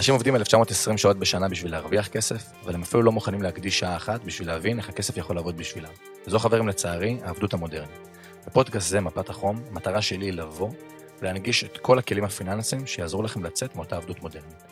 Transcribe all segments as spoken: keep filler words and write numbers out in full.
אנשים עובדים אלף תשע מאות ועשרים שעות בשנה בשביל להרוויח כסף, אבל הם אפילו לא מוכנים להקדיש שעה אחת בשביל להבין איך הכסף יכול לעבוד בשבילם. וזו, חברים, לצערי, העבדות המודרנית. בפודקאסט זה, מפת החום, המטרה שלי היא לבוא ולהנגיש את כל הכלים הפיננסיים שיעזרו לכם לצאת מאותה עבדות מודרנית.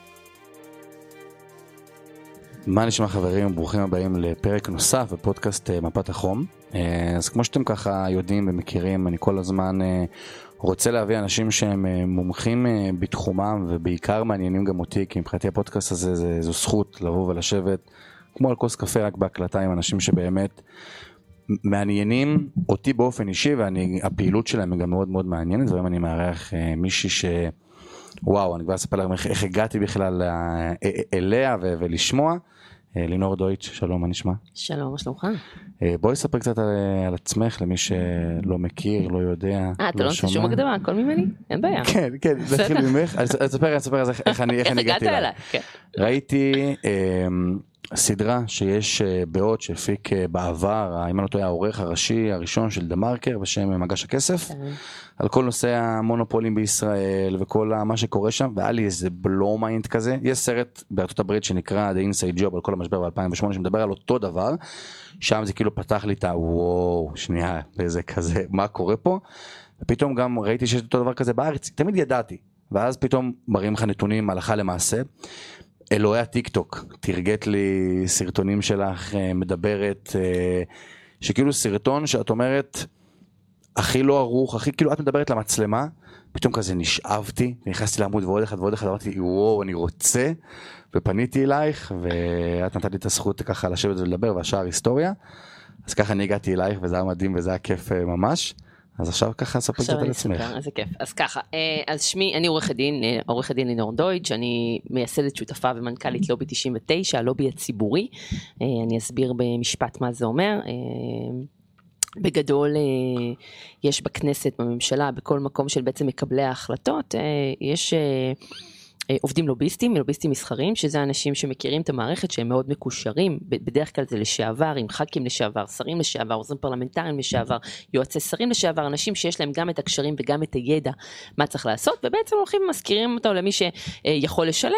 מה נשמע, חברים? ברוכים הבאים לפרק נוסף בפודקאסט מפת החום. אז כמו שאתם ככה יודעים ומכירים, אני כל הזמן רוצה להביא אנשים שהם מומחים בתחומם, ובעיקר מעניינים גם אותי, כי מבחינתי הפודקאסט הזה זה, זו זכות לבוא ולשבת כמו על כוס קפה רק בהקלטה עם אנשים שבאמת מעניינים אותי באופן אישי, והפעילות שלהם היא גם מאוד מאוד מעניינת. והיום אני מארח מישהי ש... וואו, אני כבר אספר לכם איך הגעתי בכלל אליה ולשמוע. לינור דויטש, שלום, מה נשמע? שלום, מה שלומך? בואי ספר קצת על, על עצמך, למי שלא מכיר, לא יודע, אה, אתה לא נושא שום הקדמה, הכל ממני? אין בעיה. כן, כן, נתחיל ממך. אני אספר, אני אספר איך אני הגעתי אליי. ראיתי סדרה שיש בעוד שהפיק בעבר, אם אני לא טועה, העורך הראשי הראשון של דה מרקר בשם מגש הכסף, על כל נושא המונופולים בישראל וכל מה שקורה שם, והיה לי איזה בלו מיינד כזה. יש סרט בארצות הברית שנקרא The Inside Job על כל המשבר ב-אלפיים ושמונה שמדבר על אותו דבר, שם זה כאילו פתח לי את הוואו, שנייה, וזה כזה, מה קורה פה? ופתאום גם ראיתי שיש אותו דבר כזה בארץ, תמיד ידעתי, ואז פתאום מראים לך נתונים הלכה למעשה. אלוהי הטיק טוק, תרגט לי סרטונים שלך, מדברת, שכאילו סרטון שאת אומרת, הכי לא ערוך, הכי כאילו את מדברת למצלמה, פתאום כזה נשאבתי, נכנסתי לעמוד ועוד אחד ועוד אחד, אמרתי, וואו, אני רוצה, ופניתי אלייך, ואת נתת לי את הזכות ככה לשבת ולדבר, והשאר היסטוריה, אז ככה אני הגעתי אלייך, וזה היה מדהים, וזה היה כיף ממש. אז עכשיו ככה ספר קצת על עצמך. איזה כיף. אז ככה, אז שמי, אני עורכת דין, עורכת דין לינור דויטש, אני מייסדת שותפה ומנכ"לית לובי תשעים ותשע, הלובי הציבורי. אני אסביר במשפט מה זה אומר. בגדול יש בכנסת, בממשלה, בכל מקום של בעצם מקבלי ההחלטות, יש עובדים לוביסטים, לוביסטים מסחרים, שזה אנשים שמכירים את המערכת, שהם מאוד מקושרים, בדרך כלל זה לשעבר, עם ח"כים לשעבר, שרים לשעבר, עוזרים פרלמנטריים לשעבר, יועצי שרים לשעבר, אנשים שיש להם גם את הקשרים וגם את הידע מה צריך לעשות, ובעצם הולכים ומזכירים אותו למי שיכול לשלם,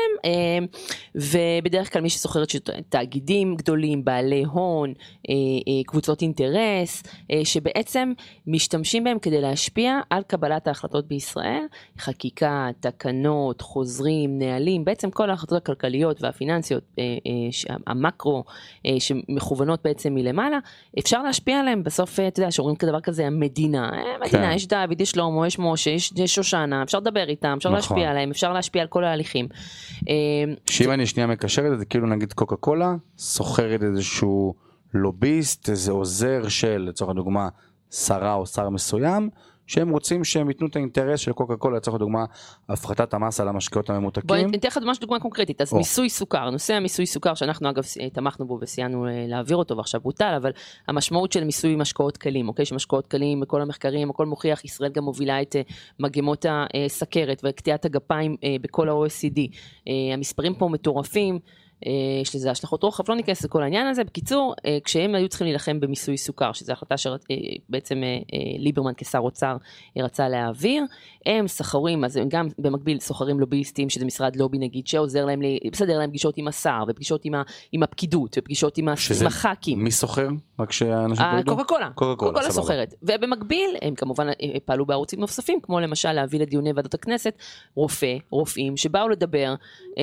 ובדרך כלל מי שסוחרת תאגידים גדולים, בעלי הון, קבוצות אינטרס, שבעצם משתמשים בהם כדי להשפיע על קבלת ההחלטות בישראל, חקיקה, תקנות, חוזרים, נהלים, בעצם כל ההחלטות הכלכליות והפיננסיות, המקרו, שמכוונות בעצם מלמעלה, אפשר להשפיע עליהם. בסוף, אתה יודע, שאומרים כדבר כזה, המדינה, המדינה, יש דוד, יש שלמה, יש משה, יש שושנה, אפשר לדבר איתם, אפשר להשפיע עליהם, אפשר להשפיע על כל ההליכים. שאם אני שנייה מקשרת, זה כאילו נגיד קוקה קולה, סוחרת איזשהו לוביסט, איזה עוזר של, לצורך הדוגמה, שרה או שר מסוים, שהם רוצים שהם ייתנו את האינטרס של קוקה קולה, לצורך הדוגמה, הפחתת המס על המשקאות הממותקים. בואי ניתן לך ממש דוגמה קונקרטית. אז מיסוי סוכר, נושא המיסוי סוכר, שאנחנו אגב תמכנו בו וסייענו להעביר אותו, ועכשיו בוטל, אבל המשמעות של מיסוי משקאות קלים, אוקיי, שמשקאות קלים, בכל המחקרים, הכל מוכיח, ישראל גם מובילה את מגמות הסכרת וקטיעת הגפיים בכל ה-או אס סי די. המספרים פה מטורפים, יש לזה השלכות רוחב, לא ניכנס לכל העניין הזה. בקיצור, כשהם היו צריכים להילחם במיסוי סוכר, שזו החלטה שבעצם ליברמן כשר אוצר רצה להעביר, הם סחרים, אז הם גם במקביל סוחרים לוביסטים, שזה משרד לובי נגיד, שעוזר להם, בסדר להם פגישות עם השר, ופגישות עם, עם הפקידות, ופגישות עם הח"כים. מי סוחר? רק שאנשים פה ידעו? קוקה קולה. קוקה קולה סוחרת. ובמקביל, הם כמובן פעלו בערוצים נוספים, כמו למשל להביא לדיוני ועדות הכנסת, רופא, רופאים, שבאו לדבר,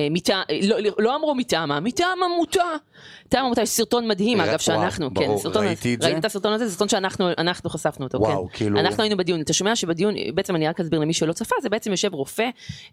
לא אמרו מטעם, מטעם עמותה. מטעם עמותה, יש סרטון מדהים, אגב, שאנחנו, כן, ראיתי את זה. ראיתי את הסרטון הזה, זה סרטון שאנחנו חשפנו אותו, כן. אנחנו היינו בדיון, אתה שומע שבדיון, בעצם אני רק אסביר למי שלא צפה, זה בעצם יושב רופא,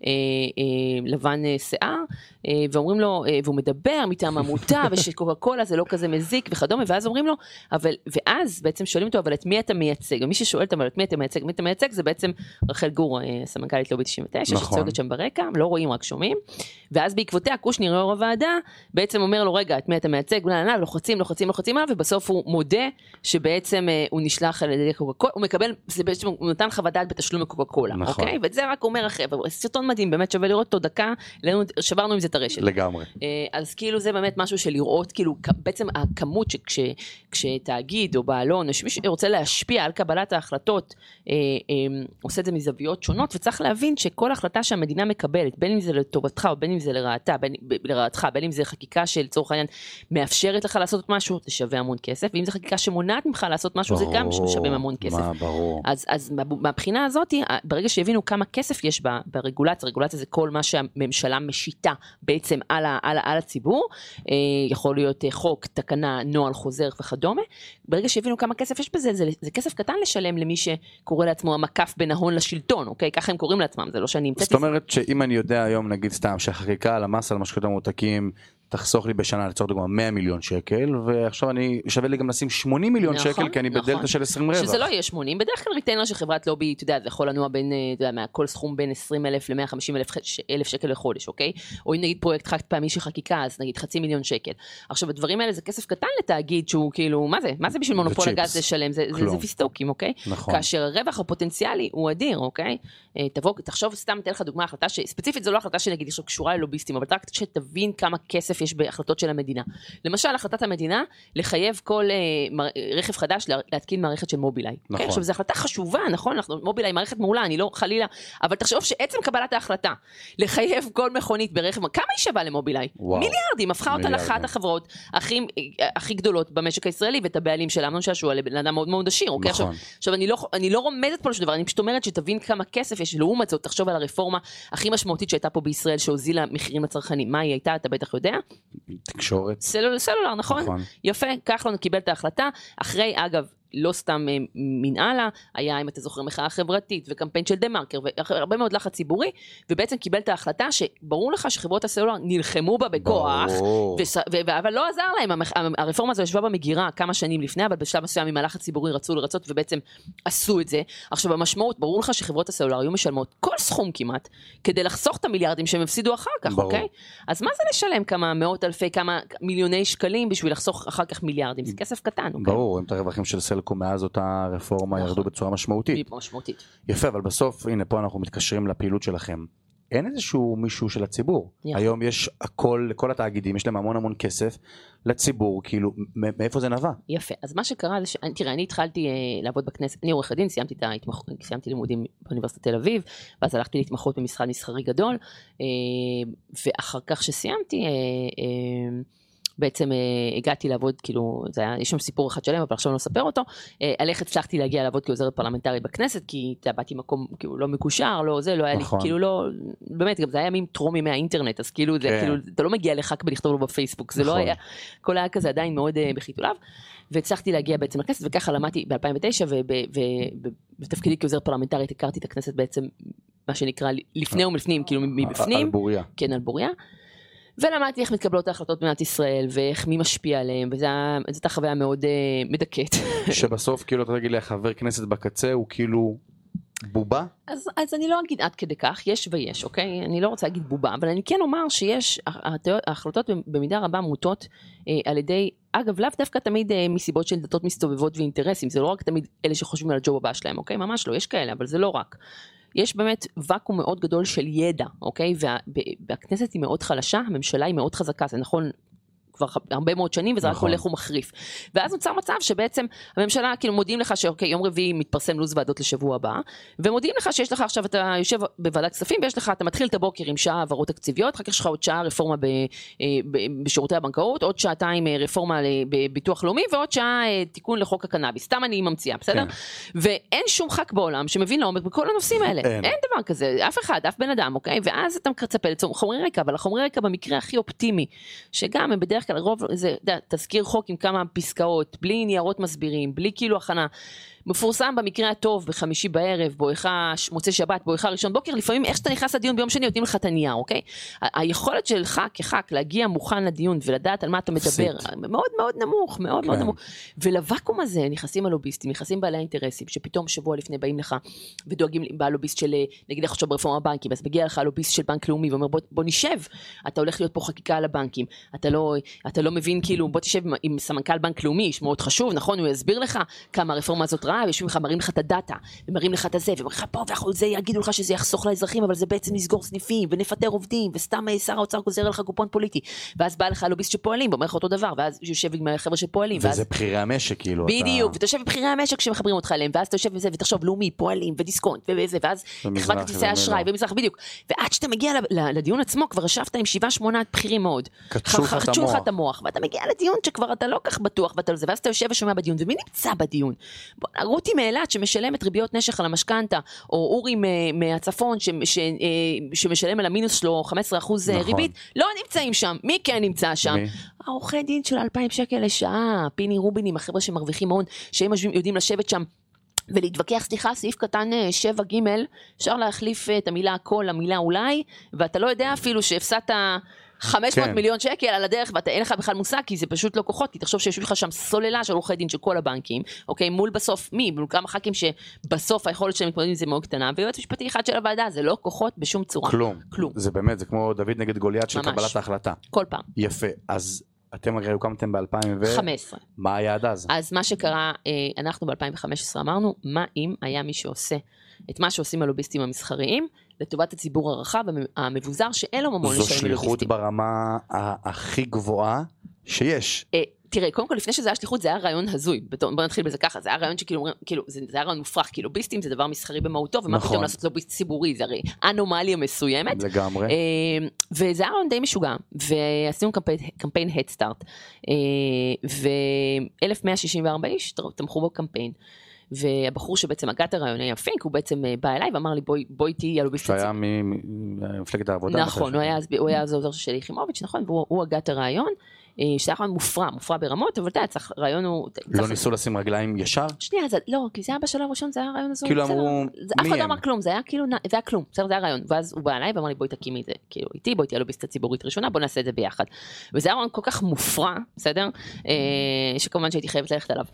לבן שיער, ואומרים לו, והוא מדבר מטעם עמותה, ושקוקה קולה זה לא כזה מזיק וכדומה, ואז אומרים לו, אבל, ואז בעצם שואלים אותו, אבל את מי אתה מייצג? ומי ששואל אותם, אבל את מי אתה מייצג? מי אתה מייצג? זה בעצם רחל גור, סמנכ"לית לובי תשעים ותשע, שצועקת שם ברקע, לא רואים, רק שומעים. ואז בעקבותיה, קושניר, יו"ר הוועדה, בעצם אומר לו, רגע, את מי אתה מייצג? לוחצים, לוחצים, לוחצים עליו, ובסוף הוא מודה שבעצם הוא נשלח על ידי קוקה קולה, הוא מקבל, זה בעצם, הוא נתן חוות דעת בתשלום לקוקה קולה, אוקיי? וזה רק אומר אחרי, סרטון מדהים, באמת שווה לראות אותו דקה, שברנו עם זה את הרשת. לגמרי. אז כאילו זה באמת משהו של לראות, כאילו, בעצם הכמות שכש כשתאגיד או בעלון, או שמישהו רוצה להשפיע על קבלת ההחלטות, אה, אה, עושה את זה מזוויות שונות, וצריך להבין שכל החלטה שהמדינה מקבלת, בין אם זה לטובתך או בין אם זה לרעתה, בין, לרעתך, בין אם זה חקיקה של צורך העניין, מאפשרת לך לעשות משהו, זה שווה המון כסף, ואם זה חקיקה שמונעת ממך לעשות משהו, ברור, זה גם שווה המון כסף. מה, ברור. אז, אז מהבחינה הזאת, ברגע שהבינו כמה כסף יש בה, ברגולציה, רגולציה זה כל מה שהממשלה משיתה בעצם על, ה, על, ה, על הציבור, יכול להיות חוק, תקנה, נוהל, חוזר וכדומה. ברגע שהבינו כמה כסף יש בזה, זה, זה כסף קטן לשלם למי שקורא לעצמו המקף בין ההון לשלטון, אוקיי? ככה הם קוראים לעצמם, זה לא שאני המצאתי. זאת אומרת שאם אני יודע היום, נגיד סתם, שהחקיקה על המס על משקאות הממותקים תחסוך לי בשנה לצורך דוגמה מאה מיליון שקל, ועכשיו אני שווה לי גם לשים שמונים מיליון נכון, שקל, כי אני נכון. בדלתה של עשרים רווח. שזה לא יהיה שמונים, בדרך כלל ריטיינר של חברת לובי, אתה יודע, זה יכול לנוע בין, אתה יודע, כל סכום בין עשרים אלף ל-מאה וחמישים אלף שקל לחודש, אוקיי? או אם נגיד פרויקט חד פעמי של חקיקה, אז נגיד חצי מיליון שקל. עכשיו, הדברים האלה זה כסף קטן לתאגיד שהוא כאילו, מה זה? מה זה בשביל מונופול הגז לשלם? זה, זה, זה פיסטוקים, אוקיי? נכון. כאשר הרווח הפוטנציאלי הוא אדיר, אוקיי? תבוא, תחשוב, סתם אתן לך דוגמה, החלטה שספציפית זו לא החלטה שנגיד קשורה ללוביסטים, אבל רק שתבין כמה כסף יש בהחלטות של המדינה. למשל, החלטת המדינה לחייב כל רכב חדש להתקין מערכת של מובילאיי. נכון. עכשיו, זו החלטה חשובה, נכון? מובילאיי מערכת מעולה, אני לא חלילה, אבל תחשוב שעצם קבלת ההחלטה לחייב כל מכונית ברכב, כמה היא שווה למובילאי? מיליארדים, הפכה אותה לאחת החברות הכי, הכי גדולות במשק הישראלי, ואת הבעלים של אמנון שעשוע לבן אדם מאוד מאוד עשיר. נכון. עכשיו, עכשיו אני לא, אני לא רומזת פה לשום דבר, אני פשוט אומרת שתבין כמה כסף יש. לעומת זאת, תחשוב על הרפורמה הכי משמעותית שהייתה פה בישראל, שהוזילה מחירים לצרכנים. מה היא הייתה? אתה בטח יודע? תקשורת. סלולר, סלולר, נכון? נכון. יפה, כחלון קיבל את ההחלטה, אחרי, אגב, לא סתם מנהלה, היה, אם אתה זוכר, מחאה חברתית וקמפיין של דה-מרקר, והרבה מאוד לחץ ציבורי, ובעצם קיבל את ההחלטה שברור לך שחברות הסלולר נלחמו בה בכוח, אבל לא עזר להם, הרפורמה הזו ישבה במגירה כמה שנים לפני, אבל בשלב מסוים עם הלחץ ציבורי רצו לרצות, ובעצם עשו את זה. עכשיו, המשמעות, ברור לך שחברות הסלולר היו משלמות כל סכום כמעט, כדי לחסוך את המיליארדים שהם הפסידו אחר כך, אוקיי? אז מה זה לשלם כמה מאות אלפי, כמה מיליוני שקלים בשביל לחסוך אחר כך מיליארדים? זה כסף קטן, אוקיי? ברור, אם את הרווחים של סלקום מאז אותה רפורמה ירדו בצורה משמעותית. משמעותית. יפה, אבל בסוף, הנה, פה אנחנו מתקשרים לפעילות שלכם. אין איזשהו מישהו של הציבור. היום יש הכל, לכל התאגידים, יש להם המון המון כסף לציבור, כאילו, מאיפה זה נבע? יפה. אז מה שקרה זה ש... תראה, אני התחלתי לעבוד בכנסת, אני עורך הדין, סיימתי את ההתמחות, סיימתי לימודים באוניברסיטת תל אביב, ואז הלכתי להתמחות במשרד מסחרי גדול, ואחר כך שסיימתי, בעצם הגעתי לעבוד, כאילו, זה היה, יש שם סיפור אחד שלם, אבל עכשיו לא אספר אותו, על איך הצלחתי להגיע לעבוד כעוזרת פרלמנטרית בכנסת, כי באתי מקום, כאילו, לא מקושר, לא זה, לא היה לי, כאילו, לא, באמת, גם זה היה ימים טרום ימי האינטרנט, אז כאילו, זה, כאילו, אתה לא מגיע לחק בלכתוב לו בפייסבוק, זה לא היה, כל היה כזה עדיין מאוד בחיתוליו, והצלחתי להגיע בעצם לכנסת, וככה למדתי ב-אלפיים ותשע, ובתפקידי כעוזרת פרלמנטרית הכרתי את הכנסת בעצם, מה שנקרא, לפני ומלפנים, כאילו, מבפנים. על בוריה. כן, על בוריה. ולמדתי איך מתקבלות ההחלטות במדינת ישראל, ואיך מי משפיע עליהם, וזו הייתה חוויה מאוד uh, מדכאת. שבסוף, כאילו, אתה תגיד לי, חבר כנסת בקצה הוא כאילו בובה? אז, אז אני לא אגיד עד כדי כך, יש ויש, אוקיי? אני לא רוצה להגיד בובה, אבל אני כן אומר שיש, ההחלטות במידה רבה מוטות אה, על ידי, אגב, לאו דווקא תמיד אה, מסיבות של דתות מסתובבות ואינטרסים, זה לא רק תמיד אלה שחושבים על הג'וב הבא שלהם, אוקיי? ממש לא, יש כאלה, אבל זה לא רק. יש באמת וקום מאוד גדול של ידע, אוקיי? והכנסת היא מאוד חלשה, הממשלה היא מאוד חזקה, זה נכון כבר הרבה מאוד שנים, וזה רק הולך ומחריף. ואז נוצר מצב שבעצם הממשלה, כאילו מודיעים לך שאוקיי, יום רביעי מתפרסם לו"ז ועדות לשבוע הבא, ומודיעים לך שיש לך עכשיו, אתה יושב בוועדת כספים, ויש לך, אתה מתחיל את הבוקר עם שעה העברות תקציביות, אחר כך יש לך עוד שעה רפורמה ב, ב, בשירותי הבנקאות, עוד שעתיים רפורמה בביטוח לאומי, ועוד שעה תיקון לחוק הקנאביס. סתם אני ממציאה, בסדר? כן. ואין שום ח"כ בעולם שמבין לעומק בכל הנושאים האלה. אין. אין דבר כזה, אף אחד, אף בן אדם, אוקיי? ואז אתה מצפה לחומרי רקע, אבל החומרי רקע במקרה הכי אופטימי, שגם הם בדרך כלל רוב, זה, תזכיר חוק עם כמה פסקאות, בלי ניירות מסבירים, בלי כאילו הכנה, מפורסם במקרה הטוב בחמישי בערב, בואכה מוצא שבת, בואכה ראשון בוקר, לפעמים איך שאתה נכנס לדיון ביום שני, נותנים לך את הנייר, אוקיי? היכולת שלך כח"כ להגיע מוכן לדיון ולדעת על מה אתה מדבר, מאוד מאוד נמוך, מאוד מאוד נמוך. ולוואקום הזה נכנסים הלוביסטים, נכנסים בעלי האינטרסים, שפתאום שבוע לפני באים לך ודואגים בלוביסט של, נגיד לך עכשיו ברפורמה הבנקים, אז מגיע לך הלוביסט של בנק לאומי ואומר בוא, בוא נשב, אתה הולך להיות פה חקיקה על הבנקים, אתה לא, אתה לא מבין כאילו, בוא תשב עם סמנכ"ל בנק לאומי, מאוד חשוב, נכון? הוא יסביר לך כמה הרפורמה הזאת רעה, בא, ויושבים לך, מראים לך את הדאטה, ומראים לך את זה, ומראים לך פה, וזה יגידו לך שזה יחסוך לאזרחים, אבל זה בעצם נסגור סניפים, ונפטר עובדים, וסתם שר האוצר גוזר לך קופון פוליטי, ואז בא לך לוביסט שפועלים, ואומר לך אותו דבר, ואז יושב עם החבר'ה שפועלים, וזה ואז... בחירי המשק, כאילו. בדיוק, אתה... ותושב בבחירי המשק שמחברים אותך אליהם, ואז אתה יושב בזה, ותחשוב לאומי, פועלים, ודיסקונט, וזה, ואז החברת כרטיסי אשראי, ומזרח, בדיוק. ועד שאתה מגיע לדיון עצמו, כבר ישבת עם שבעה שמונה בכירים מאוד. חרצו לך את המוח, ואתה מגיע לדיון שכבר אתה לא כך בטוח, ואתה לזה, ואז אתה יושב ושומע בדיון, ומי נמצא בדיון? רותי מאילת שמשלמת ריביות נשך על המשכנתה, או אורי מהצפון שמשלם על המינוס שלו חמישה עשר אחוז ריבית, לא נמצאים שם. מי כן נמצא שם? העורכי דין של אלפיים שקל לשעה, פיני רובינים, החבר'ה שמרוויחים הון, שהם יודעים לשבת שם ולהתווכח, סליחה, סעיף קטן שבע ג' אפשר להחליף את המילה הכל למילה אולי, ואתה לא יודע אפילו שהפסדת חמש מאות מיליון שקל על הדרך, ואתה אין לך בכלל מושג, כי זה פשוט לא כוחות, כי תחשוב שיש לך שם סוללה של עורכי דין של כל הבנקים, אוקיי, מול בסוף מי? מול כמה ח"כים שבסוף היכולת שלהם מתמודדים עם זה מאוד קטנה, ויועץ משפטי אחד של הוועדה, זה לא כוחות בשום צורה. כלום. כלום. זה באמת, זה כמו דוד נגד גוליית של קבלת ההחלטה. כל פעם. יפה. אז אתם הרי הוקמתם ב-אלפיים וחמש עשרה. מה היה עד אז? אז מה שקרה, אנחנו ב-אלפיים וחמש עשרה אמרנו, מה אם היה מי שעושה את מה שעושים הלוביסטים המסחריים, לטובת הציבור הרחב המבוזר שאין לו ממון לשלם לוביסטים. זו שליחות ברמה הכי גבוהה שיש. תראה, קודם כל לפני שזה היה שליחות, זה היה רעיון הזוי, בוא נתחיל בזה ככה, זה היה רעיון שכאילו, כאילו, זה היה רעיון מופרך, כי לוביסטים זה דבר מסחרי במהותו, ומה פתאום לעשות לוביסט ציבורי, זה הרי אנומליה מסוימת. לגמרי. וזה היה רעיון די משוגע, ועשינו קמפיין Head Start, ו-אלף מאה שישים וארבע איש תמכו בו קמפיין, והבחור שבעצם הגת הרעיון היה פינק, הוא בעצם בא אליי ואמר לי, בואי תהיי הלוביסט הציבורי. שהיה ממפלגת העבודה. נכון, הוא היה אז העוזר של שלי יחימוביץ', נכון, והוא הגת הרעיון, שזה היה רעיון מופרע, מופרע ברמות, אבל אתה יודע, רעיון הוא... לא ניסו לשים רגליים ישר? שנייה, לא, כי זה היה בשלב הראשון, זה היה רעיון הזו. כאילו אמרו, אף אחד לא אמר כלום, זה היה כאילו, זה היה כלום, זה היה רעיון, ואז הוא בא אליי ואמר לי, בואי תקימי את זה, כאילו, איתי, בואי תהיה לוביסט הציבורית ראשונה, בוא נעשה את זה ביחד. וזה היה רעיון כל כך מופרע, בסדר? שכמובן שהייתי חייבת ללכת עליו.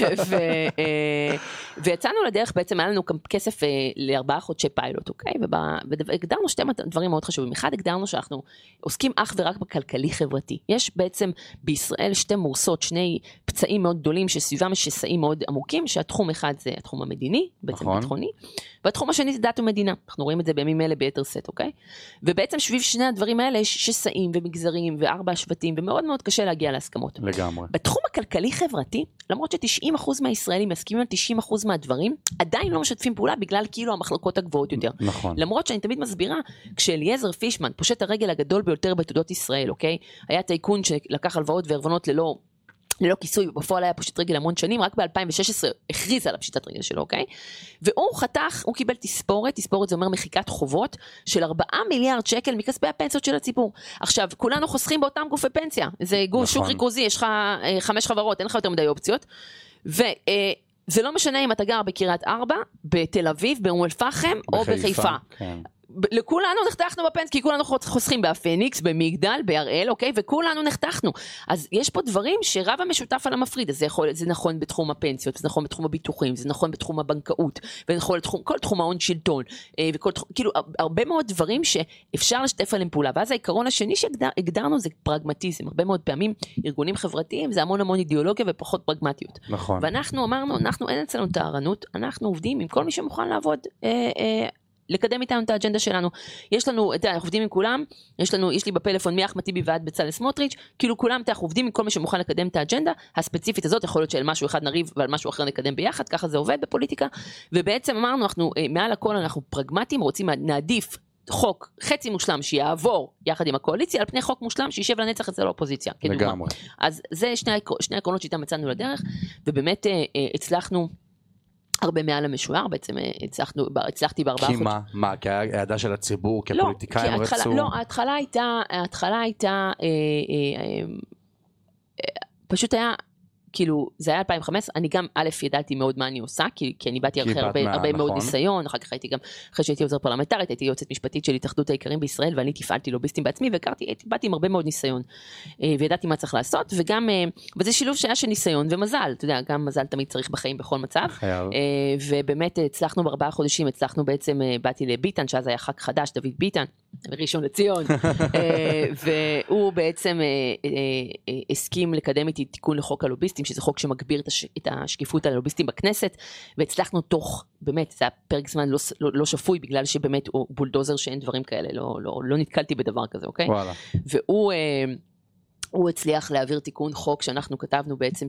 ויצאנו לדרך, בעצם היה לנו כסף לארבעה חודשי פיילוט, אוקיי? והגדרנו שתי דברים מאוד חשובים. אחד, הגדרנו שאנחנו עוסקים אך ורק בכלכלי חברתי. יש בעצם בישראל שתי מורסות, שני פצעים מאוד גדולים שסביבם יש שסעים מאוד עמוקים, שהתחום אחד זה התחום המדיני, בעצם נכון. ביטחוני, והתחום השני זה דת ומדינה. אנחנו רואים את זה בימים אלה ביתר סט, אוקיי? ובעצם סביב שני הדברים האלה יש שסעים ומגזרים וארבע שבטים, ומאוד מאוד קשה להגיע להסכמות. לגמרי. בתחום הכלכלי חברתי, למרות ש-תשעים אחוז מהישראלים מסכימים על תשעים אחוז מהדברים, עדיין לא משתפים פעולה בגלל כאילו המחלוקות הגבוהות יותר. נכון. למרות שאני תמיד מסבירה, כשאליעזר פישמן פושט הרגל הגדול ביותר בתעודות ישראל, אוקיי? היה טייקון שלקח הלוואות וערבונות ללא ללא כיסוי, ובפועל היה פושט רגל המון שנים, רק ב-אלפיים ושש עשרה הכריז על הפשיטת רגל שלו, אוקיי? והוא חתך, הוא קיבל תספורת, תספורת זה אומר מחיקת חובות, של ארבעה מיליארד שקל מכספי הפנסיות של הציבור. עכשיו, כולנו חוסכים באותם גופי פנסיה, זה גוף שוק ריכוזי, יש לך חמש חברות, אין לך יותר מדי אופציות, וזה לא משנה אם אתה גר בקריית ארבע, בתל אביב, באום אל פחם, או בחיפה. כן. לכולנו נחתכנו בפנס, כי כולנו חוסכים באפניקס, במגדל, בהראל, אוקיי? וכולנו נחתכנו. אז יש פה דברים שרב המשותף על המפריד, אז זה, יכול, זה נכון בתחום הפנסיות, זה נכון בתחום הביטוחים, זה נכון בתחום הבנקאות, ונכון לתחום, כל תחום ההון שלטון, וכל תחום, כאילו, הרבה מאוד דברים שאפשר לשתף עליהם פעולה. ואז העיקרון השני שהגדרנו זה פרגמטיזם. הרבה מאוד פעמים ארגונים חברתיים, זה המון המון אידיאולוגיה ופחות פרגמטיות. נכון. ואנחנו אמרנו, אנחנו אין אצלנו טהרנות, אנחנו עובדים עם כל מי שמוכן לעבוד, אה, אה, לקדם איתנו את האג'נדה שלנו. יש לנו, אנחנו עובדים עם כולם, יש לנו, יש לי בפלאפון מאחמד טיבי ועד בצלאל סמוטריץ', כאילו כולם, אנחנו עובדים עם כל מי שמוכן לקדם את האג'נדה הספציפית הזאת, יכול להיות שעל משהו אחד נריב ועל משהו אחר נקדם ביחד, ככה זה עובד בפוליטיקה, ובעצם אמרנו, אנחנו, מעל הכל אנחנו פרגמטיים, רוצים נעדיף חוק חצי מושלם שיעבור יחד עם הקואליציה, על פני חוק מושלם שישב לנצח אצל האופוזיציה. לגמרי. אז זה שני, שני עקרונות שאיתם יצאנו לדרך, ובאמת הצלחנו הרבה מעל המשוער, בעצם הצלחנו, הצלחתי בארבעה חודשים. כי מה? מה? כי העדה של הציבור, כפוליטיקאים רצו? לא, ההתחלה הייתה, ההתחלה הייתה, אה, אה, אה, פשוט היה, כאילו, זה היה אלפיים וחמש עשרה, אני גם, א', ידעתי מאוד מה אני עושה, כי, כי אני באתי אחרי הרבה, הרבה מאוד ניסיון, אחר כך הייתי גם, אחרי שהייתי עוזר פרלמנטרית, הייתי יועצת משפטית של התאחדות האיכרים בישראל, ואני תפעלתי לוביסטים בעצמי, והכרתי, באתי עם הרבה מאוד ניסיון, וידעתי מה צריך לעשות, וגם, וזה שילוב שהיה של ניסיון ומזל, אתה יודע, גם מזל תמיד צריך בחיים בכל מצב, ובאמת הצלחנו בארבעה חודשים, הצלחנו בעצם, באתי לביטן, שאז היה ח"כ חדש, דוד ביטן, ראשון לציון, והוא בעצם הסכים לקדם איתי תיקון לחוק הלוביסטים, הלוביסטים, שזה חוק שמגביר את השקיפות על הלוביסטים בכנסת, והצלחנו תוך, באמת, זה היה פרק זמן לא, לא, לא שפוי, בגלל שבאמת הוא בולדוזר שאין דברים כאלה, לא, לא, לא נתקלתי בדבר כזה, אוקיי? וואלה. והוא... הוא הצליח להעביר תיקון חוק שאנחנו כתבנו בעצם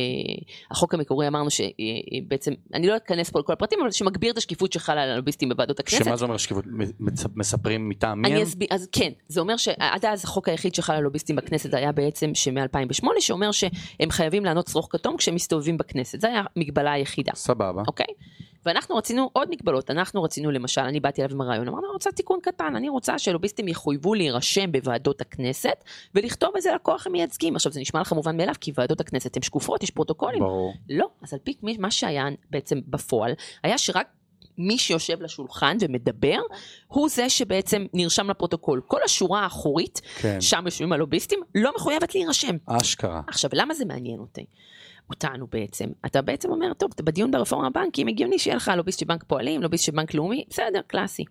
שהחוק המקורי אמרנו שבעצם, אני לא אכנס פה לכל הפרטים, אבל שמגביר את השקיפות שחלה על הלוביסטים בוועדות הכנסת. שמה זה אומר שקיפות? מספרים מטעם מי הם? אז כן, זה אומר שעד אז החוק היחיד שחל על הלוביסטים בכנסת היה בעצם שמ-אלפיים ושמונה, שאומר שהם חייבים לענות צרוך כתום כשהם מסתובבים בכנסת. זה היה המגבלה היחידה. סבבה. אוקיי? ואנחנו רצינו עוד מגבלות, אנחנו רצינו למשל, אני באתי אליו עם הרעיון, אמרנו, אני רוצה תיקון קטן, אני רוצה שלוביסטים יחויבו להירשם בוועדות הכנסת, ולכתוב איזה לקוח הם מייצגים. עכשיו זה נשמע לך מובן מאליו, כי ועדות הכנסת הן שקופות, יש פרוטוקולים. ברור. לא, אז על פי מה שהיה בעצם בפועל, היה שרק מי שיושב לשולחן ומדבר, הוא זה שבעצם נרשם לפרוטוקול. כל השורה האחורית, כן. שם יושבים הלוביסטים, לא מחויבת להירשם. אשכרה. עכשיו, למה זה מעניין אותי? אותנו בעצם, אתה בעצם אומר, טוב, בדיון ברפורמה הבנקים, הגיוני שיהיה לך לוביסט של בנק פועלים, לוביסט של בנק לאומי, בסדר, קלאסי.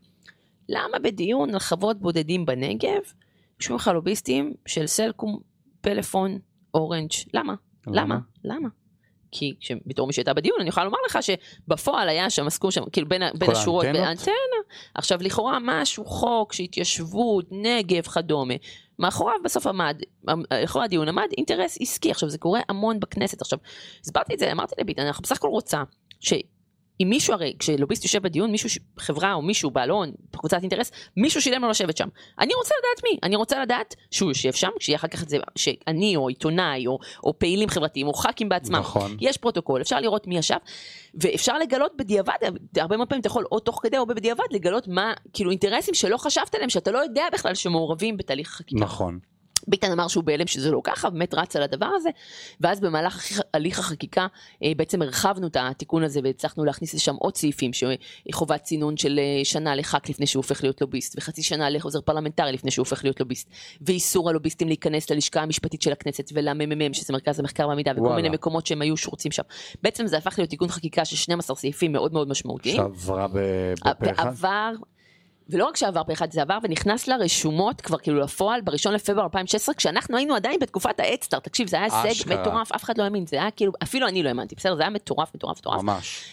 למה בדיון על חוות בודדים בנגב, יושבים לך לוביסטים של סלקום, פלאפון, אורנג', למה? למה? למה? כי בתור מי שהייתה בדיון, אני יכולה לומר לך שבפועל היה שם, מסקור שם, כאילו בין, בין השורות, באנטנה. עכשיו, לכאורה משהו, חוק, שהתיישבות, נגב, חדומה. מאחוריו בסוף עמד, אחרי הדיון עמד, אינטרס עסקי. עכשיו, זה קורה המון בכנסת. עכשיו, הסברתי את זה, אמרתי לביטן, אנחנו בסך הכל רוצה, שאם מישהו, הרי, כשלוביסט יושב בדיון, מישהו, חברה או מישהו, בעלון, קבוצת אינטרס, מישהו שילם לו לשבת שם. אני רוצה לדעת מי? אני רוצה לדעת שהוא יושב שם, כשיהיה אחר כך את זה, שאני או עיתונאי, או, או פעילים חברתיים, או ח"כים בעצמם. נכון. יש פרוטוקול, אפשר לראות מי ישב, ואפשר לגלות בדיעבד, הרבה מאוד פעמים אתה יכול, או תוך כדי, או בדיעבד, לגלות מה, כאילו, אינטרסים שלא חשבת עליהם, שאתה לא יודע בכלל שמעורבים בתהליך חקיקה. נכון. ביטן אמר שהוא בהלם שזה לא ככה, באמת רץ על הדבר הזה, ואז במהלך הליך החקיקה, בעצם הרחבנו את התיקון הזה, והצלחנו להכניס לשם עוד סעיפים, שחובת צינון של שנה לח"כ לפני שהוא הופך להיות לוביסט, וחצי שנה לחוזר פרלמנטרי לפני שהוא הופך להיות לוביסט, ואיסור הלוביסטים להיכנס ללשכה המשפטית של הכנסת, ולממ"מ, שזה מרכז המחקר והמידע, וכל מיני מקומות שהם היו שרוצים שם. בעצם זה הפך להיות תיקון חקיקה של שנים עשר סעיפים מאוד מאוד משמעותיים. שעברה בפה אחד? ולא רק שעבר פה אחד, זה עבר ונכנס לרשומות כבר כאילו לפועל בראשון לפברואר אלפיים ושש עשרה, כשאנחנו היינו עדיין בתקופת האדסטארט, תקשיב, זה היה הישג מטורף, אף אחד לא האמין, זה היה כאילו, אפילו אני לא האמנתי, בסדר, זה היה מטורף, מטורף, מטורף. ממש.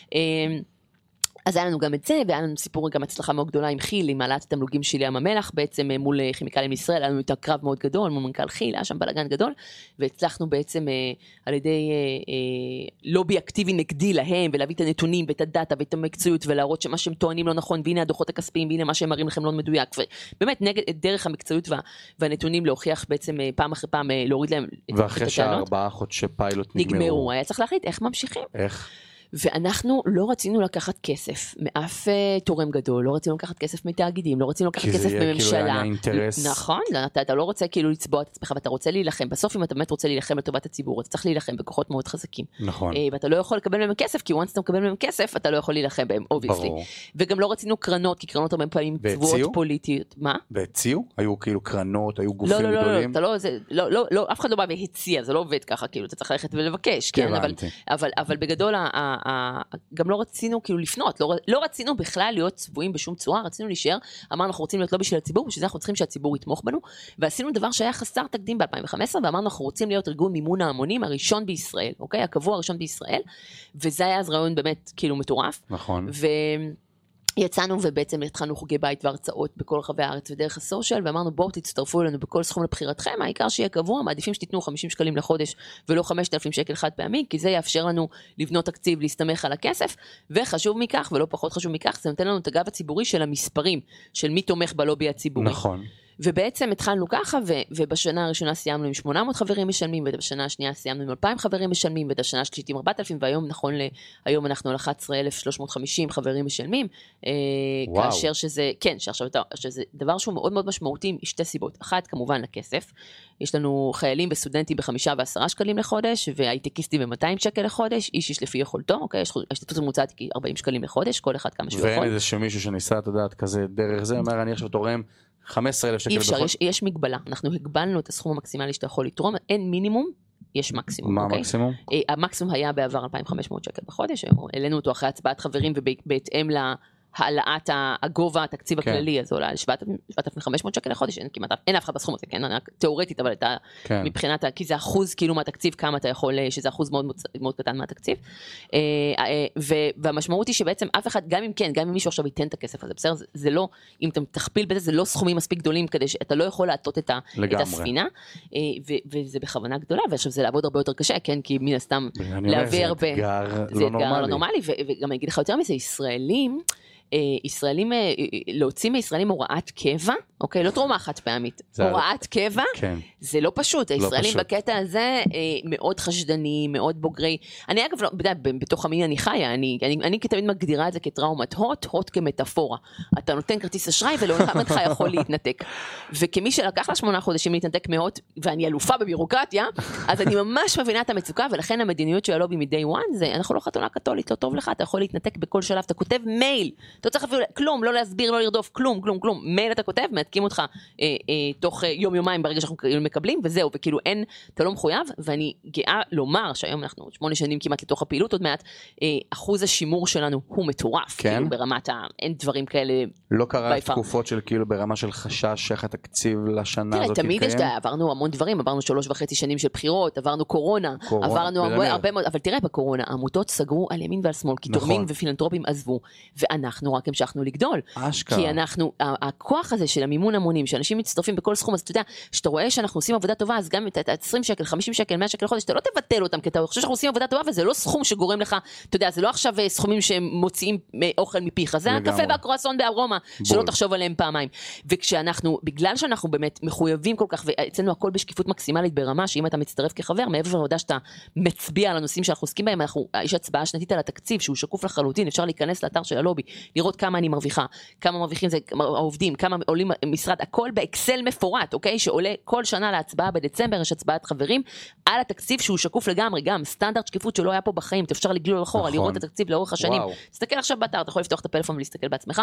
אז היה לנו גם את זה, והיה לנו סיפור גם הצלחה מאוד גדולה עם חיל, עם העלאת התמלוגים של ים המלח, בעצם מול כימיקלים ישראל, היה לנו איתה קרב מאוד גדול, מול מנכ"ל חיל, היה שם בלגן גדול, והצלחנו בעצם על ידי לובי אקטיבי נגדי להם, ולהביא את הנתונים ואת הדאטה ואת המקצועיות, ולהראות שמה שהם טוענים לא נכון, והנה הדוחות הכספיים, והנה מה שהם מראים לכם לא מדויק, ובאמת נגד דרך המקצועיות והנתונים להוכיח בעצם פעם אחרי פעם להוריד להם את הטענות. ואחרי שהארבעה חודשי פיילוט נגמרו. נגמרו, היה צריך להחליט איך ממשיכים. איך? ואנחנו לא רצינו לקחת כסף מאף תורם גדול, לא רצינו לקחת כסף מתאגידים, לא רצינו לקחת כסף מממשלה. כי זה יהיה כאילו אינטרס. נכון, אתה, אתה לא רוצה כאילו לצבוע את עצמך, ואתה רוצה להילחם. בסוף אם אתה באמת רוצה להילחם לטובת הציבור, אתה צריך להילחם בכוחות מאוד חזקים. נכון. ואתה לא יכול לקבל מהם כסף, כי once אתה מקבל מהם כסף, אתה לא יכול להילחם בהם, obviously. ברור. וגם לא רצינו קרנות, כי קרנות הרבה פעמים צבועות פוליטיות. מה? והציעו? היו כאילו קרנות, היו גופים לא, לא, גדולים? לא, לא, זה, לא, לא, לא, אף אחד לא בא והציע, זה לא עובד ככה, כאילו, אתה צריך ללכת ולבקש, כן, אבל, אבל, אבל בגדול, גם לא רצינו כאילו לפנות, לא, לא רצינו בכלל להיות צבועים בשום צורה, רצינו להישאר, אמרנו אנחנו רוצים להיות לא בשביל הציבור, בשביל זה אנחנו צריכים שהציבור יתמוך בנו, ועשינו דבר שהיה חסר תקדים ב-אלפיים וחמש עשרה, ואמרנו אנחנו רוצים להיות ארגון מימון ההמונים הראשון בישראל, אוקיי? הקבוע הראשון בישראל, וזה היה אז רעיון באמת כאילו מטורף. נכון. ו... יצאנו ובעצם התחלנו חוגי בית והרצאות בכל רחבי הארץ ודרך הסושיאל, ואמרנו בואו תצטרפו אלינו בכל סכום לבחירתכם, העיקר שיהיה קבוע, מעדיפים שתיתנו חמישים שקלים לחודש ולא חמשת אלפים שקל חד פעמי, כי זה יאפשר לנו לבנות תקציב, להסתמך על הכסף, וחשוב מכך ולא פחות חשוב מכך, זה נותן לנו את הגב הציבורי של המספרים, של מי תומך בלובי הציבורי. נכון. ובעצם התחלנו ככה, ו- ובשנה הראשונה סיימנו עם שמונה מאות חברים משלמים, ובשנה השנייה סיימנו עם אלפיים חברים משלמים, ובשנה השלישית עם ארבעת אלפים, והיום נכון להיום אנחנו על אחת עשרה אלף שלוש מאות וחמישים חברים משלמים, וואו. כאשר שזה, כן, שעכשיו, שזה דבר שהוא מאוד מאוד משמעותי, עם שתי סיבות. אחת, כמובן, לכסף. יש לנו חיילים וסטודנטים בחמישה ועשרה שקלים לחודש, והייטקיסטים ב-מאתיים שקל לחודש, איש איש לפי יכולתו, אוקיי? יש השתתפות ממוצעת ארבעים שקלים לחודש, כל אחד כמה שהוא יכול. ואין איזה שמישהו שניסה, אתה יודעת, כזה דרך זה, אומר, אני עכשיו תורם חמישה עשר אלף שקל בחודש. אי אפשר, יש, יש מגבלה. אנחנו הגבלנו את הסכום המקסימלי שאתה יכול לתרום, אין מינימום, יש מקסימום. מה אוקיי? המקסימום? המקסימום היה בעבר אלפיים וחמש מאות שקל בחודש, העלינו אותו אחרי הצבעת חברים ובהתאם העלאת הגובה, התקציב הכללי, אז עולה שבעת אלפים וחמש מאות שקל לחודש, אין כמעט, אין אף אחד בסכום הזה, כן, תיאורטית, אבל אתה, מבחינת, כי זה אחוז כאילו מהתקציב, כמה אתה יכול, שזה אחוז מאוד מאוד קטן מהתקציב, והמשמעות היא שבעצם אף אחד, גם אם כן, גם אם מישהו עכשיו ייתן את הכסף הזה, בסדר, זה לא, אם אתה תכפיל בזה, זה לא סכומים מספיק גדולים, כדי שאתה לא יכול לעטות את הספינה, וזה בכוונה גדולה, ועכשיו זה לעבוד הרבה יותר קשה, כן, כי מן הסתם להביא הרבה, זה אתגר לא נורמלי, וגם אני אגיד לך יותר מזה, ישראלים, ישראלים, להוציא מישראלים הוראת קבע, אוקיי, לא תרומה חד פעמית, הוראת קבע, זה לא פשוט, הישראלים בקטע הזה מאוד חשדני, מאוד בוגרי, אני אגב, בתוך המין אני חיה, אני תמיד מגדירה את זה כטראומת הוט, הוט כמטאפורה, אתה נותן כרטיס אשראי ולאונך יכול להתנתק, וכמי שלקח לה שמונה חודשים להתנתק מהוט, ואני אלופה בבירוקרטיה, אז אני ממש מבינה את המצוקה, ולכן המדיניות של הלובי מ-day one זה, אנחנו לא חתונה קתולית, לא טוב לך, אתה יכול להתנתק בכל שלב, אתה כותב מייל, אתה צריך אפילו כלום, לא להסביר, לא לרדוף, כלום, כלום, כלום, מייל אתה כותב, מתקים אותך אה, אה, תוך אה, יום יומיים ברגע שאנחנו מקבלים, וזהו, וכאילו אין, אתה לא מחויב, ואני גאה לומר שהיום אנחנו שמונה שנים כמעט לתוך הפעילות עוד מעט, אה, אחוז השימור שלנו הוא מטורף, כן? כאילו ברמת ה... אין דברים כאלה... לא קרה תקופות של כאילו ברמה של חשש איך התקציב לשנה הזאת תמיד יש, עברנו המון דברים, עברנו שלוש וחצי שנים של בחירות, עברנו קורונה, קורונה עברנו הרבה, הרבה מאוד, אבל תראה בקורונה, העמותות סגרו על ימין ועל שמאל, כי תורמים ופילנטרופים עזבו, ואנחנו רק המשכנו לגדול. אשכרה. כי אנחנו, הכוח הזה של המימון המונים, שאנשים מצטרפים בכל סכום, אז אתה יודע, שאתה רואה שאנחנו עושים עבודה טובה, אז גם את עשרים שקל, חמישים שקל, מאה שקל לחודש, אתה לא תבטל אותם, כי אתה חושב שאנחנו עושים עבודה טובה, וזה לא סכום שגורם לך, אתה יודע, זה לא עכשיו סכומים שהם מוציאים אוכל מפיך, זה הקפה והקרואסון בארומא, שלא תחשוב עליהם פעמיים. וכשאנחנו, בגלל שאנחנו באמת מחויבים כל כך, ואצלנו הכל בשקיפות מקסימלית ברמה, שאם אתה מצטרף כחבר, מעבר לעבודה שאתה מצביע על הנושאים שאנחנו עוסקים בהם, אנחנו, יש הצבעה שנתית על התקציב, שהוא שקוף לחלוטין, אפשר להיכנס לאתר של הלובי, לראות כמה אני מרוויחה, כמה מרוויחים זה העובדים, כמה עולים משרד, הכל באקסל מפורט, אוקיי? שעולה כל שנה להצבעה בדצמבר, יש הצבעת חברים, על התקציב שהוא שקוף לגמרי, גם סטנדרט שקיפות שלא היה פה בחיים, תאפשר לגלול אחורה, לראות את התקציב לאורך השנים. תסתכל עכשיו באתר, אתה יכול לפתוח את הפלאפון ולהסתכל בעצמך.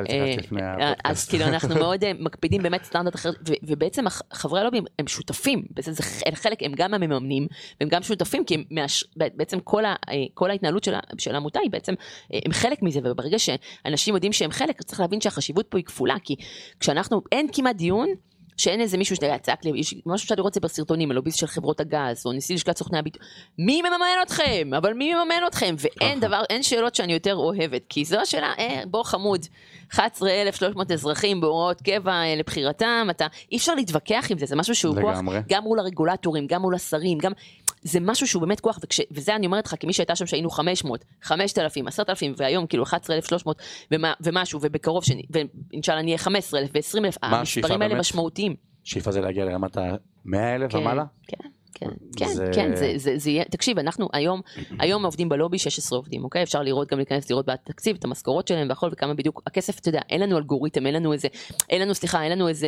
אז כאילו אנחנו מאוד מקפידים באמת סטנדרט אחר, ובעצם חברי הלובי הם שותפים, חלק הם גם המממנים, והם גם שותפים, כי בעצם כל ההתנהלות של העמותה היא בעצם, הם חלק מזה, וברגע שאנשים יודעים שהם חלק, צריך להבין שהחשיבות פה היא כפולה, כי כשאנחנו, אין כמעט דיון, שאין איזה מישהו שצעק לי, יש משהו שאתה לראות את זה בסרטונים, הלוביסט של חברות הגז, או נשיא לשכת סוכני הביטוח, מי מממן אתכם? אבל מי מממן אתכם? ואין דבר, אין שאלות שאני יותר אוהבת, כי זו השאלה, אה, בוא חמוד, אחת עשרה אלף ושלוש מאות אזרחים בהוראות קבע לבחירתם, אתה, אי אפשר להתווכח עם זה, זה משהו שהוא כוח, גם מול הרגולטורים, גם מול השרים, גם, זה משהו שהוא באמת כוח, וכש, וזה אני אומרת לך, כמי שהייתה שם שהיינו חמש מאות, חמשת אלפים, עשרת אלפים, והיום כאילו אחת עשרה אלף ושלוש מאות ומה, ומשהו, ובקרוב שני, ואינשאללה נהיה חמש עשרה אלף ו-עשרים אלף, המספרים האלה משמעותיים. שאיפה זה להגיע לרמת ה-מאה אלף ומעלה? כן, כן, כן, כן, זה יהיה, תקשיב, אנחנו היום, היום עובדים בלובי שש עשרה עובדים, אוקיי? אפשר לראות, גם להיכנס לראות בתקציב, את המשכורות שלהם והכל, וכמה בדיוק, הכסף, אתה יודע, אין לנו אלגוריתם, אין לנו איזה, אין לנו, סליחה, אין לנו איזה,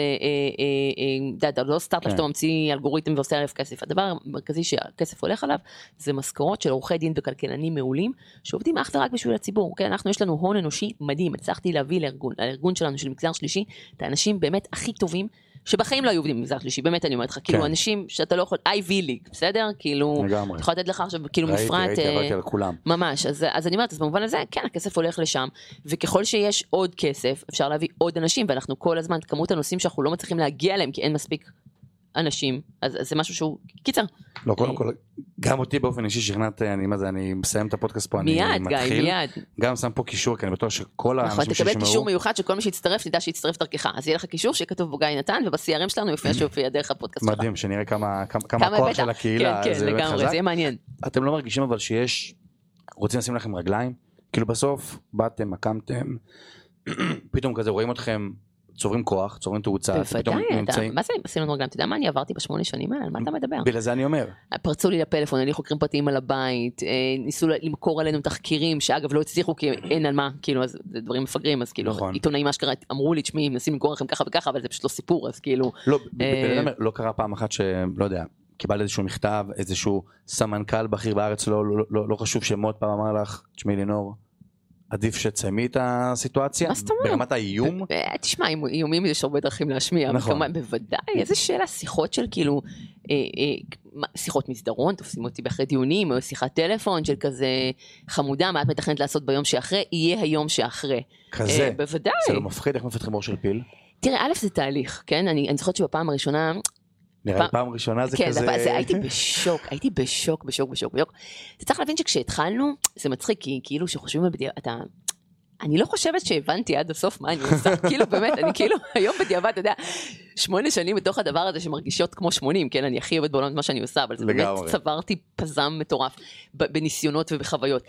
לא סטארט-אפ שאתה ממציא אלגוריתם ועושה עליו כסף. הדבר המרכזי שהכסף הולך עליו, זה משכורות של עורכי דין וכלכלנים מעולים, שעובדים אך ורק בשביל הציבור, אוקיי? אנחנו, יש לנו הון אנושי מדהים, הצלחתי להביא לארגון, לארגון שלנו של מגזר שלישי, את האנשים באמת הכי טובים שבחיים לא היו עובדים במגזר שלישי, באמת אני אומרת לך, כאילו אנשים שאתה לא יכול, איי וי ליג, בסדר? כאילו, אתה יכול לתת לך עכשיו, כאילו מפרט, ראיתי, ראיתי על כולם. ממש, אז אני אומרת, אז במובן הזה, כן, הכסף הולך לשם, וככל שיש עוד כסף, אפשר להביא עוד אנשים, ואנחנו כל הזמן, כמות הנושאים שאנחנו לא מצליחים להגיע אליהם, כי אין מספיק אנשים, אז זה משהו שהוא קיצר. לא, קודם כל, גם אותי באופן אישי שכנעת, אני מה זה, אני מסיים את הפודקאסט פה, אני מתחיל. מיד, גיא, מיד. גם שם פה קישור, כי אני בטוח שכל האנשים שישמעו. נכון, תקבל קישור מיוחד שכל מי שיצטרף, תדע שיצטרף דרכך. אז יהיה לך קישור שכתוב בו גיא נתן, וב-סי אר אם שלנו יופיע שיופיע דרך הפודקאסט שלך. מדהים, שנראה כמה כוח של הקהילה. כן, כן, לגמרי, זה יהיה מעניין. אתם לא מרגישים אבל שיש, רוצים לשים לכם רגליים? כאילו בסוף, באתם, הקמתם, פתאום כזה רואים אתכם צוברים כוח, צוברים תאוצה, פתאום נמצאים... מה זה עשינו לנו רגליים? אתה יודע מה אני עברתי בשמונה שנים האלה? על מה אתה מדבר? בגלל זה אני אומר. פרצו לי לפלאפון, היו לי חוקרים פרטיים על הבית, ניסו למכור עלינו תחקירים, שאגב לא הצליחו כי אין על מה, כאילו, אז זה דברים מפגרים, אז כאילו, עיתונאים אשכרה אמרו לי, תשמעי, מנסים למכור לכם ככה וככה, אבל זה פשוט לא סיפור, אז כאילו... לא קרה פעם אחת שלא יודע, קיבל איזשהו מכתב, איזשהו סמנכ"ל בכיר בארץ, לא חשוב שמות פעם אמר לך, תשמעי לינור, עדיף שתסיימי את הסיטואציה? מה זאת אומרת? ברמת האיום? תשמע, איומים יש הרבה דרכים להשמיע. נכון. בוודאי, איזה שאלה, שיחות של כאילו, שיחות מסדרון, תופסים אותי באחרי דיונים, או שיחת טלפון של כזה חמודה, מה את מתכנת לעשות ביום שאחרי, יהיה היום שאחרי. כזה? בוודאי. זה לא מפחיד, איך מפתחים אור של פיל? תראה, א' זה תהליך, כן? אני זוכרת שבפעם הראשונה... נראה לי פעם ראשונה זה כזה... כן, הייתי בשוק, הייתי בשוק, בשוק, בשוק, בשוק. אתה צריך להבין שכשהתחלנו, זה מצחיק, כי כאילו שחושבים על בדיוק, אתה... אני לא חושבת שהבנתי עד הסוף מה אני עושה, כאילו באמת, אני כאילו היום בדיעבד, אתה יודע, שמונה שנים בתוך הדבר הזה שמרגישות כמו שמונים, כן, אני הכי אוהבת בעולם מה שאני עושה, אבל זה באמת צברתי פזם מטורף בניסיונות ובחוויות.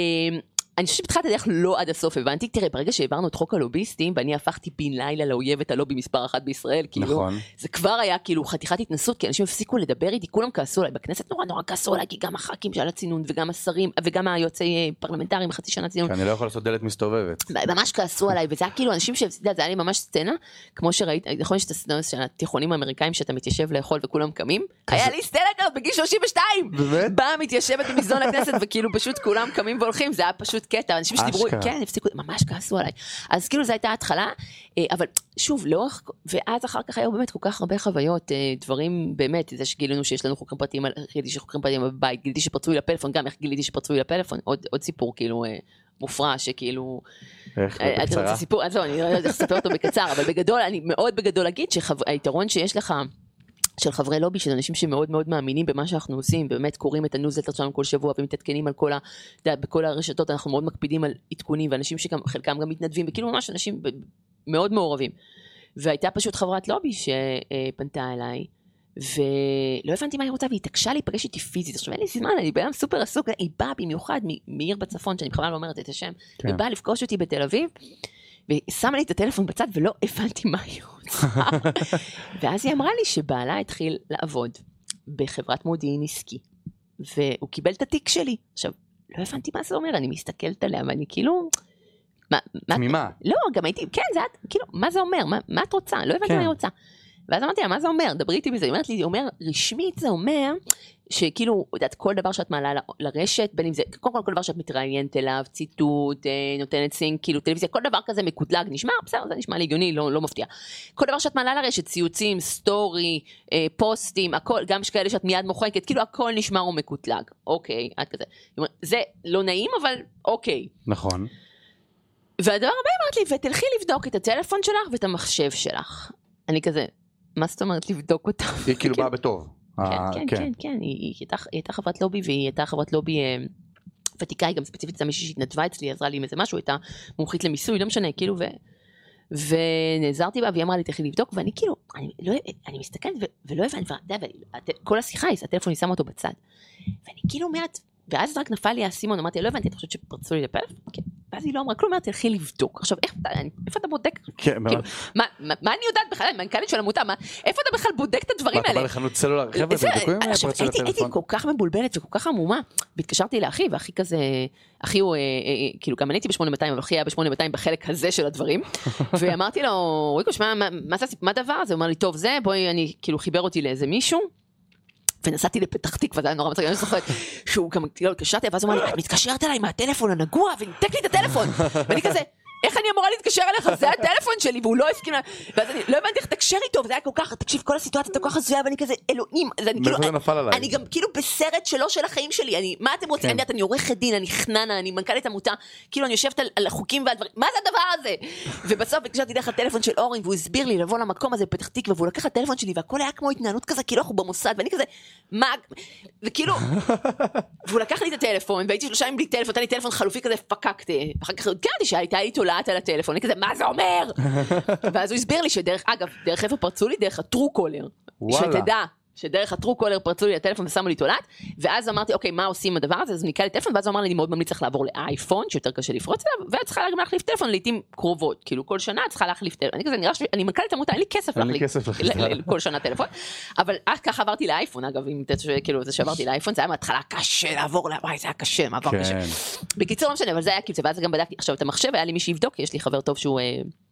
אני חושבת שבתחילת הדרך לא עד הסוף הבנתי, תראה, ברגע שהעברנו את חוק הלוביסטים, ואני הפכתי בן לילה לאויבת הלובי מספר אחת בישראל, כאילו, זה כבר היה כאילו חתיכת התנסות, כי אנשים הפסיקו לדבר איתי, כולם כעסו עליי, בכנסת נורא נורא כעסו עליי, כי גם הח"כים של הצינון, וגם השרים, וגם היועצי פרלמנטרים, חצי שנה צינון. אני לא יכול לעשות דלת מסתובבת. ממש כעסו עליי, וזה היה כאילו אנשים שזה היה לי ממש סצנה, כמו שראית, נכון יש את הסצנה של התיכונים האמריקאים שאתה מתיישב לאכול וכולם קמים, היה לי סצנה כזאת בגיל שלושים ושתיים. באה מתיישבת במזנון הכנסת וכאילו פשוט כולם קמים והולכים, זה היה פשוט קטע, אנשים שדיברו, כן, הפסיקו, ממש כעסו עליי. אז כאילו זו הייתה התחלה, אבל שוב, לאורך, ואז אחר כך היו באמת כל כך הרבה חוויות, דברים באמת, זה שגילינו שיש לנו חוקרים פרטיים, גיליתי שחוקרים פרטיים בבית, גיליתי שפרצו לי לפלאפון, גם איך גיליתי שפרצו לי לפלאפון, עוד, עוד סיפור כאילו מופרע, שכאילו... איך, בקצרה? סיפור, אז לא, אני לא יודעת איך לספר אותו בקצר, אבל בגדול, אני מאוד בגדול אגיד שהיתרון שיש לך, של חברי לובי, של אנשים שמאוד מאוד מאמינים במה שאנחנו עושים, באמת קוראים את הניוזלטר שלנו כל שבוע, ומתעדכנים על כל ה... בכל הרשתות, אנחנו מאוד מקפידים על עדכונים, ואנשים שחלקם גם מתנדבים, וכאילו ממש אנשים מאוד מעורבים. והייתה פשוט חברת לובי שפנתה אליי, ולא הבנתי מה היא רוצה, והיא התעקשה להיפגש איתי פיזית. עכשיו אין לי זמן, אני בעצם סופר עסוק, היא באה במיוחד מעיר בצפון, שאני בכלל לא אומרת את השם, היא באה לפגוש אותי בתל אביב, ושמה לי את הטלפון בצד ולא הבנתי מה היא רוצה. ואז היא אמרה לי שבעלה התחיל לעבוד בחברת מודיעין עסקי, והוא קיבל את התיק שלי. עכשיו, לא הבנתי מה זה אומר, אני מסתכלת עליה, ואני כאילו... תמימה. לא, גם הייתי, כן, זה את, כאילו, מה זה אומר? מה את רוצה? לא הבנתי מה היא רוצה. ואז אמרתי לה, מה זה אומר? דברי איתי בזה. היא אומרת לי, היא אומר, רשמית זה אומר, שכאילו, יודעת, כל דבר שאת מעלה לרשת, בין אם זה, קודם כל, כל דבר שאת מתראיינת אליו, ציטוט, נותנת סינק, כאילו, טלוויזיה, כל דבר כזה מקוטלג, נשמע, בסדר, זה נשמע לי הגיוני, לא, לא מפתיע. כל דבר שאת מעלה לרשת, ציוצים, סטורי, פוסטים, הכל, גם שכאלה שאת מיד מוחקת, כאילו, הכל נשמע או מקוטלג. אוקיי, עד כזה. זה לא נעים, אבל אוקיי. נכון. והדבר הבא אמרת לי, ותלכי לבדוק את הטלפון שלך ואת המחשב שלך. אני כזה, מה זאת אומרת לבדוק אותה? היא כאילו באה בטוב. כן, כן, כן, כן, היא הייתה חברת לובי, והיא הייתה חברת לובי ותיקה, היא גם ספציפית, זה מישהי שהתנדבה אצלי, עזרה לי עם איזה משהו, הייתה מומחית למיסוי, לא משנה, כאילו, ונעזרתי בה, והיא אמרה לי, תלכי לבדוק, ואני כאילו, אני מסתכלת ולא הבנתי, כל השיחה, הטלפון, היא שמה אותו בצד, ואני כאילו אומרת, ואז רק נפל לי הסימון, אמרתי, לא הבנתי, אתה חושבת שפרצו לי לפלאפון? כן. ואז היא לא אמרה, כלומר, תלכי לבדוק. עכשיו, איפה אתה בודק? כן, מה אני יודעת בכלל, מנכ"לית של עמותה, איפה אתה בכלל בודק את הדברים האלה? מה, אתה בא לחנות סלולר, חבר'ה, תבדקו אם פרצו לטלפון. הייתי כל כך מבולבלת וכל כך עמומה, והתקשרתי לאחי, ואחי כזה, אחי הוא, כאילו, גם אני הייתי ב-שמונה מאתיים, אבל אחי היה ב-שמונה מאתיים בחלק הזה של הדברים, ואמרתי לו, ריקוש, מה הדבר הזה? הוא אמר לי, טוב, זה, בואי, אני, כאילו, חיבר אותי לאיזה מישהו, ונסעתי לפתח תקווה, זה היה נורא מצחיק, אני זוכרת שהוא גם התקשרתי, ואז הוא אמר לי, את מתקשרת אליי מהטלפון הנגוע, וניתק לי את הטלפון, ואני כזה, איך אני אמורה להתקשר אליך? זה הטלפון שלי, והוא לא הסכים, ואז אני לא הבנתי איך תקשר איתו, וזה היה כל כך, תקשיב, כל הסיטואציה כל כך הזויה, ואני כזה, אלוהים, אני גם כאילו בסרט שלו של החיים שלי, אני, מה אתם רוצים? אני יודעת, אני עורכת דין, אני חננה, אני מנכ"לית עמותה, כאילו אני יושבת על החוקים והדברים, מה זה הדבר הזה? ובסוף הקשרתי דרך הטלפון של אורן, והוא הסביר לי לבוא למקום הזה בפתח תקווה, והוא לקח את הטלפון שלי, והכל היה כמו התנהלות כזה, כאילו אנחנו במוסד, ואני כזה, מה? וכאילו, והוא לקח לי את הטלפון, והייתי שלושה ימים בלי טלפון, נתן לי טלפון חלופי כזה, פקקתי. אחר כך קראתי שהייתה לי תולעת על הטלפון, אני כזה, מה זה אומר? ואז הוא הסביר לי שדרך, אגב, דרך איפה פרצו לי? דרך הטרו קולר. שתדע. שדרך הטרו קולר פרצו לי הטלפון ושמו לי תולעת, ואז אמרתי, אוקיי, מה עושים הדבר הזה? אז הוא ניקה לי טלפון, ואז הוא אמר לי, אני מאוד ממליץ לך לעבור לאייפון, שיותר קשה לפרוץ אליו, ואת צריכה גם להחליף טלפון לעתים קרובות, כאילו כל שנה את צריכה להחליף טלפון, אני כזה נראה שאני מנכ"לית עמותה, אין לי כסף להחליף כל שנה טלפון, אבל ככה עברתי לאייפון, אגב, כאילו זה שעברתי לאייפון, זה היה מההתחלה קשה לעבור, וואי, זה היה קשה, מעבר קשה. בקיצור, לא משנה, אבל זה היה כאילו, ואז גם בדקתי, עכשיו את המחשב, היה לי מי שיבדוק, יש לי חבר טוב שהוא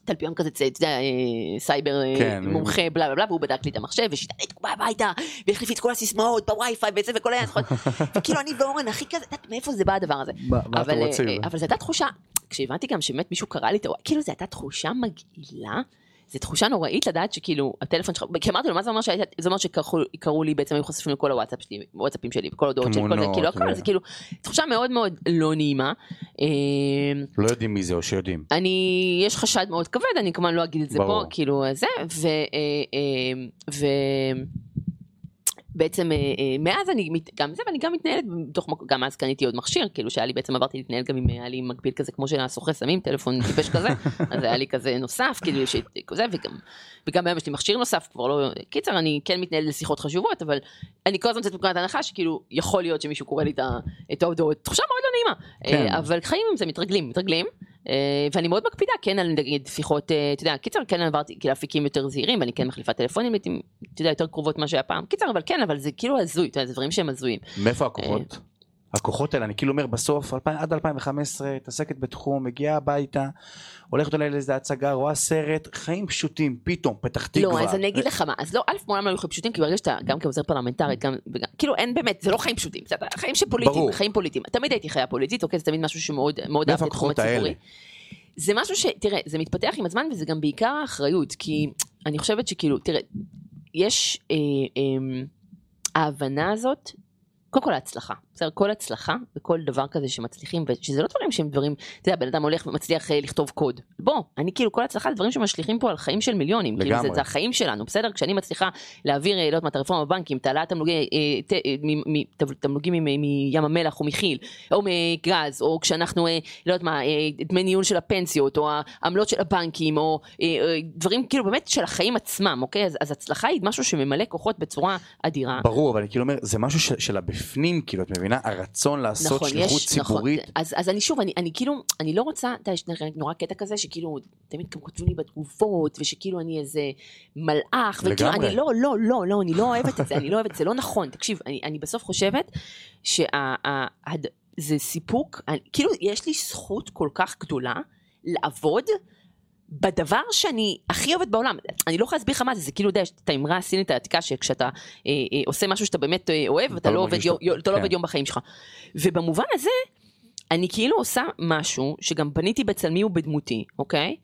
תלפיון כזה, אתה יודע, סייבר מומחה, בלה בלה בלה, והוא בדק לי את המחשב, ושיטה לי את קובה הביתה, והחליף את כל הסיסמאות בווי-פיי, וזה וכל היה, וכאילו אני ואורן, הכי כזה, מאיפה זה בא הדבר הזה? אבל זו הייתה תחושה, כשהבנתי גם שבאמת מישהו קרא לי, כאילו זו הייתה תחושה מגעילה, זו תחושה נוראית לדעת שכאילו, הטלפון שלך, כי אמרתי לו, מה זה אומר שהייתה, זה אומר שקראו לי, בעצם היו חושפים לכל הוואטסאפ שלי, וואטסאפים שלי, וכל הודעות שלי, כאילו, הכל, זה כאילו, תחושה מאוד מאוד לא נעימה. לא יודעים מי זה, או שיודעים. אני, יש חשד מאוד כבד, אני כמובן לא אגיד את זה פה, כאילו, זה, ו... בעצם מאז אני גם זה ואני גם מתנהלת בתוך גם אז קניתי עוד מכשיר כאילו שהיה לי בעצם עברתי להתנהל גם עם היה לי מקביל כזה כמו של הסוחר סמים טלפון טיפש כזה אז היה לי כזה נוסף כאילו שכזה וגם וגם היום יש לי מכשיר נוסף כבר לא קיצר אני כן מתנהל לשיחות חשובות אבל אני כל הזמן קצת מנקודת הנחה שכאילו יכול להיות שמישהו קורא לי את ההודעות תחושה מאוד לא נעימה אבל חיים עם זה מתרגלים מתרגלים ואני מאוד מקפידה, כן, על נגיד שיחות, אתה יודע, קיצר, כן, עברתי כאילו אפיקים יותר זהירים, ואני כן מחליפה טלפונים, אתה יודע, יותר קרובות מה שהיה פעם, קיצר, אבל כן, אבל זה כאילו הזוי, אתה יודע, זה דברים שהם הזויים. מאיפה הכוחות? הכוחות האלה, אני כאילו אומר בסוף, עד אלפיים וחמש עשרה, תעסקת בתחום, מגיעה הביתה, הולכת אולי לאיזה הצגה, רואה סרט, חיים פשוטים, פתאום, פתח תקווה. לא, אז אני אגיד לך מה, אז לא, אלף מעולם לא היו חיים פשוטים, כי ברגע שאתה גם כעוזר פרלמנטרית, גם, כאילו אין באמת, זה לא חיים פשוטים, זה חיים שפוליטיים, חיים פוליטיים. תמיד הייתי חיה פוליטית, אוקיי, זה תמיד משהו שמאוד, מאוד אהבתי בתחום הציבורי. זה משהו ש, תראה, זה מתפתח עם הזמן, וזה גם בעיקר האחריות, כי אני חושבת שכאילו, תראה, יש אה, אה, ההבנה הזאת, קודם כל ההצלחה, בסדר, כל הצלחה וכל דבר כזה שמצליחים, ושזה לא דברים שהם דברים, אתה יודע, בן אדם הולך ומצליח לכתוב קוד. בוא, אני כאילו, כל הצלחה זה דברים שמשליחים פה על חיים של מיליונים, כאילו זה, זה החיים שלנו, בסדר? כשאני מצליחה להעביר, לא יודעת מה, את הרפורמה בבנקים, תעלה תמלוגים מים המלח או מחיל, או מגז, או כשאנחנו, לא יודעת מה, דמי ניהול של הפנסיות, או העמלות של הבנקים, או דברים כאילו באמת של החיים עצמם, אוקיי? אז, אז הצלחה היא משהו שממלא כוחות בצורה אדירה. ברור, אבל אני כאילו אומר, זה משהו של, של בפנים, כאילו, את מבינה? הרצון לעשות נכון, שליחות יש, ציבורית. נכון. אז, אז אני שוב, אני, אני כאילו, אני לא רוצה, אתה יש נורא קטע כזה, שכאילו, תמיד גם כותבים לי בתגובות, ושכאילו אני איזה מלאך, וכאילו, אני לא, לא, לא, לא, אני לא אוהבת את זה, אני לא אוהבת את זה, לא נכון. תקשיב, אני, אני בסוף חושבת, שה, ה, ה, זה סיפוק, אני, כאילו, יש לי זכות כל כך גדולה, לעבוד, בדבר שאני הכי אוהבת בעולם, אני לא יכולה להסביר לך מה זה, זה כאילו, יודע, את האמרה הסינית העתיקה, שכשאתה אה, אה, עושה משהו שאתה באמת אה, אוהב, אתה לא עובד יום, יום, כן. לא עובד יום בחיים שלך. ובמובן הזה, אני כאילו עושה משהו, שגם בניתי בצלמי ובדמותי, אוקיי?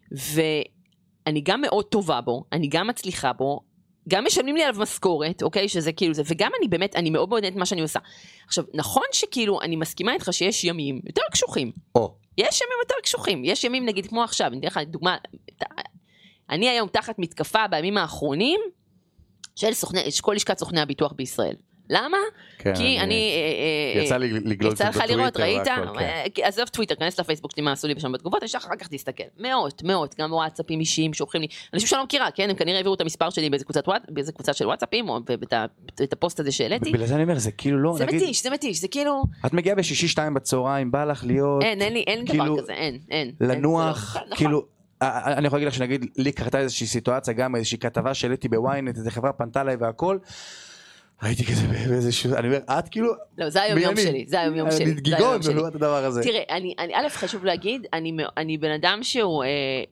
ואני גם מאוד טובה בו, אני גם מצליחה בו, גם משלמים לי עליו משכורת, אוקיי? שזה כאילו זה, וגם אני באמת, אני מאוד מאוד את מה שאני עושה. עכשיו, נכון שכאילו, אני מסכימה איתך שיש ימים יותר קשוחים. או. יש ימים יותר קשוחים, יש ימים נגיד כמו עכשיו, אני אתן לך דוגמה, אני היום תחת מתקפה בימים האחרונים, של סוכני, כל לשכת סוכני הביטוח בישראל. למה? כן, כי אני... יצא לי לגלול יצא לך לראות, ראית? עזוב טוויטר, כנס לפייסבוק שלי, מה עשו לי בשם בתגובות, אני שלך אחר כך תסתכל. מאות, מאות, גם וואטסאפים אישיים שולחים לי, אנשים שאני לא מכירה, כן? הם כנראה העבירו את המספר שלי באיזה קבוצה של וואטסאפים, או את הפוסט הזה שהעליתי. בגלל זה אני אומר, זה כאילו לא... זה מתיש, זה מתיש, זה כאילו... את מגיעה בשישי שתיים בצהריים, בא לך להיות... אין, אין לי, אין דבר כזה, אין, אין. לנוח, כאילו... אני יכול להגיד לך שנגיד, לי קרתה איזושהי סיטואציה, גם איזושהי כתבה שהעליתי בוויינט, איזו חברה פנתה אליי והכל, הייתי כזה באיזשהו, אני אומר, את כאילו... לא, זה היום יום שלי, זה היום יום שלי. אני גיגון, ולא את הדבר הזה. תראה, א', חשוב להגיד, אני בן אדם שהוא,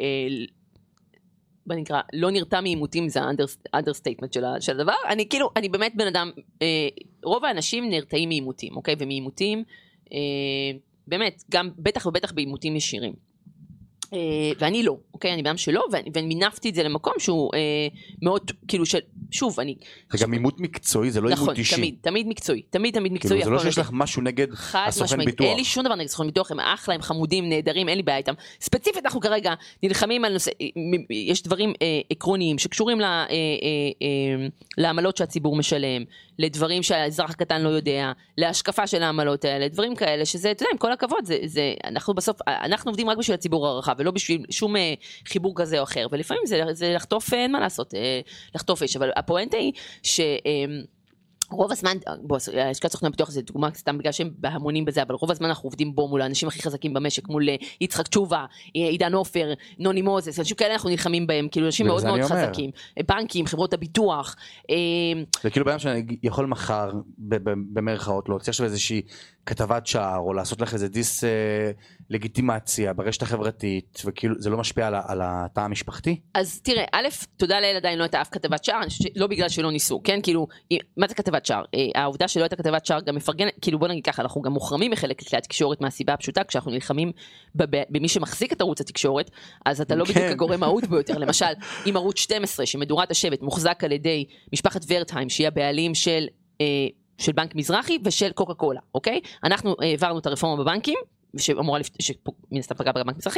בוא נקרא, לא נרתע מעימותים, זה האנדרסטייטמנט של הדבר, אני כאילו, אני באמת בן אדם, רוב האנשים נרתעים מעימותים, אוקיי? ומעימותים, באמת, גם בטח ובטח בעימותים ישירים. ואני לא, אוקיי? אני בן אדם שלא, ומינפתי את זה למקום שהוא מאוד, כאילו, שוב, אני... זה גם עימות מקצועי, זה לא עימות אישי. נכון, תמיד, תמיד מקצועי, תמיד תמיד מקצועי. זה לא שיש לך משהו נגד הסוכן ביטוח. אין לי שום דבר נגד סוכן ביטוח, הם אחלה, הם חמודים, נהדרים, אין לי בעיה איתם. ספציפית אנחנו כרגע נלחמים על נושא, יש דברים עקרוניים שקשורים לעמלות שהציבור משלם, לדברים שהאזרח הקטן לא יודע, להשקפה של העמלות האלה, דברים כאלה, שזה, אתה יודע, עם כל הכבוד, זה, זה, אנחנו בסוף, אנחנו עובדים רק בשביל הציבור הרחב, ולא בשביל שום חיבור כזה או אחר, ולפעמים זה, זה לחטוף, אין מה לעשות, לחטוף איש, אבל הפואנטה היא, ש, רוב הזמן, בוא, השקעת סוכני הפיתוח זה דוגמה סתם בגלל שהם בהמונים בזה, אבל רוב הזמן אנחנו עובדים בו מול האנשים הכי חזקים במשק, מול יצחק תשובה, עידן עופר, נוני מוזס, אנשים כאלה אנחנו נלחמים בהם, כאילו אנשים מאוד מאוד חזקים, בנקים, חברות הביטוח. זה כאילו בעיה שאני יכול מחר, במרכאות, להוציא עכשיו איזושהי כתבת שער, או לעשות לך איזה דיס לגיטימציה ברשת החברתית, וכאילו זה לא משפיע על, על התא המשפחתי? אז תראה, א', תודה לאל עדיין לא הייתה אף כתבת שער, לא בגלל שלא ניסו, כן? כאילו, מה זה כתבת שער? העובדה שלא הייתה כתבת שער גם מפרגן, כאילו בוא נגיד ככה, אנחנו גם מוחרמים מחלק כלי התקשורת מהסיבה הפשוטה, כשאנחנו נלחמים במי שמחזיק את ערוץ התקשורת, אז אתה לא בדיוק הגורם האהוב ביותר. למשל, אם ערוץ שתים עשרה, שמדורת השבט, מוחזק על ידי משפחת ורטהיים, שהיא הבעלים של של בנק מזרחי ושל קוקה קולה, אוקיי? אנחנו העברנו את הרפורמה בבנקים, שאמורה, מן הסתם פגע בבנק מזרחי,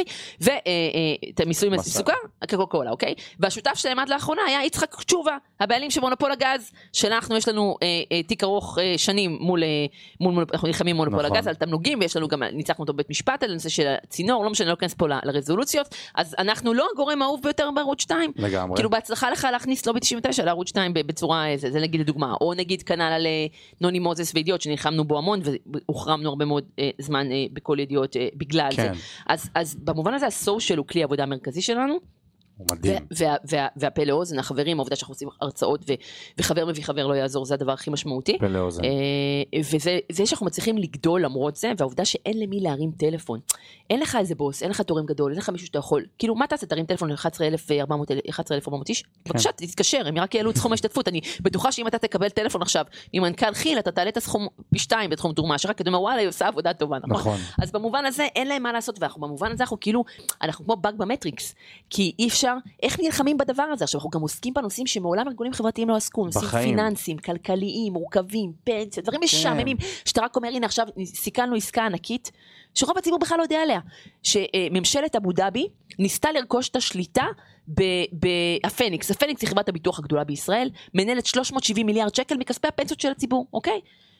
ואת המיסוי מסוכר, קוקה קולה, אוקיי? והשותף שלהם עד לאחרונה היה יצחק תשובה, הבעלים של מונופול הגז, שאנחנו, יש לנו תיק ארוך שנים מול, אנחנו נלחמים מונופול הגז, על תמלוגים, ויש לנו גם, ניצחנו אותו בבית משפט, על הנושא של הצינור, לא משנה, לא כנס פה לרזולוציות, אז אנחנו לא הגורם האהוב ביותר בערוץ שתיים. לגמרי. כאילו בהצלחה לך להכניס לובי תשעים ותשע לערוץ שתיים בצורה, זה נגיד לדוגמה, או נגיד כנ"ל על נוני מוזס וידיעות, שנלחמנו בו המון, והוחרמנו הרבה מאוד זמן בכל ידיעות בגלל כן. זה. אז, אז במובן הזה הסושיאל הוא כלי עבודה המרכזי שלנו. הוא מדהים. וה, וה, והפה לאוזן, החברים, העובדה שאנחנו עושים הרצאות, ו, וחבר מביא חבר לא יעזור, זה הדבר הכי משמעותי. פה לאוזן. וזה זה שאנחנו מצליחים לגדול למרות זה, והעובדה שאין למי להרים טלפון. אין לך איזה בוס, אין לך תורם גדול, אין לך מישהו שאתה יכול. כאילו, מה תעשה? תרים טלפון ל-אחת עשרה אלף וארבע מאות איש? בבקשה, תתקשר, הם רק יעלו את סכום ההשתתפות. אני בטוחה שאם אתה תקבל טלפון עכשיו ממנכ"ל חיל, אתה תעלה את הסכום פי שתיים בתחום תרומה, שרק כדומה, וואלה, היא עושה עבודה טובה, נכון? אז במובן הזה אין להם מה לעשות, ואנחנו במובן הזה אנחנו כאילו, אנחנו כמו באג במטריקס, כי אי אפשר, איך נלחמים בדבר הזה? עכשיו אנחנו גם עוסקים בנושאים שמעולם ארגונים חברתיים לא עסקו, נושאים פיננסיים, כלכליים, מורכבים, פנסיות, דברים משעממים, שאתה רק אומר, הנה עכשיו סיכלנו עסקה ענקית, שרוב הציבור בכלל לא יודע עליה, שממשלת אבו דאבי ניסתה לרכוש את השליטה בהפניקס, הפניקס היא חברת הביטוח הגדולה בישראל, מנהלת שלוש מאות שבעים מיליארד שקל מכספי הפנסיות של הציבור, אוקיי?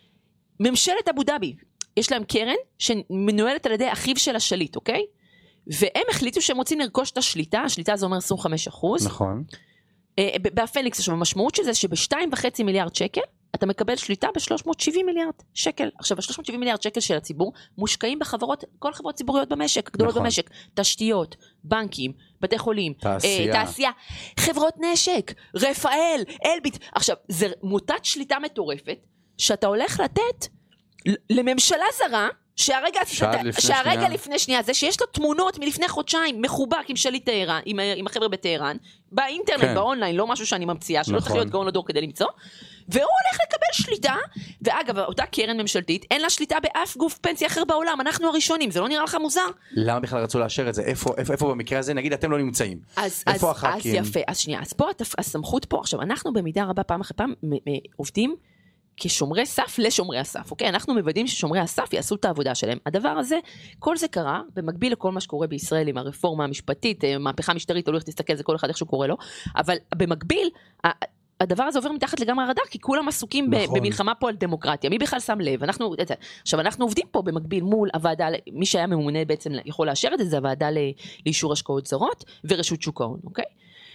ממשלת אבו דאבי, יש להם קרן שמנוהלת על ידי אחיו של השליט, אוקיי? והם החליטו שהם רוצים לרכוש את השליטה, השליטה זה אומר עשרים וחמישה אחוז. נכון. בהפניקס, עכשיו, המשמעות של זה שב-שתיים וחצי מיליארד שקל, אתה מקבל שליטה ב-שלוש מאות שבעים מיליארד שקל. עכשיו, ה-שלוש מאות שבעים מיליארד שקל של הציבור מושקעים בחברות, כל חברות ציבוריות במשק, גדולות נכון. במשק, תשתיות, בנקים, בתי חולים, תעשייה. אה, תעשייה, חברות נשק, רפאל, אלביט. עכשיו, זה מוטת שליטה מטורפת, שאתה הולך לתת לממשלה זרה, שהרגע, לפני, שהרגע שנייה. לפני שנייה, זה שיש לו תמונות מלפני חודשיים, מחובק עם שליט טהרן, עם, עם החבר'ה בטהרן, באינטרנט, כן. באונליין, לא משהו שאני ממציאה, שלא נכון. צריך להיות גאון לדור כדי למצוא, והוא הולך לקבל שליטה, ואגב, אותה קרן ממשלתית, אין לה שליטה באף גוף פנסיה אחר בעולם, אנחנו הראשונים, זה לא נראה לך מוזר? למה בכלל רצו לאשר את זה? איפה, איפה, איפה במקרה הזה, נגיד, אתם לא נמצאים? אז, איפה אז, הח"כים? אז יפה, אז שנייה, אז פה הסמכות פה, עכשיו, אנחנו במידה רבה פעם אחרי פעם עובדים, כשומרי סף לשומרי הסף, אוקיי? אנחנו מוודאים ששומרי הסף יעשו את העבודה שלהם. הדבר הזה, כל זה קרה, במקביל לכל מה שקורה בישראל עם הרפורמה המשפטית, מהפכה משטרית, הולך תסתכל, זה כל אחד איך שהוא קורא לו, אבל במקביל, הדבר הזה עובר מתחת לגמרי הרדאר, כי כולם עסוקים נכון. במלחמה פה על דמוקרטיה. מי בכלל שם לב? אנחנו, עכשיו, אנחנו עובדים פה במקביל מול הוועדה, מי שהיה ממונה בעצם יכול לאשר את זה, זה הוועדה לאישור השקעות זרות ורשות שוק ההון, אוקיי?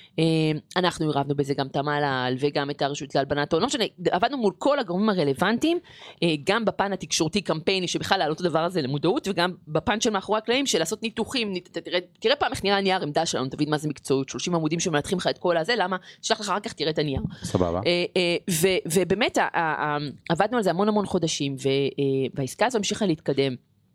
אנחנו עירבנו בזה גם את המל"ל וגם את הרשות להלבנת הון, לא משנה, עבדנו מול כל הגורמים הרלוונטיים, גם בפן התקשורתי קמפייני שבכלל להעלות את הדבר הזה למודעות, וגם בפן של מאחורי הקלעים של לעשות ניתוחים, תראה, תראה פעם איך נראה הנייר עמדה שלנו, תבין מה זה מקצועיות, שלושים עמודים שמנתחים לך את כל הזה, למה? שלח לך רק כך תראה את הנייר. סבבה. ובאמת עבדנו על זה המון המון חודשים, והעסקה הזו המשיכה להתקדם,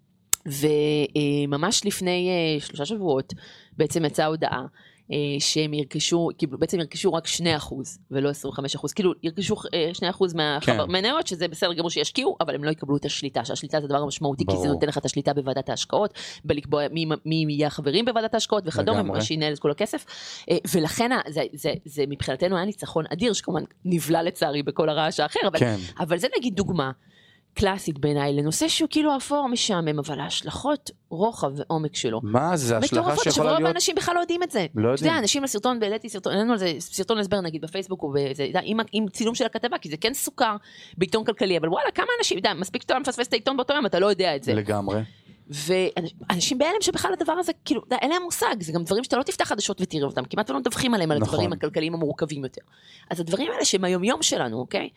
וממש לפני שלושה שבועות בעצם יצאה הודעה, שהם ירכשו, כאילו בעצם ירכשו רק שני אחוז, ולא עשרים וחמישה אחוז, כאילו ירכשו שני אחוז מהמניות, שזה בסדר גמור שישקיעו, אבל הם לא יקבלו את השליטה, שהשליטה זה דבר המשמעותי, כי זה נותן לך את השליטה בוועדת ההשקעות, בלקבוע מי יהיה החברים בוועדת ההשקעות וכדומה, מה שינהל את כל הכסף, ולכן זה מבחינתנו היה ניצחון אדיר, שכמובן נבלה לצערי בכל הרעש האחר, אבל זה נגיד דוגמה, קלאסית בעיניי, לנושא שהוא כאילו אפור משעמם, אבל ההשלכות רוחב ועומק שלו. מה זה? השלכה שיכולה להיות... רוב האנשים בכלל לא יודעים את זה. לא יודעים. אנשים לסרטון, בעליתי סרטון, אין לנו על זה סרטון הסבר נגיד בפייסבוק, עם צילום של הכתבה, כי זה כן סוכר בעיתון כלכלי, אבל וואלה, כמה אנשים, מספיק שאתה מפספס את העיתון באותו יום, אתה לא יודע את זה. לגמרי. ואנשים בהלם שבכלל הדבר הזה, כאילו, אין להם מושג, זה גם דברים שאתה לא תפתח חדשות ותראה אותם, כמעט לא מדווחים עליהם, על הדברים הכלכליים המורכבים יותר. אז הדברים האלה שהם היומיום שלנו, אוקיי?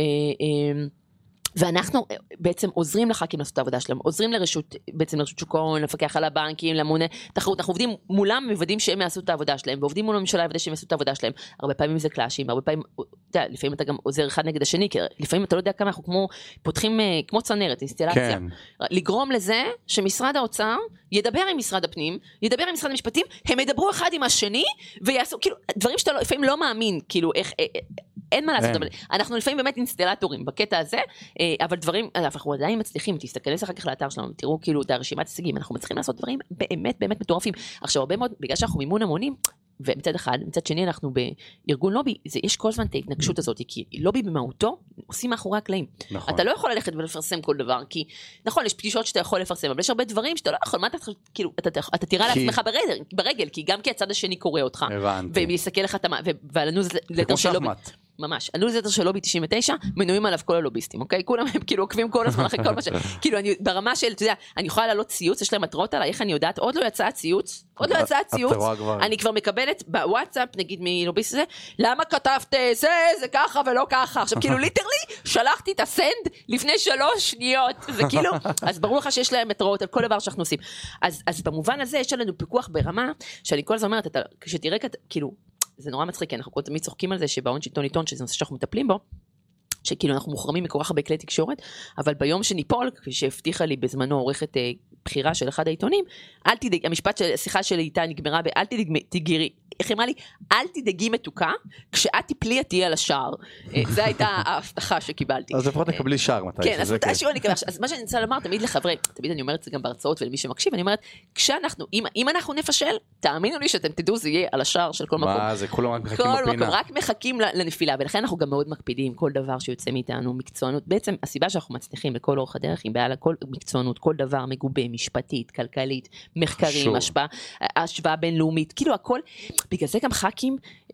ואנחנו בעצם עוזרים לח"כים לעשות את העבודה שלהם, עוזרים לרשות, בעצם לרשות שוק ההון, לפקח על הבנקים, למונה תחרות, אנחנו עובדים מולם, מוודאים שהם יעשו את העבודה שלהם, ועובדים מול הממשלה לוודא שהם יעשו את העבודה שלהם. הרבה פעמים זה קלאשים, הרבה פעמים, אתה יודע, לפעמים אתה גם עוזר אחד נגד השני, כי לפעמים אתה לא יודע כמה אנחנו כמו, פותחים כמו צנרת, אינסטלציה. כן. לגרום לזה שמשרד האוצר ידבר עם משרד הפנים, ידבר עם משרד המשפטים, הם ידברו אחד עם השני, ויעשו, כאילו, דברים שאתה לא, לפעמים לא מאמין, כאילו, איך, אין מה לעשות, אבל אנחנו לפעמים באמת אינסטלטורים בקטע הזה, אבל דברים, אנחנו עדיין מצליחים, תסתכל אחר כך לאתר שלנו, תראו כאילו את הרשימת הישגים, אנחנו מצליחים לעשות דברים באמת באמת מטורפים. עכשיו הרבה מאוד, בגלל שאנחנו מימון המונים, ומצד אחד, מצד שני אנחנו בארגון לובי, זה, יש כל זמן את ההתנגשות הזאת, כי לובי במהותו עושים מאחורי הקלעים. נכון. אתה לא יכול ללכת ולפרסם כל דבר, כי נכון, יש פגישות שאתה יכול לפרסם, אבל יש הרבה דברים שאתה לא יכול, מה אתה, כאילו, אתה, אתה, אתה תירה כי... לעצמך ברגל, ברגל, כי גם כי הצד השני קורא אותך, ויסתכל לך, ועל הניוזלטר של לובי. ממש, הניוזלטר של לובי תשעים ותשע, מנויים עליו כל הלוביסטים, אוקיי? כולם הם כאילו עוקבים כל הזמן אחרי כל מה ש... כאילו, אני, ברמה של, אתה יודע, אני יכולה לעלות ציוץ, יש להם מטרות עליי, איך אני יודעת, עוד לא יצא ציוץ, עוד לא יצא ציוץ, אני כבר מקבלת בוואטסאפ, נגיד מלוביסט הזה, למה כתבת זה, זה ככה ולא ככה, עכשיו כאילו ליטרלי, שלחתי את הסנד לפני שלוש שניות, זה כאילו, אז ברור לך שיש להם מטרות על כל דבר שאנחנו עושים. אז, אז במובן הזה יש לנו פיקוח ברמה, שאני כל הזמן אומרת, אתה, כשתראה, כאילו, זה נורא מצחיק, כי אנחנו כל תמיד צוחקים על זה שבהון שלטון עיתון, שזה נושא שאנחנו מטפלים בו, שכאילו אנחנו מוחרמים מכל כך הרבה כלי תקשורת, אבל ביום שניפול, שהבטיחה לי בזמנו עורכת אה, בחירה של אחד העיתונים, אל תדאג, המשפט של השיחה שלי איתה נגמרה באל תדאגי, איך אמרה לי, אל תדאגי מתוקה, כשאת תפלי תהיה על השער. זו הייתה ההבטחה שקיבלתי. אז לפחות נקבלי שער מתי. כן, אז מתי שהוא נקבל. אז מה שאני רוצה לומר, תמיד לחברי, תמיד אני אומרת את זה גם בהרצאות ולמי שמקשיב, אני אומרת, כשאנחנו, אם אנחנו נפשל, תאמינו לי שאתם תדעו, זה יהיה על השער של כל מקום. מה, זה כולם רק מחכים בפינה. רק מחכים לנפילה, ולכן אנחנו גם מאוד מקפידים, כל דבר שיוצא מאיתנו, מקצוענות. בעצם הסיבה שאנחנו מצליחים לכל אורך הדרך, עם בעיה לכל מקצוענות, כל דבר מגובה, משפטית, כלכלית, מחקרים, השפעה, השוואה בינלאומית, כאילו הכל. בגלל זה גם ח"כים,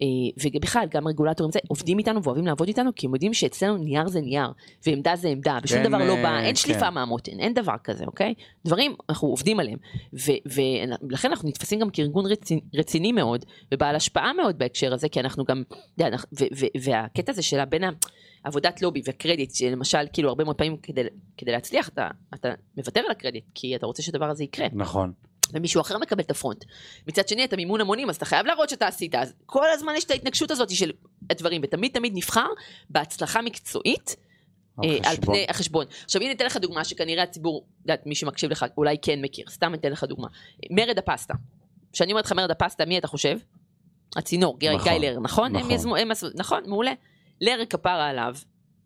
ובכלל גם רגולטורים עובדים איתנו ואוהבים לעבוד איתנו, כי הם יודעים שאצלנו נייר זה נייר, ועמדה זה עמדה, ושום דבר לא בא, אין שליפה מהמותן, אין דבר כזה, אוקיי? דברים, אנחנו עובדים עליהם, ולכן אנחנו נתפסים גם כארגון רציני מאוד, ובעל השפעה מאוד בהקשר הזה, כי אנחנו גם, והקטע הזה שלה בין עבודת לובי וקרדיט, שלמשל, כאילו הרבה מאוד פעמים כדי להצליח, אתה מוותר על הקרדיט, כי אתה רוצה שדבר הזה יקרה. נכון. ומישהו אחר מקבל את הפרונט. מצד שני, אתה מימון המונים, אז אתה חייב להראות שאתה עשית. אז כל הזמן יש את ההתנגשות הזאת של הדברים, ותמיד תמיד נבחר בהצלחה מקצועית על פני החשבון. עכשיו, הנה אתן לך דוגמה שכנראה הציבור, יודעת, מי שמקשיב לך, אולי כן מכיר, סתם אתן לך דוגמה. מרד הפסטה. כשאני אומרת לך מרד הפסטה, מי אתה חושב? הצינור, גיא לרר, נכון? נכון, מעולה. לרר כפרה עליו,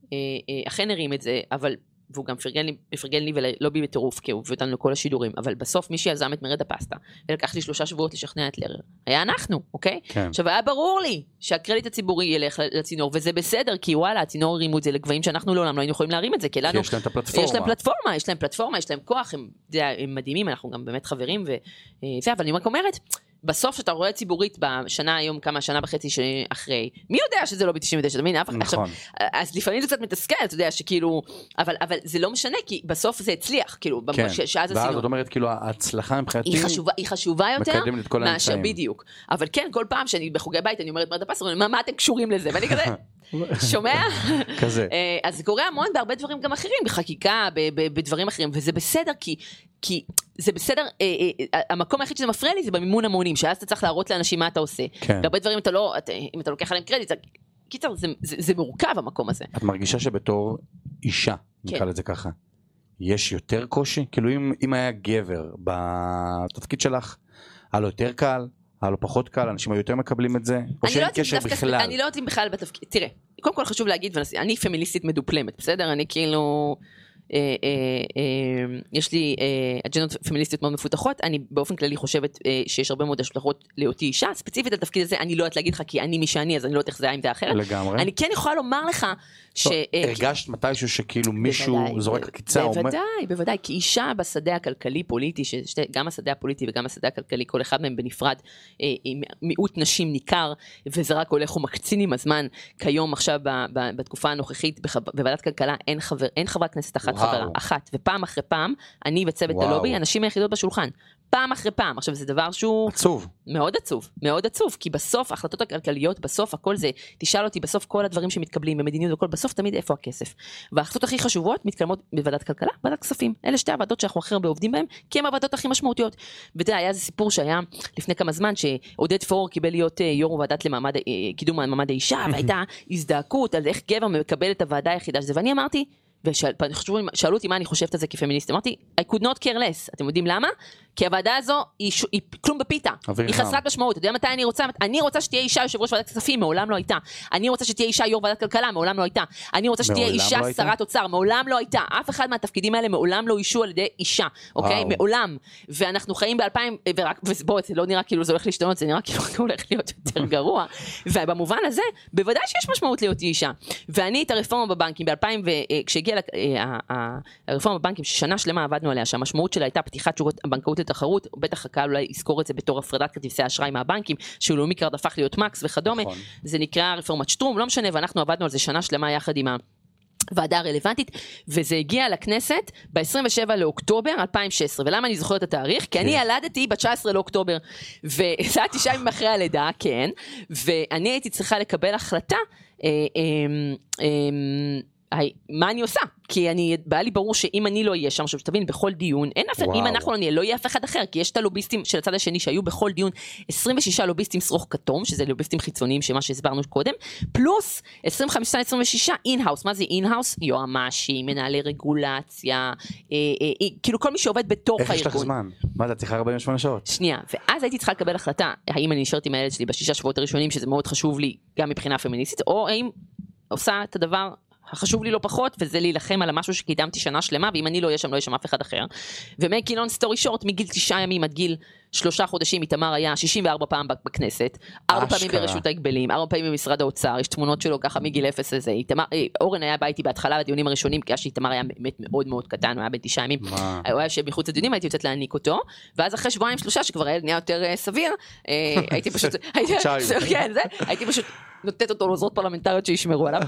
אכן הרים את זה, אבל והוא גם פרגן לי, פרגן לי ולובי בטירוף, כי הוא הביא אותנו לכל השידורים, אבל בסוף מי שיזם את מרד הפסטה, ולקח לי שלושה שבועות לשכנע את לרר, היה אנחנו, אוקיי? כן. עכשיו, היה ברור לי שהקרדיט הציבורי ילך לצינור, וזה בסדר, כי וואלה, הצינור הרימו את זה לגבהים שאנחנו לעולם לא היינו יכולים להרים את זה, כי לנו, כי יש להם את הפלטפורמה. יש להם פלטפורמה, יש להם פלטפורמה, יש להם כוח, הם, הם מדהימים, אנחנו גם באמת חברים, וזה, אבל אני רק אומרת, בסוף שאתה רואה ציבורית בשנה היום, כמה שנה וחצי שאחרי, מי יודע שזה לא ב-תשעים ותשע, תמיד, נכון. עכשיו, אז לפעמים זה קצת מתסכל, אתה יודע, שכאילו, אבל, אבל זה לא משנה, כי בסוף זה הצליח, כאילו, כן. שאז עשינו. ואז זאת אומרת, כאילו, ההצלחה מבחינתי, היא חשובה, היא חשובה יותר, מקדמת את כל האמצעים. בדיוק. אבל כן, כל פעם שאני בחוגי בית, אני אומרת, מרד הפסטה, מה, מה אתם קשורים לזה? ואני כזה, שומע? כזה. אז זה קורה המון בהרבה דברים גם אחרים, בחקיקה, בדברים אחרים, וזה בסדר, כי, כי זה בסדר, המקום היחיד שזה מפריע לי זה במימון המונים, שאז אתה צריך להראות לאנשים מה אתה עושה. בהרבה דברים אתה לא, אם אתה לוקח עליהם קרדיט, קיצר, זה, זה, זה מורכב המקום הזה. את מרגישה שבתור אישה, נקרא את זה ככה, יש יותר קושי? כאילו אם, אם היה גבר בתפקיד שלך, היה לו יותר קל, היה לו פחות קל, אנשים היו יותר מקבלים את זה, או שאין קשר בכלל? אני לא יודעת אם בכלל בתפקיד, תראה, קודם כל חשוב להגיד, אני פמיניסטית מדופלמת, בסדר? אני כאילו, יש לי אג'נדות פמיניסטיות מאוד מפותחות, אני באופן כללי חושבת שיש הרבה מאוד השלכות להיותי אישה, ספציפית על תפקיד הזה, אני לא יודעת להגיד לך, כי אני מי שאני, אז אני לא יודעת איך זה היה עם זה אחרת. לגמרי. אני כן יכולה לומר לך, הרגשת מתישהו שכמישהו מישהו זורק קיצה? בוודאי, בוודאי, כי אישה בשדה הכלכלי פוליטי, גם השדה הפוליטי וגם השדה הכלכלי, כל אחד מהם בנפרד, עם מיעוט נשים ניכר, וזה רק הולך ומקצין עם הזמן, כיום עכשיו בתקופה הנוכחית, בוועדת כלכלה אין חברת כנסת אחת חברה, אחת, ופעם אחרי פעם, אני וצוות הלובי, אנשים היחידות בשולחן, פעם אחרי פעם. עכשיו זה דבר שהוא עצוב, מאוד עצוב, מאוד עצוב, כי בסוף ההחלטות הכלכליות, בסוף הכל זה, תשאל אותי בסוף כל הדברים שמתקבלים במדיניות וכל, בסוף תמיד איפה הכסף. וההחלטות הכי חשובות מתקיימות בוועדת כלכלה, ועדת כספים. אלה שתי הוועדות שאנחנו הכי הרבה עובדים בהן, כי הן הוועדות הכי משמעותיות. וזה היה איזה סיפור שהיה לפני כמה זמן, שעודד פורר קיבל להיות יו"ר ועדת למעמד, קידום מעמד האישה, והייתה הזדעקות על איך גבר מקבל את הוועדה היחידה שזה, ואני אמרתי, ושאלו אותי מה אני חושבת על זה כפמיניסט, אמרתי, I could not care less, אתם יודעים למה? כי הוועדה הזו היא, ש... היא כלום בפיתה, היא חסרת משמעות, אתה יודע מתי אני רוצה? אני רוצה שתהיה אישה יושב ראש ועדת כספים, מעולם לא הייתה, אני רוצה שתהיה אישה יו"ר ועדת כלכלה, מעולם לא הייתה, אני רוצה שתהיה אישה לא שרת אוצר, מעולם לא הייתה, אף אחד מהתפקידים האלה מעולם לא אישו על ידי אישה, אוקיי? מעולם, ואנחנו חיים באלפיים, ורק, ובוא, זה לא נראה כאילו זה הולך להשתנות, זה נראה כאילו הולך להיות יותר גרוע, ובמובן הזה, בוודאי שיש משמעות להיות אישה, ואני את הרפורמה בבנקים, ב-אלפיים כשהגיעה הרפורמה בבנקים, ששנה שלמה עבדנו עליה, שהמשמעות שלה הייתה פתיחת שוק הבנקאות לתחרות, בטח הקהל אולי יזכור את זה בתור הפרדת כרטיסי אשראי מהבנקים, שהוא לאומי קארד הפך להיות מקס וכדומה, נכון. זה נקרא רפורמת שטרום, לא משנה, ואנחנו עבדנו על זה שנה שלמה יחד עם הוועדה הרלוונטית, וזה הגיע לכנסת ב-עשרים ושבעה לאוקטובר אלפיים ושש עשרה, ולמה אני זוכרת את התאריך? כי אני ילדתי ב-תשעה עשר לאוקטובר, וזה היה תשעה ימים אחרי הלידה, כן, ואני הייתי צריכה לקבל החלטה, אה, אה, אה, מה אני עושה? כי אני, בא לי ברור שאם אני לא אהיה שם, עכשיו שתבין, בכל דיון, אין אף, אם אנחנו לא נהיה, לא יהיה אף אחד אחר, כי יש את הלוביסטים של הצד השני, שהיו בכל דיון עשרים ושישה לוביסטים שרוך כתום, שזה לוביסטים חיצוניים, שמה שהסברנו קודם, פלוס עשרים וחמישה עשרים ושישה אין-האוס. מה זה אין-האוס? יועמ"שים, מנהלי רגולציה, אה, אה, כאילו כל מי שעובד בתוך הארגון. איך יש לך זמן? מה, אתה צריכה ארבעים ושמונה שעות? שנייה, ואז הייתי צריכה לקבל החלטה, האם אני נשארת עם הילד שלי בשישה שבועות הראשונים, שזה מאוד חשוב לי, גם מבחינה פמיניסטית, או האם עושה את הדבר החשוב לי לא פחות, וזה להילחם על המשהו שקידמתי שנה שלמה, ואם אני לא אהיה שם, לא יהיה שם אף אחד אחר. ומקי לונג סטורי שורט, מגיל תשעה ימים עד גיל שלושה חודשים, איתמר היה שישים וארבע פעם בכנסת, ארבע פעמים ברשות ההגבלים, ארבע פעמים במשרד האוצר, יש תמונות שלו ככה מגיל אפס לזה. איתמר, אורן היה באיתי בהתחלה בדיונים הראשונים, כי איתמר היה באמת מאוד מאוד קטן, הוא היה בן תשעה ימים, הוא היה שבחוץ הדיונים, הייתי יוצאת להעניק אותו, ואז אחרי שבועיים שלושה, שכבר הילד נהיה יותר סביר, הייתי פשוט, הייתי פשוט נותנת אותו לעוזרות פרלמנטריות שישמרו עליו,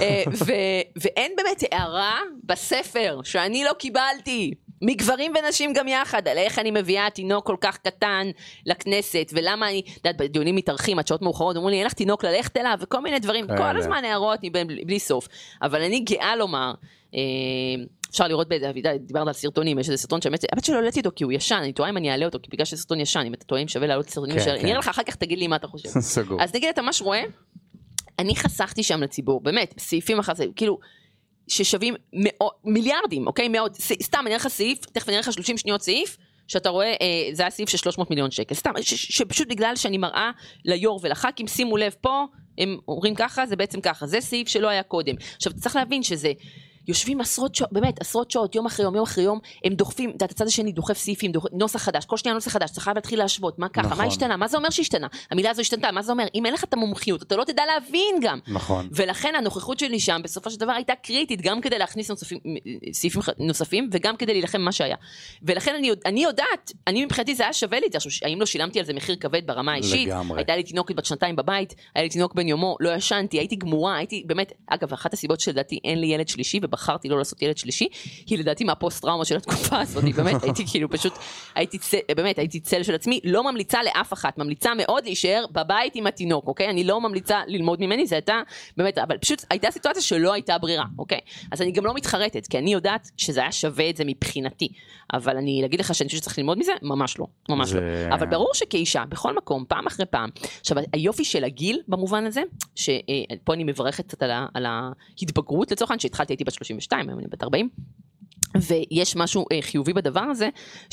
ואין באמת הערה בספר שאני לא קיבלתי, מגברים ונשים גם יחד, על איך אני מביאה תינוק כל כך קטן לכנסת, ולמה אני, יודעת, בדיונים מתארחים, עד שעות מאוחרות, אמרו לי, אין לך תינוק ללכת אליו, וכל מיני דברים, כל הזמן הערות בלי סוף, אבל אני גאה לומר, אפשר לראות באיזה, דיברת על סרטונים, יש איזה סרטון שהאמת, האמת שלא העליתי אותו כי הוא ישן, אני טועה אם אני אעלה אותו, כי בגלל שסרטון ישן, אם אתה טועה אם שווה לעלות סרטונים, אני אראה לך אחר כך תגיד לי מה אתה חושב. אז נגיד, אתה ממש רואה, אני חסכתי שם לציבור, באמת, סעיפים אחר זה, כאילו, ששווים מאות, מיליארדים, אוקיי? מאות, סתם, אני אראה לך סעיף, תכף אני אראה לך שלושים שניות סעיף, שאתה רואה, אה, זה היה סעיף של שלוש מאות מיליון שקל, סתם, ש, ש, שפשוט בגלל שאני מראה ליור ולח"כים, שימו לב פה, הם אומרים ככה, זה בעצם ככה, זה סעיף שלא היה קודם. עכשיו, אתה צריך להבין שזה, יושבים עשרות שעות, באמת, עשרות שעות, יום אחרי יום, יום אחרי יום, הם דוחפים, את הצד השני דוחף סעיפים, דוחף, נוסח חדש, כל שנייה נוסח חדש, צריך להתחיל להשוות, מה ככה, נכון. מה השתנה, מה זה אומר שהשתנה? המילה הזו השתנתה, מה זה אומר? אם אין לך את המומחיות, אתה לא תדע להבין גם. נכון. ולכן הנוכחות שלי שם, בסופו של דבר, הייתה קריטית, גם כדי להכניס נוספים, סעיפים נוספים, וגם כדי להילחם מה שהיה. ולכן אני, אני יודעת, אני מבחינתי זה היה שווה לי, האם לא שילמתי על זה מחיר כבד ברמה האישית, הייתה לי תינוקת בת שנתיים בבית, היה לי תינוק בן יומו, לא ישנתי, הייתי גמורה, הייתי באמת, אגב, אחת הסיבות שלדעתי אין לי ילד שלישי ובחרתי לא לעשות ילד שלישי, היא לדעתי מהפוסט טראומה של התקופה הזאת, באמת הייתי כאילו פשוט, הייתי צל, באמת הייתי צל של עצמי, לא ממליצה לאף אחת, ממליצה מאוד להישאר בבית עם התינוק, אוקיי? אני לא ממליצה ללמוד ממני, זה הייתה, באמת, אבל פשוט הייתה סיטואציה שלא הייתה ברירה, אוקיי? אז אני גם לא מתחרטת, כי אני יודעת שזה היה שווה את זה מבחינתי, אבל אני אגיד לך שאני חושב שצריך ללמוד מזה, ממש לא, ממש זה... לא. אבל ברור שכאישה, בכל מקום, פעם אחרי פעם, עכשיו, היופי של הגיל במובן הזה, שפה אני מברכת קצת על, על ההתבגרות לצורך העניין, שהתחלתי הייתי בת שלושים ושתיים, אני בת ארבעים, ויש משהו אה, חיובי בדבר הזה,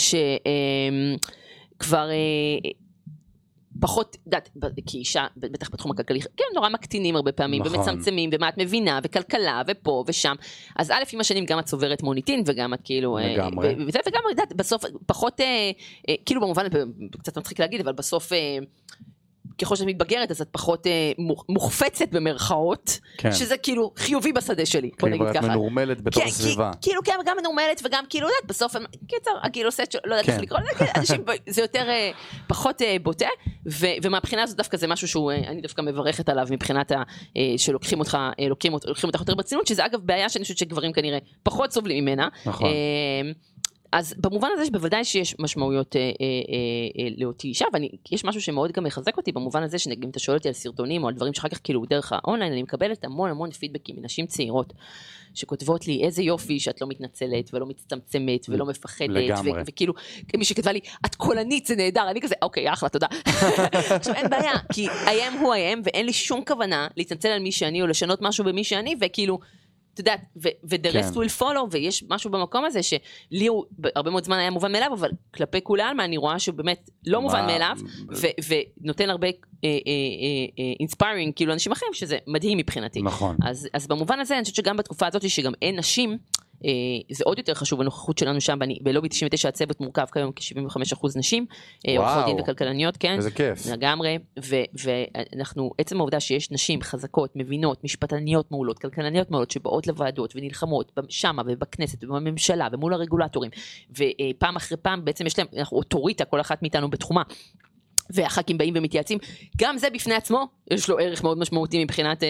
שכבר אה, אה, פחות, דעת, כאישה, בטח בתחום הכלכלי, כן, נורא מקטינים הרבה פעמים, נכון. ומצמצמים, ומה את מבינה, וכלכלה, ופה ושם, אז א' עם השנים גם את צוברת מוניטין, וגם את כאילו, לגמרי. אה, וזה, וגם, דעת, בסוף, פחות, אה, אה, כאילו במובן, קצת מצחיק להגיד, אבל בסוף, אה, ככל שאת מתבגרת, אז את פחות מוחפצת במרכאות, שזה כאילו חיובי בשדה שלי, בוא נגיד ככה. כאילו, את מנורמלת בתוך הסביבה. כאילו, כן, גם מנורמלת וגם כאילו, בסוף, קיצר, הגילוסט, לא יודעת איך לקרוא, אנשים, זה יותר, פחות בוטה, ומהבחינה הזאת דווקא זה משהו שהוא, אני דווקא מברכת עליו, מבחינת שלוקחים אותך, לוקחים אותך יותר ברצינות, שזה אגב בעיה שאני חושבת שגברים כנראה פחות סובלים ממנה. נכון. אז במובן הזה שבוודאי שיש משמעויות אה, אה, אה, לאותי אישה, ויש משהו שמאוד גם מחזק אותי, במובן הזה שאם אתה שואל אותי על סרטונים או על דברים שאחר כך כאילו דרך האונליין, אני מקבלת המון המון פידבקים מנשים צעירות, שכותבות לי איזה יופי שאת לא מתנצלת ולא מצטמצמת ולא מפחדת, לגמרי. ו- וכאילו, מי שכתבה לי, את קולנית, זה נהדר, אני כזה, אוקיי, אחלה, תודה. עכשיו אין בעיה, כי I am who I am, ואין לי שום כוונה להתנצל על מי שאני או לשנות משהו במי שאני, וכאילו, אתה יודע, ו-the rest will follow, ויש משהו במקום הזה שלי הוא הרבה מאוד זמן היה מובן מאליו, אבל כלפי כולי עלמא אני רואה שהוא באמת לא מובן מאליו, ונותן הרבה inspiring, כאילו אנשים אחרים, שזה מדהים מבחינתי. נכון. אז במובן הזה אני חושבת שגם בתקופה הזאת שגם אין נשים, זה עוד יותר חשוב בנוכחות שלנו שם, בלובי תשעים ותשע הצוות מורכב כיום כ-שבעים וחמישה אחוז נשים, עורכות דין וכלכלניות, כן. איזה כיף. לגמרי, ואנחנו, עצם העובדה שיש נשים חזקות, מבינות, משפטניות מעולות, כלכלניות מעולות, שבאות לוועדות ונלחמות שמה ובכנסת ובממשלה ומול הרגולטורים, ופעם אחרי פעם בעצם יש להם אוטוריטה כל אחת מאיתנו בתחומה, והח"כים באים ומתייעצים, גם זה בפני עצמו, יש לו ערך מאוד משמעותי מבחינת,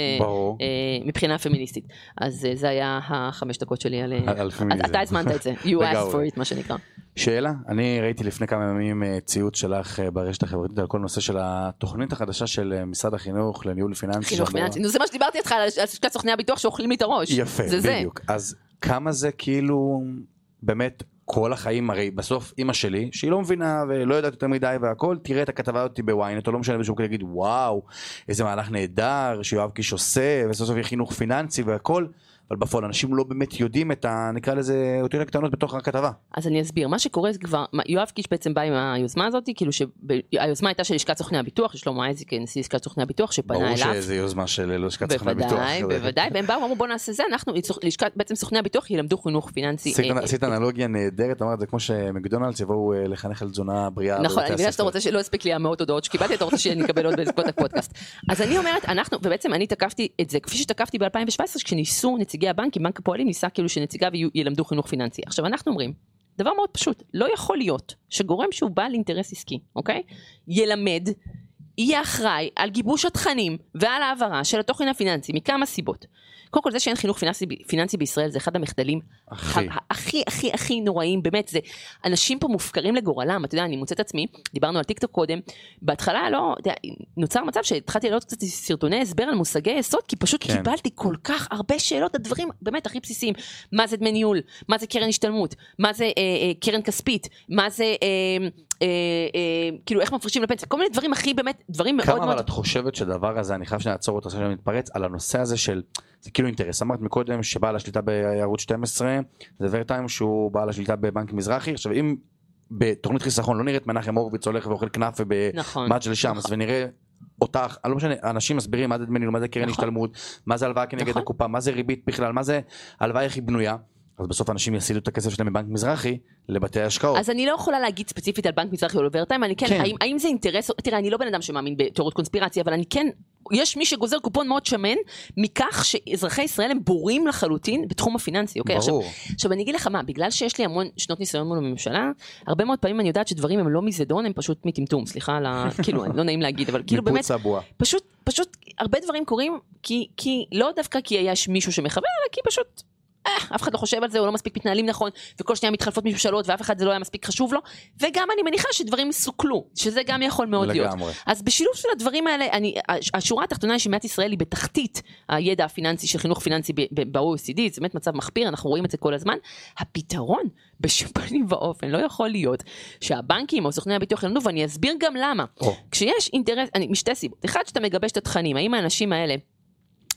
מבחינה פמיניסטית. אז זה היה החמש דקות שלי על פמיניזם. אתה הזמנת את זה, you asked for it, מה שנקרא. שאלה, אני ראיתי לפני כמה ימים ציוט שלך ברשת החברתית על כל נושא של התוכנית החדשה של משרד החינוך לניהול פיננסי. חינוך פיננסי, זה מה שדיברתי איתך על לשכת סוכני הביטוח שאוכלים לי את הראש. יפה, בדיוק. אז כמה זה כאילו, באמת, כל החיים, הרי בסוף אמא שלי, שהיא לא מבינה ולא יודעת יותר מדי והכל, תראה את הכתבה אותי בוויינט, או לא משנה בשביל להגיד, וואו, איזה מהלך נהדר, שיואב קיש עושה, וסוף סוף יהיה חינוך פיננסי והכל, אבל בפועל אנשים לא באמת יודעים את ה... נקרא לזה אותיות הקטנות בתוך הכתבה. אז אני אסביר, מה שקורה זה כבר, יואב קיש בעצם בא עם היוזמה הזאת, כאילו שהיוזמה הייתה של לשכת סוכני הביטוח, יש לו מאייזיק, נשיא לשכת סוכני הביטוח, שפנה אליו. ברור שזה יוזמה של לשכת סוכני הביטוח. בוודאי, בוודאי, והם באו, אמרו בוא נעשה זה, אנחנו, לשכת, בעצם סוכני הביטוח ילמדו חינוך פיננסי. עשית אנלוגיה נהדרת, אמרת, זה כמו שמקדונלדס יבואו לחנך על תזונה בריאה. נכון, אני מבינה שאתה רוצה שלא הספיק לי המאות הודעות שקיבלתי, אתה רוצה שאני אקבל עוד בעקבות הפודקאסט. אז אני אומרת, אנחנו, ובעצם אני תקפתי את זה, כפי שתקפתי ב-אלפיים שבע עשרה, כשניסו נציגי הבנק, בנק הפועלים ניסה כאילו שנציגיו ילמדו חינוך פיננסי. עכשיו אנחנו אומרים, דבר מאוד פשוט, לא יכול להיות שגורם שהוא בעל אינטרס עסקי, אוקיי? ילמד, יהיה אחראי על גיבוש התכנים ועל העברה של התוכן הפיננסי מכמה סיבות. קודם כל זה שאין חינוך פיננסי, פיננסי בישראל זה אחד המחדלים הכי, הכי, הכי, הכי נוראים, באמת זה, אנשים פה מופקרים לגורלם, אתה יודע, אני מוצאת עצמי, דיברנו על טיקטוק קודם, בהתחלה לא, יודע, נוצר מצב שהתחלתי לראות קצת סרטוני הסבר על מושגי יסוד, כי פשוט כן. קיבלתי כל כך הרבה שאלות, הדברים באמת הכי בסיסיים, מה זה דמי ניהול, מה זה קרן השתלמות, מה זה אה, אה, קרן כספית, מה זה... אה, אה, אה, כאילו איך מפרישים לפנסיה, כל מיני דברים הכי באמת, דברים מאוד מאוד... כמה אבל את חושבת שדבר הזה, אני חייב שנעצור אותו, שאני מתפרץ על הנושא הזה של, זה כאילו אינטרס, אמרת מקודם שבעל השליטה בערוץ שתים עשרה, זה ורטיים שהוא בעל השליטה בבנק מזרחי, עכשיו אם בתוכנית חיסכון לא נראית מנחם הורוביץ הולך ואוכל כנף ובמאג' לשם, אז ונראה אותך, לא משנה, אנשים מסבירים מה זה דמי ניהול, מה זה קרן השתלמות, מה זה הלוואה כנגד הקופה, מה זה ריבית בכלל, מה זה הלוואה איך היא בנויה, אז בסוף אנשים יסידו את הכסף שלהם מבנק מזרחי לבתי השקעות. אז אני לא יכולה להגיד ספציפית על בנק מזרחי או לוורטיים, אני כן, כן. האם, האם זה אינטרס, תראה, אני לא בן אדם שמאמין בתיאוריות קונספירציה, אבל אני כן, יש מי שגוזר קופון מאוד שמן, מכך שאזרחי ישראל הם בורים לחלוטין בתחום הפיננסי, אוקיי? ברור. עכשיו, עכשיו אני אגיד לך מה, בגלל שיש לי המון שנות ניסיון מול הממשלה, הרבה מאוד פעמים אני יודעת שדברים הם לא מזדון, הם פשוט מטמטום, סליחה, לה, כאילו, לא נעים להגיד, אבל כאילו באמת, פשוט, פשוט, הרבה דברים קורים, כי, כי, לא דווקא כי יש מישהו שמכוון, אלא כי פשוט אה, אף אחד לא חושב על זה, או לא מספיק מתנהלים נכון, וכל שנייה מתחלפות ממשלות, ואף אחד זה לא היה מספיק חשוב לו, וגם אני מניחה שדברים סוכלו, שזה גם יכול מאוד לגמרי. להיות. אז בשילוב של הדברים האלה, אני, השורה התחתונה שמדינת ישראל היא בתחתית הידע הפיננסי של חינוך פיננסי ב-או אי סי די, זה באמת מצב מחפיר, אנחנו רואים את זה כל הזמן, הפתרון בשום פנים ואופן לא יכול להיות שהבנקים או סוכני הביטוח ילמדו, ואני אסביר גם למה. Oh. כשיש אינטרס, אני, משתי סיבות, אחד שאתה מגבש את התכנים, האם האנשים האלה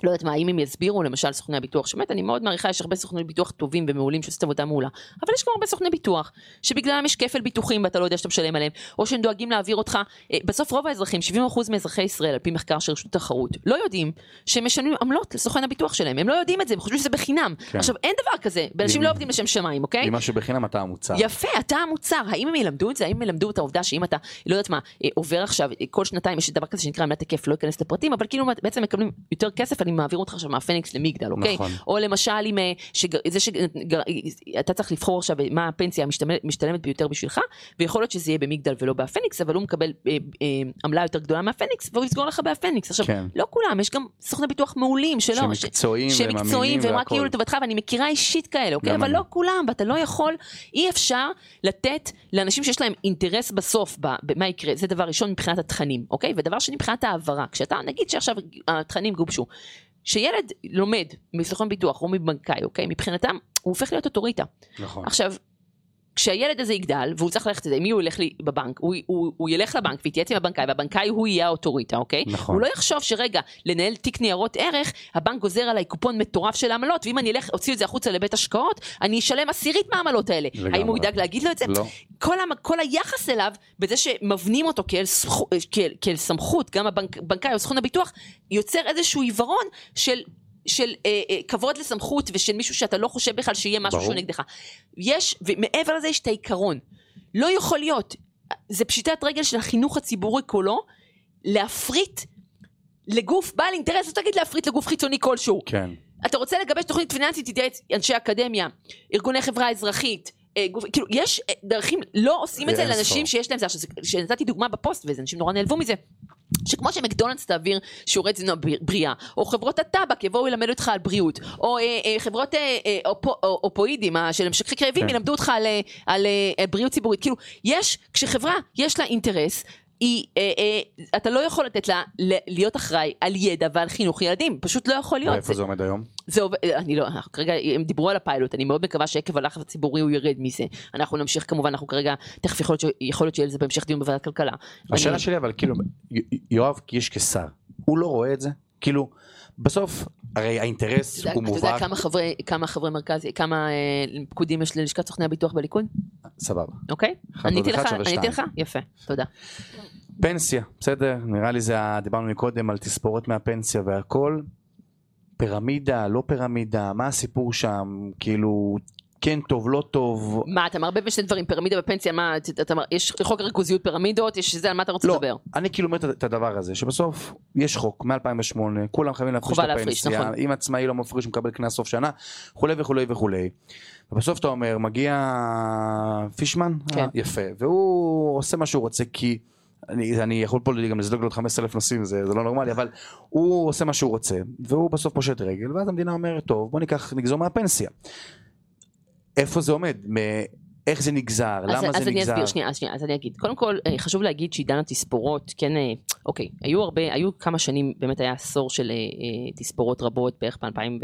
לא יודעת מה, האם הם יסבירו, למשל סוכני הביטוח, שבאמת אני מאוד מעריכה, יש הרבה סוכני ביטוח טובים ומעולים שעושים עבודה מעולה, אבל יש גם הרבה סוכני ביטוח, שבגללם יש כפל ביטוחים ואתה לא יודע שאתה משלם עליהם, או שהם דואגים להעביר אותך, בסוף רוב האזרחים, שבעים אחוז מאזרחי ישראל, על פי מחקר של רשות התחרות, לא יודעים שהם משלמים עמלות לסוכן הביטוח שלהם, הם לא יודעים את זה, הם חושבים שזה בחינם. כן. עכשיו, אין דבר כזה, אנשים לא עובדים לשם שמיים, אוקיי? מה שבחינם אתה המוצר. יפה, אתה המוצר. האם הם ילמדו את זה? האם הם ילמדו את העובדה שאם אתה, לא יודעת מה, עובר עכשיו, כל שנתיים יש דבר כזה שנקרא עמלת היקף, לא ייכנס לפרטים, אבל כאילו בעצם מקבלים יותר כסף, אני מעביר אותך עכשיו מהפניקס למגדל, אוקיי? נכון. או למשל, אם זה שאתה צריך לבחור עכשיו מה הפנסיה משתלמת ביותר בשבילך, ויכול להיות שזה יהיה במגדל ולא בהפניקס, אבל הוא מקבל עמלה יותר גדולה מהפניקס, והוא יסגור לך בהפניקס. עכשיו, כן. לא כולם, יש גם סוכני ביטוח מעולים שלא, שמקצועיים, ש... שמקצועיים והם רק כאילו לטובתך, ואני מכירה אישית כאלה, אוקיי? אבל לא כולם, ואתה לא יכול, אי אפשר לתת לאנשים שיש להם אינטרס בסוף, במה יקרה, זה דבר ראשון מבחינת התכנים, אוקיי? ודבר שני מבחינת העברה, כשאתה, נגיד שעכשיו התכנים גובשו, שילד לומד מסוכן ביטוח או מבנקאי, אוקיי? מבחינתם, הוא הופך להיות אוטוריטה. נכון. עכשיו, כשהילד הזה יגדל, והוא צריך ללכת את זה, מי הוא ילך לי בבנק? הוא, הוא, הוא ילך לבנק ויתייעץ עם הבנקאי, והבנקאי הוא יהיה האוטוריטה, אוקיי? נכון. הוא לא יחשוב שרגע, לנהל תיק ניירות ערך, הבנק גוזר עליי קופון מטורף של העמלות, ואם אני אלך, הוציא את זה החוצה לבית השקעות, אני אשלם עשירית מהעמלות האלה. לגמרי. האם הוא ידאג להגיד לו את זה? לא. כל, כל היחס אליו, בזה שמבנים אותו כאל, כאל, כאל סמכות, גם הבנקאי או סוכן הביטוח, יוצר איזשהו עיוורון של של אה, אה, כבוד לסמכות ושל מישהו שאתה לא חושב בכלל שיהיה משהו שהוא נגדך. יש, ומעבר לזה יש את העיקרון. לא יכול להיות, זה פשיטת רגל של החינוך הציבורי כולו, להפריט לגוף בעל אינטרס, לא תגיד להפריט לגוף חיצוני כלשהו. כן. אתה רוצה לגבש תוכנית פיננסית, תתייעץ אנשי אקדמיה, ארגוני חברה אזרחית, גוף, כאילו, יש דרכים, לא עושים את זה לאנשים שיש להם זה, שנתתי דוגמה בפוסט, וזה אנשים נורא נעלבו מזה, שכמו שמקדונלדס תעביר שיעורי תזונה בריאה, או חברות הטבק יבואו ילמד אותך על בריאות, או אה, אה, חברות אה, אה, אופו, אופואידים אה, של המשכי כאבים, ילמדו אותך על, על, על, על בריאות ציבורית. כאילו, יש, כשחברה יש לה אינטרס, היא, אה, אה, אתה לא יכול לתת לה להיות אחראי על ידע ועל חינוך ילדים, פשוט לא יכול להיות. ואיפה זה עומד היום? זה עובד, אני לא, כרגע הם דיברו על הפיילוט, אני מאוד מקווה שעקב הלחץ הציבורי הוא ירד מזה. אנחנו נמשיך כמובן, אנחנו כרגע, תכף יכול להיות, יכול להיות שיהיה לזה בהמשך דיון בוועדת כלכלה. השאלה אני... שלי אבל כאילו, יואב קיש כשר, הוא לא רואה את זה? כאילו, בסוף, הרי האינטרס הוא מובהק. אתה יודע כמה חברי, כמה חברי מרכז, כמה פקודים יש ללשכת סוכני הביטוח בליכוד? סבבה. אוקיי? עניתי לך, עניתי לך? יפה, תודה. פנסיה, בסדר? נראה לי זה, דיברנו מקודם על תספורת מהפנסיה והכל. פירמידה, לא פירמידה, מה הסיפור שם? כאילו, כן טוב, לא טוב. מה, אתה מערבב בשני דברים, פירמידה בפנסיה, מה, אתה, יש חוק הריכוזיות פירמידות, יש זה, על מה אתה רוצה לא, לדבר? אני כאילו אומר את הדבר הזה, שבסוף יש חוק מ-אלפיים ושמונה, כולם חייבים להפריש את הפנסיה, נכון. אם עצמאי לא מפריש, מקבל קנס סוף שנה, וכו' וכו' וכו'. ובסוף אתה אומר, מגיע פישמן, כן. אה, יפה, והוא עושה מה שהוא רוצה, כי אני, אני יכול פה גם לזלוג לו עוד חמישה עשר אלף נושאים, זה, זה לא נורמלי, אבל הוא עושה מה שהוא רוצה, והוא בסוף פושט רגל, ואז המדינה אומרת, טוב, בוא ניקח, נגזור מהפנסיה. איפה זה עומד? איך זה נגזר? למה זה נגזר? אז אני אסביר, שנייה, אז שנייה, אז אני אגיד. קודם כל, חשוב להגיד שעידן התספורות, כן, אוקיי, היו הרבה, היו כמה שנים, באמת היה עשור של תספורות רבות, בערך ב-אלפיים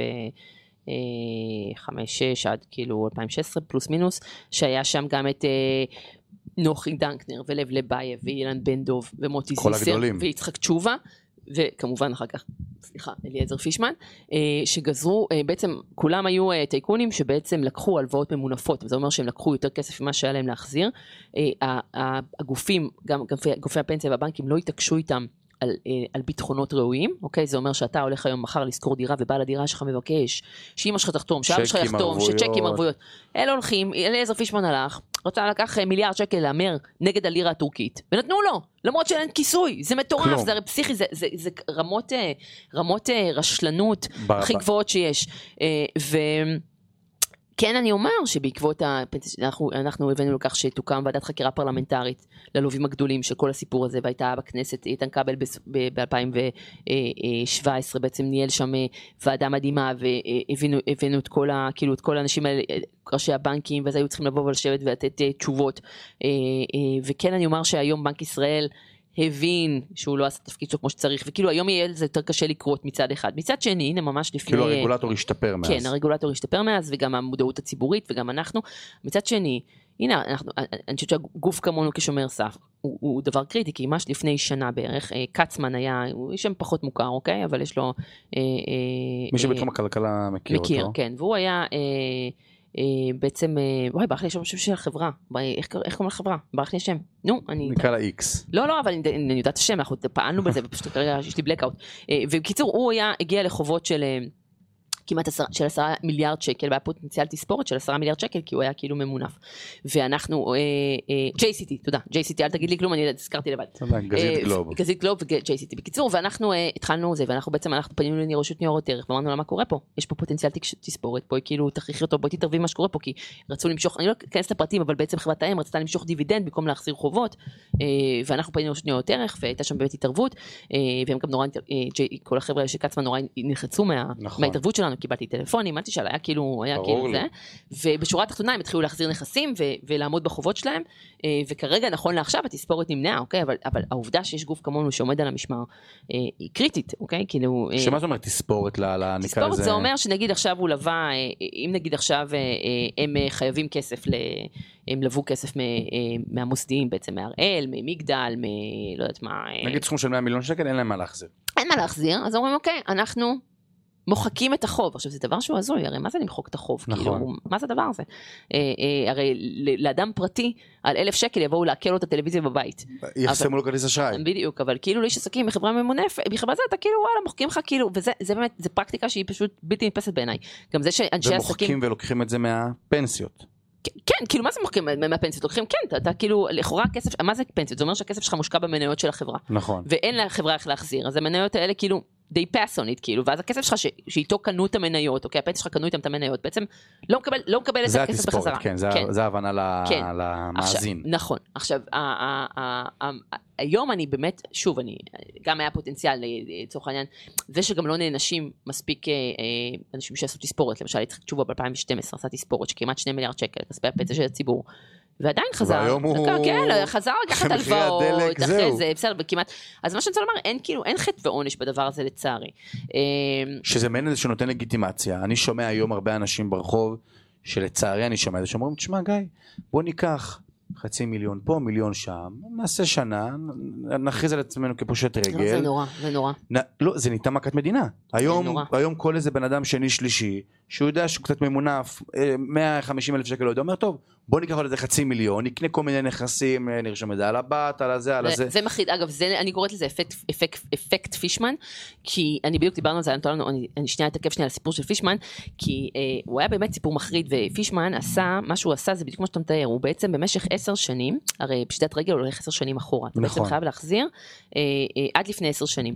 וחמש שש עד כאילו אלפיים ושש עשרה פלוס מינוס, שהיה שם גם את נוחי דנקנר ולב לבייב ואילן בן דוב ומוטי זיסר ויצחק תשובה, וכמובן אחר כך, סליחה, אליעזר פישמן, שגזרו, בעצם כולם היו טייקונים שבעצם לקחו הלוואות ממונפות, וזה אומר שהם לקחו יותר כסף ממה שהיה להם להחזיר. הגופים, גם גופי הפנסיה והבנקים לא התעקשו איתם על, על ביטחונות ראויים, אוקיי? זה אומר שאתה הולך היום מחר לזכור דירה, ובעל הדירה שלך מבקש, שאמא שלך תחתום, שאבא שלך יחתום, שצ'קים ערבויות. אלה הולכים, אליעזר פישמן הלך, רצה לקח מיליארד שקל לאמר נגד הלירה הטורקית, ונתנו לו, למרות שאין כיסוי, זה מטורף, זה הרי פסיכי, זה, זה, זה רמות, רמות רשלנות הכי גבוהות שיש. ו... כן, אני אומר שבעקבות, אנחנו, אנחנו הבאנו לכך שתוקם ועדת חקירה פרלמנטרית ללווים הגדולים של כל הסיפור הזה, והייתה בכנסת, איתן כבל ב-אלפיים שבע עשרה בעצם ניהל שם ועדה מדהימה, והבאנו את כל, ה, כאילו, את כל האנשים האלה, ראשי הבנקים, ואז היו צריכים לבוא ולשבת ולתת תשובות. וכן, אני אומר שהיום בנק ישראל הבין שהוא לא עשה תפקיד שלו כמו שצריך, וכאילו היום יהיה זה יותר קשה לקרות מצד אחד. מצד שני, הנה ממש לפני... כאילו הרגולטור השתפר מאז. כן, הרגולטור השתפר מאז, וגם המודעות הציבורית, וגם אנחנו. מצד שני, הנה, אנחנו, אני חושבת שהגוף כמונו כשומר סף, הוא, הוא דבר קריטי, כי ממש לפני שנה בערך, קצמן היה, הוא שם פחות מוכר, אוקיי? אבל יש לו... מי שבתחום הכלכלה מכיר אותו. מכיר, כן, והוא היה... בעצם, וואי, ברח לי השם של החברה, איך קוראים לחברה? ברח לי השם, נו, אני... נקרא לה X. לא, לא, אבל אני יודעת השם, אנחנו פעלנו בזה, ופשוט כרגע יש לי בלקאוט. ובקיצור, הוא היה, הגיע לחובות של כמעט של עשרה מיליארד שקל, והיה פוטנציאל תספורת של עשרה מיליארד שקל, כי הוא היה כאילו ממונף. ואנחנו, ג'יי סי טי, תודה, ג'יי סי טי, אל תגיד לי כלום, אני הזכרתי לבד. גזית גלוב. גזית גלוב ו-ג'יי סי טי. בקיצור, ואנחנו התחלנו זה, ואנחנו בעצם, אנחנו פנינו לרשות ניירות ערך, ואמרנו לה, מה קורה פה? יש פה פוטנציאל תספורת, פה כאילו תכריחי אותו, בואי תתערבי מה שקורה פה, כי רצו למשוך, אני לא אכנס לפרטים, אבל בעצם חברת האם רצתה למשוך דיבידנד במקום להחזיר חובות, ואנחנו פנינו לרשות ניירות ערך, והייתה שם באמת התערבות, והם גם נורא, כל החבר'ה שקצמן נורא נלחצו מההתערבות שלנו, קיבלתי טלפונים, אל תשאל, היה כאילו, היה כאילו זה, ובשורה התחתונה הם התחילו להחזיר נכסים ולעמוד בחובות שלהם, וכרגע נכון לעכשיו התספורת נמנעה, אוקיי, אבל, אבל העובדה שיש גוף כמונו שעומד על המשמר, היא קריטית, אוקיי, כאילו... שמה זאת אומרת תספורת לנקרא לזה? תספורת זה אומר שנגיד עכשיו הוא לווה, אם נגיד עכשיו הם חייבים כסף, הם לבו כסף מהמוסדיים בעצם, מהראל, ממגדל, מ... לא יודעת מה... נגיד סכום של מאה מיליון שקל, אין להם מה להחזיר. אין מה להחזיר, אז אומרים, אוקיי, אנחנו... מוחקים את החוב. עכשיו, זה דבר שהוא הזוי, הרי מה זה למחוק את החוב? נכון. כאילו, מה זה הדבר הזה? אה, אה, הרי לאדם פרטי, על אלף שקל יבואו להקל לו את הטלוויזיה בבית. יחסמו לו כרטיס אשראי. בדיוק, אבל כאילו לאיש עסקים בחברה ממונפת, בחברה זה אתה כאילו, וואלה, מוחקים לך כאילו, וזה זה באמת, זה פרקטיקה שהיא פשוט בלתי נתפסת בעיניי. גם זה שאנשי עסקים... ומוחקים ולוקחים את זה מהפנסיות. כן, כאילו מה זה מוחקים מהפנסיות? לוקחים, כן, אתה, אתה כאילו, לכאורה כסף, מה זה פנסיות? זה אומר שהכסף שלך מושקע במניות של החברה. נכון. ואין לחברה איך להחזיר. אז המניות האלה כאילו, they pass on it, כאילו, ואז הכסף שלך שאיתו קנו את המניות, אוקיי, הפנסיה שלך קנו איתם את המניות, בעצם לא מקבל, לא מקבל את הכסף בחזרה. כן, זה התספורת, כן, זה ההבנה למאזין. נכון. עכשיו, היום אני באמת, שוב, אני, גם היה פוטנציאל לצורך העניין, זה שגם לא נענשים מספיק אנשים שעשו תספורת, למשל, יצחק תשובה ב-אלפיים ושתים עשרה עשה תספורת, שכמעט שני מיליארד שקל, כספי הפנסיה של הציבור, ועדיין חזר, והיום הוא... כן, חזר לקחת הלוואות, אחרי זה, בסדר, כמעט, אז מה שאני רוצה לומר, אין כאילו, אין חטא ועונש בדבר הזה לצערי. שזה מעין איזה שנותן לגיטימציה, אני שומע היום הרבה אנשים ברחוב, שלצערי אני שומע, שאומרים, תשמע גיא, בוא ניקח חצי מיליון פה, מיליון שם, נעשה שנה, נכריז על עצמנו כפושט רגל. לא, זה נורא, זה נורא. נ... לא, זה ניתה מכת מדינה. היום, היום כל איזה בן אדם שני שלישי, שהוא יודע שהוא קצת ממונף, מאה וחמישים אלף שקל, הוא אומר, טוב, בוא ניקח על זה חצי מיליון, נקנה כל מיני נכסים, נרשום את זה על הבת, על הזה, על הזה. זה מחליט, אגב, זה, אני קוראת לזה אפקט, אפקט, אפקט פישמן, כי אני בדיוק דיברנו על זה, אני, אני שנייה אתעכב שנייה על הסיפור של פישמן, כי אה, הוא היה באמת סיפור מחריד, ופישמן עשה, מה שהוא עשה, זה בדיוק כמו שאתה מתאר, הוא בעצם במשך עשר שנים, הרי פשיטת רגל הוא הולך עשר שנים אחורה, אתה נכון. בעצם חייב להחזיר אה, אה, עד לפני עשר שנים.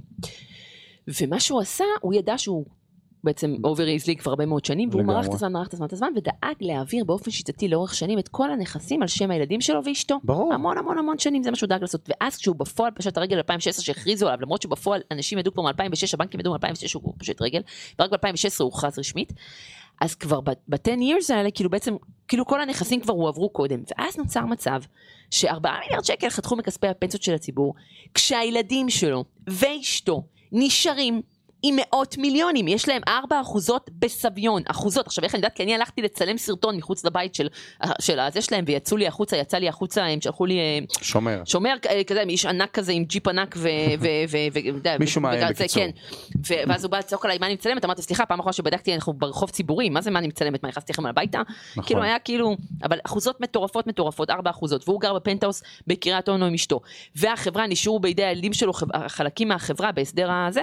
ומה שהוא עשה, הוא ידע שהוא בעצם אובר איזלי כבר הרבה מאוד שנים, והוא מרח את הזמן, מרח את הזמן, את הזמן, ודאג להעביר באופן שיטתי לאורך שנים את כל הנכסים על שם הילדים שלו ואשתו. ברור. המון המון המון שנים זה מה שהוא דאג לעשות. ואז כשהוא בפועל פשט הרגל ב-אלפיים ושש עשרה שהכריזו עליו, למרות שבפועל אנשים ידעו כבר מ-אלפיים ושש, הבנקים ידעו מ-אלפיים ושש שהוא פשט רגל, ורק ב-אלפיים ושש עשרה הוא הוכרז רשמית. אז כבר ב-עשר years האלה, כאילו בעצם, כאילו כל הנכסים כבר הועברו קודם. ואז נוצר מצב שארבעה מיליארד שקל חתכו מכספי הפנסיות של הציבור, כשהילדים שלו ואשתו נשארים עם מאות מיליונים, יש להם ארבע אחוזות בסביון, אחוזות, עכשיו איך אני יודעת, כי אני הלכתי לצלם סרטון מחוץ לבית של, של הזה שלהם, ויצאו לי החוצה, יצא לי החוצה, הם שלחו לי... שומר. שומר כזה, איש ענק כזה, עם ג'יפ ענק, ו... ו, ו, ו מישהו מאיים בקיצור. כן. ואז הוא בא לצעוק עליי, מה אני מצלמת? אמרתי, סליחה, פעם אחרונה שבדקתי, אנחנו ברחוב ציבורי, מה זה מה אני מצלמת? מה, נכנסתי לכם על הביתה? נכון. כאילו היה כאילו, אבל אחוזות מטורפות, מטורפות, ארבע אחוזות, והוא גר בפנטהאוס בקריית אונו עם אשתו. והחברה נשארו בידי הילדים שלו, חלקים מהחברה בהסדר הזה,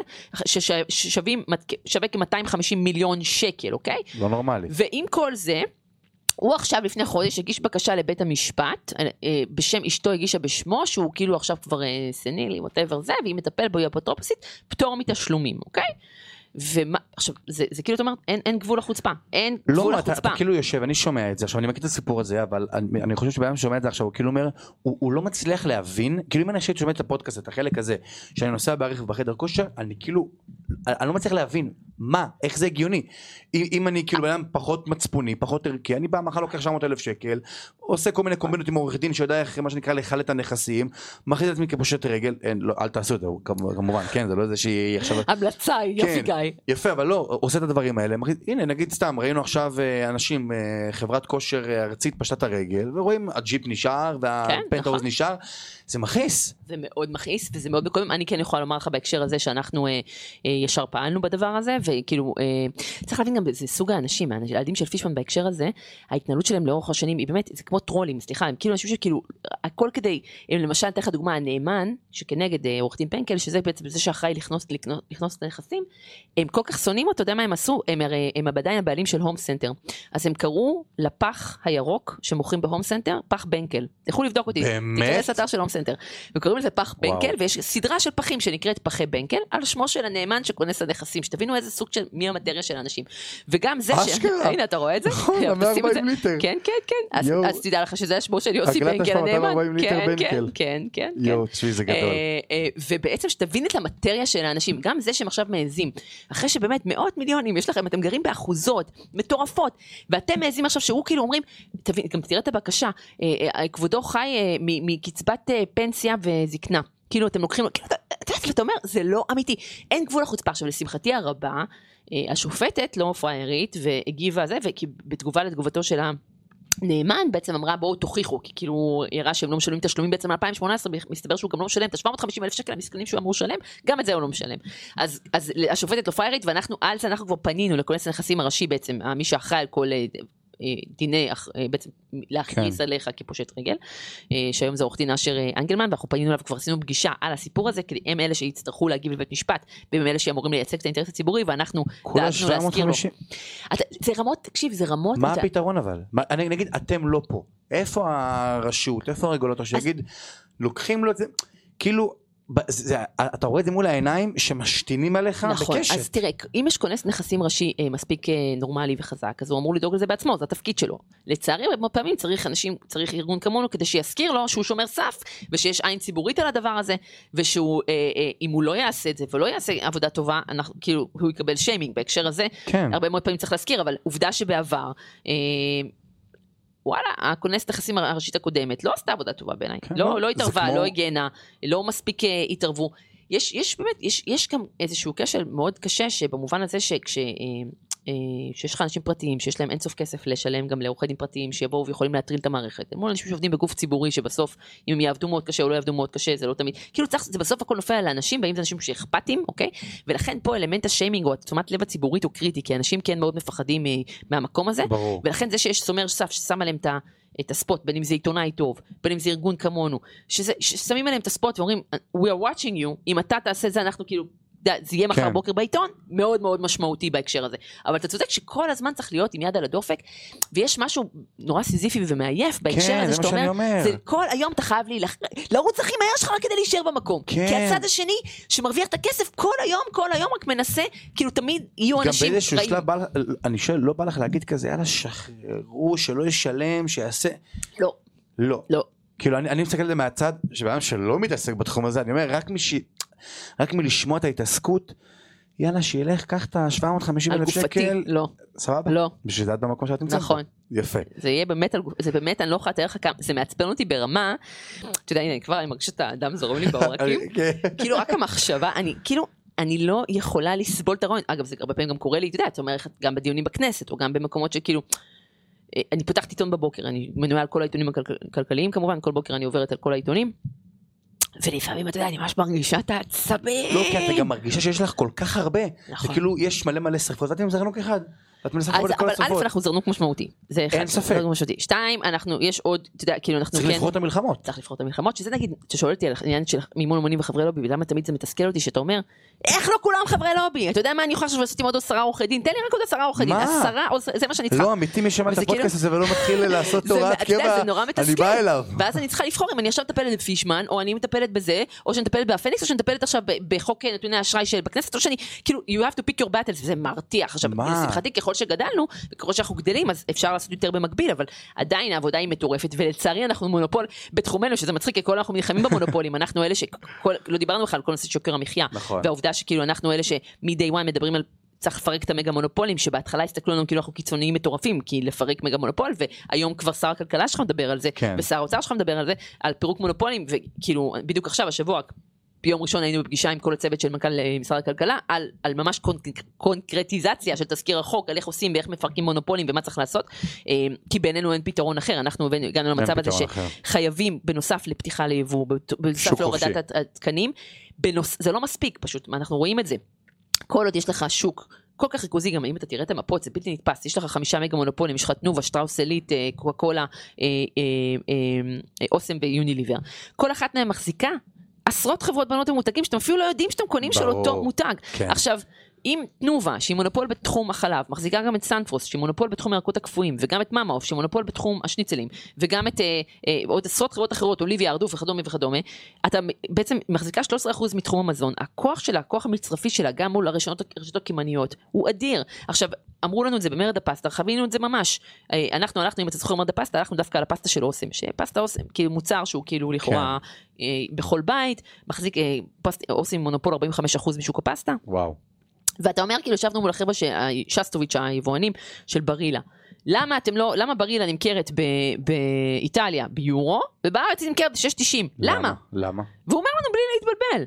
ששווים שווה כ-מאתיים וחמישים מיליון שקל, אוקיי? לא נורמלי. ועם כל זה, הוא עכשיו לפני חודש הגיש בקשה לבית המשפט, בשם אשתו הגישה בשמו, שהוא כאילו עכשיו כבר סנילי, whatever זה, והיא מטפל בו, היא אפוטרופוסית, פטור מתשלומים, אוקיי? ומה, עכשיו, זה, זה כאילו, אתה אומר, אין, אין גבול לחוצפה, אין לא, גבול אתה, לחוצפה. אתה כאילו יושב, אני שומע את זה, עכשיו אני מכיר את הסיפור הזה, אבל אני, אני חושב שבאמת שומע את זה עכשיו, הוא כאילו אומר, הוא, הוא לא מצליח להבין, כאילו אם אני שומע את הפודקאסט, את החלק הזה, שאני נוסע ברכב בחדר כושר, אני כאילו, אני לא מצליח להבין, מה, איך זה הגיוני? אם, אם אני כאילו בן פחות מצפוני, פחות ערכי, אני פעם אחת לוקח שבע מאות אלף שקל, עושה כל מיני קומבינות עם עורך דין שיודע איך מה שנקרא לחלט הנכסים, מכניס את עצמי כפושט רגל, אין, לא, אל תעשו את זה, כמובן, כן, זה לא איזה שהיא עכשיו... המלצה, יופי גיא. יפה, אבל לא, עושה את הדברים האלה, הנה, נגיד סתם, ראינו עכשיו אנשים, חברת כושר ארצית פשטת הרגל, ורואים, הג'יפ נשאר, והפנטהאוז נשאר, זה מכעיס. זה מאוד מכעיס, וזה מאוד מקומם. אני כן יכולה לומר לך בהקשר הזה שאנחנו אה, אה, ישר פעלנו בדבר הזה, וכאילו, אה, צריך להבין גם, זה סוג האנשים, הילדים של פישמן בהקשר הזה, ההתנהלות שלהם לאורך השנים, היא באמת, זה כמו טרולים, סליחה, הם כאילו אנשים שכאילו, הכל כדי, הם למשל, תלך הדוגמה, הנאמן, שכנגד אה, עורך דין פנקל, שזה בעצם זה שאחראי לכנוס, לכנוס, לכנוס את הנכסים, הם כל כך שונאים אותו, אתה יודע מה הם עשו? הם, הם עדיין הבעלים של הום סנטר. אז הם קראו לפח הירוק שמוכרים בהום סנטר, פח בנקל. יכולו לבדוק אותי. תיכנס לאתר של הום סנטר. וקוראים לזה פח בנקל, ויש סדרה של פחים שנקראת פחי בנקל, על שמו של הנאמן שכונס הנכסים, שתבינו איזה סוג של מי המטריה של האנשים. וגם זה ש... הנה, אתה רואה את זה? נכון, מאה וארבעים ליטר. כן, כן, כן. אז תדע לך שזה השמו של יוסי בנקל הנאמן. כן, כן, כן, כן. יואו, תשבי, זה גדול. ובעצם שתבין את המטריה של האנשים, גם זה שהם עכשיו מעזים, אחרי שבאמת מאות מיליונים יש לכם, אתם גרים באחוזות, מטורפות, ואתם מעזים עכשיו שהוא כאילו אומרים, תבין, גם תראה את הבקשה, כבודו חי מקצבת פנסיה וזקנה, כאילו אתם לוקחים, כאילו, אתה אומר, זה לא אמיתי, אין גבול לחוצפה. עכשיו, לשמחתי הרבה, השופטת לא פריירית, והגיבה זה, ובתגובה לתגובתו של הנאמן, בעצם אמרה, בואו תוכיחו, כי כאילו, יראה שהם לא משלמים תשלומים בעצם ל-אלפיים שמונה עשרה, מסתבר שהוא גם לא משלם, את ה-שבע מאות וחמישים אלף שקל המסכנים שהוא אמור לשלם, גם את זה הוא לא משלם. אז, אז השופטת לא פריירית, ואנחנו, על זה אנחנו כבר פנינו לכונס הנכסים הראשי בעצם, מי שאחראי על כל דיני, בעצם להכניס עליך כפושט רגל, שהיום זה עורך דין אשר אנגלמן, ואנחנו פנינו אליו וכבר עשינו פגישה על הסיפור הזה, כי הם אלה שיצטרכו להגיב לבית משפט, והם אלה שאמורים לייצג את האינטרס הציבורי, ואנחנו דאגנו להזכיר לו. זה רמות, תקשיב, זה רמות... מה הפתרון אבל? אני נגיד, אתם לא פה. איפה הרשות, איפה הרגולטור, שיגיד, לוקחים לו את זה, כאילו... זה, אתה רואה את זה מול העיניים שמשתינים עליך נכון, בקשת. אז תראה, אם יש כונס נכסים ראשי אה, מספיק אה, נורמלי וחזק, אז הוא אמור לדאוג לזה בעצמו, זה התפקיד שלו. לצערי, הרבה פעמים צריך אנשים, צריך ארגון כמונו, כדי שיזכיר לו שהוא שומר סף, ושיש עין ציבורית על הדבר הזה, ושהוא, אה, אה, אם הוא לא יעשה את זה, ולא יעשה עבודה טובה, אנחנו, כאילו, הוא יקבל שיימינג בהקשר הזה, כן. הרבה מאוד פעמים צריך להזכיר, אבל עובדה שבעבר, אה, וואלה, הכונס נכסים הראשית הקודמת, לא עשתה עבודה טובה בעיניי, כן, לא, לא התערבה, כמו... לא הגנה, לא מספיק התערבו. יש, יש באמת, יש, יש גם איזשהו כשל מאוד קשה, שבמובן הזה שכש... שיש לך אנשים פרטיים, שיש להם אינסוף כסף לשלם גם לעורכי דין פרטיים, שיבואו ויכולים להטריל את המערכת. הם אנשים שעובדים בגוף ציבורי, שבסוף, אם הם יעבדו מאוד קשה או לא יעבדו מאוד קשה, זה לא תמיד, כאילו צריך, זה בסוף הכל נופל על האנשים, ואם זה אנשים שאכפתים, אוקיי? ולכן פה אלמנט השיימינג, או תשומת לב הציבורית הוא קריטי, כי אנשים כן מאוד מפחדים מהמקום הזה, ברור. ולכן זה שיש סומר סף ששם עליהם את ה... את הספוט, בין אם זה עיתונאי טוב, בין אם זה ארגון כמונו, שזה, ששמים עליהם את הספוט ואומרים, we are watching you, אם אתה תעשה זה, אנחנו כאילו, זה יהיה מחר בוקר בעיתון, מאוד מאוד משמעותי בהקשר הזה. אבל אתה צודק שכל הזמן צריך להיות עם יד על הדופק, ויש משהו נורא סיזיפי ומעייף בהקשר הזה, שאתה אומר, זה כל היום אתה חייב לי לרוץ הכי מהר שלך כדי להישאר במקום. כי הצד השני, שמרוויח את הכסף כל היום, כל היום רק מנסה, כאילו תמיד יהיו אנשים רעים. גם באיזשהו שלב, אני שואל, לא בא לך להגיד כזה, יאללה, שחררו, שלא ישלם, שיעשה. לא. לא. לא. כאילו, אני מסתכל על זה מהצד, שבאמת שלא מתעסק בתחום הזה, אני אומר, רק מי ש... רק מלשמוע את ההתעסקות, יאללה, שילך, קח את ה-שבע מאות וחמישים אלף שקל. לא. סבבה? לא. בשביל זה את במקום שאת נמצאת. נכון. יפה. זה יהיה באמת, זה באמת, אני לא יכולה לתאר לך כמה, זה מעצבן אותי ברמה, אתה יודע, הנה, כבר אני מרגיש את האדם זורם לי בעורקים, כאילו רק המחשבה, אני, כאילו, אני לא יכולה לסבול את הרעיון, אגב, זה הרבה פעמים גם קורה לי, אתה יודע, את אומרת, גם בדיונים בכנסת, או גם במקומות שכאילו, אני פותחת עיתון בבוקר, אני מנויה על כל העיתונים הכלכליים, כמובן, כל בוקר אני עוברת על כל העיתונים, ולפעמים, אתה יודע, אני ממש מרגישה את העצבים. לא, כי אתה גם מרגישה שיש לך כל כך הרבה. נכון. וכאילו, יש מלא מלא שריפות, ואתם זרנוק אחד. ואת מנסה לחבור את כל השריפות. אבל א', אנחנו זרנוק משמעותי. זה אחד. אין ספק. שתיים, אנחנו, יש עוד, אתה יודע, כאילו, אנחנו כן... צריך לבחור את המלחמות. צריך לבחור את המלחמות, שזה נגיד, ששואל אותי על העניין של מימון המונים וחברי לובי, ולמה תמיד זה מתסכל אותי, שאתה אומר, איך לא כולם חברי לובי? אתה יודע מה אני יכולה לעשות עם עוד עשרה עורכי דין? תן לי רק עוד עשרה עורכי דין. עשרה, זה מה שאני צריכה. לא, אמיתי מי שמע את הפודקאסט הזה ולא מתחיל לעשות תורת קבע, אני בא אליו. ואז אני צריכה לבחור אם אני עכשיו מטפלת בפישמן, או אני מטפלת בזה, או שאני מטפלת באפניקס, או שאני מטפלת עכשיו בחוק נתוני האשראי של בכנסת, או שאני, כאילו, you have to pick your battles, וזה מרתיח. עכשיו, לשמחתי, ככל שגדלנו, וככל שאנחנו גדלים, אז אפשר לעשות יותר במקביל, אבל עדיין העבודה היא מטורפת, ולצערי אנחנו מונופול בתחומנו, שזה מצחיק, כי כל אנחנו נלחמים במונופולים, אנחנו אלה שכל, לא דיברנו בכלל על כל נושא שוקר המחיה, והעובדה שכאילו אנחנו אלה שמ-day one מדברים על צריך לפרק את המגה מונופולים, שבהתחלה הסתכלו לנו כאילו אנחנו קיצוניים מטורפים, כי לפרק מגה מונופול, והיום כבר שר הכלכלה שלך מדבר על זה, כן. ושר האוצר שלך מדבר על זה, על פירוק מונופולים, וכאילו, בדיוק עכשיו, השבוע, ביום ראשון היינו בפגישה עם כל הצוות של מנכ"ל משרד הכלכלה, על, על ממש קונק, קונקרטיזציה של תזכיר החוק, על איך עושים ואיך מפרקים מונופולים ומה צריך לעשות, כי בינינו אין פתרון אחר, אנחנו הגענו למצב הזה שחייבים בנוסף לפתיחה ליבוא, בנוסף להורדת התקנים, בנוס, זה לא מספיק פשוט, אנחנו רואים את זה, כל עוד יש לך שוק, כל כך ריכוזי, גם אם אתה תראה את המפות, זה בלתי נתפס, יש לך חמישה מגה מונופולים, יש לך תנובה, שטראוס עילית, קוקה קולה, אוסם ויוניליבר, כל אחת מהם מחזיקה, עשרות חברות בנות ומותגים, שאתם אפילו לא יודעים שאתם קונים של אותו מותג. כן. עכשיו, אם תנובה, שהיא מונופול בתחום החלב, מחזיקה גם את סנפרוס, שהיא מונופול בתחום הירקות הקפואים, וגם את ממאוף, שהיא מונופול בתחום השניצלים, וגם את אה, אה, עוד עשרות חברות אחרות, אוליביה, ארדוף וכדומה וכדומה, אתה בעצם מחזיקה שלושה עשר אחוז מתחום המזון. הכוח שלה, הכוח המצרפי שלה, גם מול הרשתות הקימניות, הוא אדיר. עכשיו, אמרו לנו את זה במרד הפסטה, חווינו את זה ממש. אה, אנחנו הלכנו, אם אתה זוכר מרד הפסטה, הלכנו דווקא על הפסטה של אוסם, שפסטה אוסם, כאילו מוצר שהוא כאילו לכאורה כן. אה, בכל בית, מחזיק אה, פסט, אוסם מונופול ארבעים וחמישה אחוז משוק הפסטה. וואו. ואתה אומר, כאילו, ישבנו מול החבר'ה שסטוביץ' היבואנים של ברילה. למה אתם לא, למה ברילה נמכרת באיטליה ביורו, ובארץ היא נמכרת ב-שש תשעים? למה? למה? והוא אומר לנו בלי להתבלבל,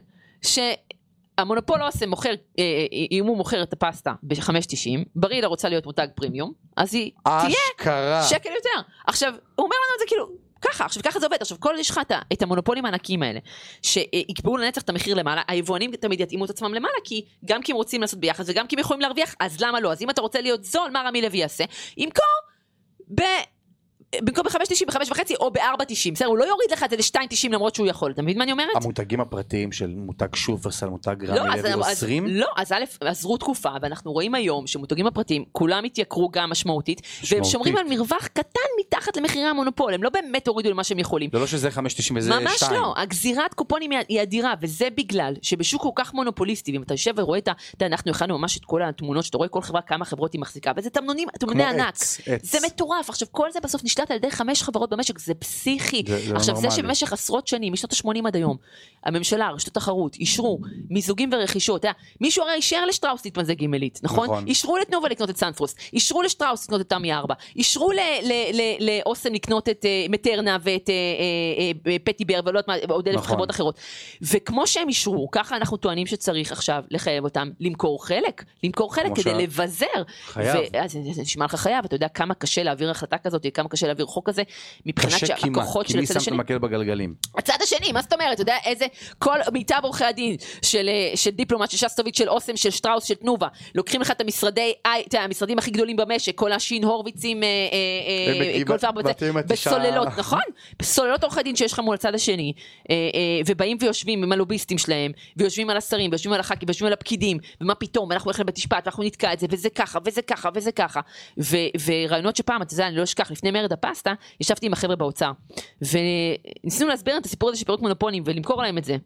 שהמונופול לא עושה מוכר, אם הוא מוכר את הפסטה ב-חמש תשעים, ברילה רוצה להיות מותג פרימיום, אז היא תהיה שקל יותר. עכשיו, הוא אומר לנו את זה כאילו, ככה, עכשיו ככה זה עובד, עכשיו כל יש לך את המונופולים הענקים האלה, שיקבעו לנצח את המחיר למעלה, היבואנים תמיד יתאימו את עצמם למעלה, כי גם כי הם רוצים לעשות ביחד, וגם כי הם יכולים להרוויח, אז למה לא? אז אם אתה רוצה להיות זול, מה רמי לוי יעשה? ימכור ב... במקום ב-חמש תשעים, ב-חמש וחצי או ב-ארבע תשעים, בסדר, הוא לא יוריד לך את זה ל-שתיים תשעים למרות שהוא יכול, אתה מבין מה אני אומרת? המותגים הפרטיים של מותג שופרסל, מותג רמי לוי עשרים? לא, אז א', עזרו תקופה, ואנחנו רואים היום שמותגים הפרטיים, כולם התייקרו גם משמעותית, והם שומרים על מרווח קטן מתחת למחירי המונופול, הם לא באמת הורידו למה שהם יכולים. זה לא שזה חמש תשעים וזה שתיים. ממש לא, הגזירת קופונים היא אדירה, וזה בגלל שבשוק כל כך מונופוליסטי, ואם אתה יושב ורואה את, אנחנו הכנו ממש את כל התמונות, שאתה רואה כל חברה כמה חברות היא מחזיקה, וזה תמנונים, תמנוני ענק. זה מטורף. עכשיו כל זה בסוף נשלט על ידי חמש חברות במשק, זה פסיכי. זה, עכשיו, זה שבמשך עשרות שנים, משנות ה-שמונים עד היום, הממשלה, רשתות תחרות, אישרו מיזוגים ורכישות, מישהו הרי אישר לשטראוס להתמזג עם עילית, נכון? נכון? אישרו לתנובה לקנות את סנפרוס, אישרו לשטראוס לקנות את תמי ארבע, אישרו לאוסם לקנות את מטרנה ואת פטי בר, ולא עוד אלף חברות אחרות. וכמו שהם אישרו, ככה אנחנו טוענים שצריך עכשיו לחייב אותם למכור חלק, למכור חלק כדי לבזר. חייב. זה נשמע לך חייב, אתה יודע כמה קשה להעביר החלטה כזאת, כמה קשה להעביר חוק כזה, מבחינת שהכוחות של הצד השני. כי מי שם את המקל בגלגלים? הצד השני, מה זאת אומרת? אתה יודע איזה, כל מיטב עורכי הדין של, של דיפלומט, של שסטוביץ', של אוסם, של שטראוס, של תנובה, לוקחים לך את המשרדי, המשרדים הכי גדולים במשק, כל השין הורביצים, כל דבר בסוללות, נכון? בסוללות עורכי הדין שיש לך מול הצד השני, ובאים ויושבים עם הלוביסטים שלהם, ויושבים על השרים, ויושבים על הח"כים, ויושבים על הפקידים, ומה פתאום, ואנחנו הולכים לבית משפט, ואנחנו נתקע את זה, וזה ככה, וזה ככה, וזה ככה. ורעיונות שפעם, אתה יודע, אני לא אשכח, לפני מרד הפסטה, ישבתי עם החבר'ה באוצר, וניסינו להסביר את הסיפור הזה של פירוק מונופולים, ולמכור להם את זה.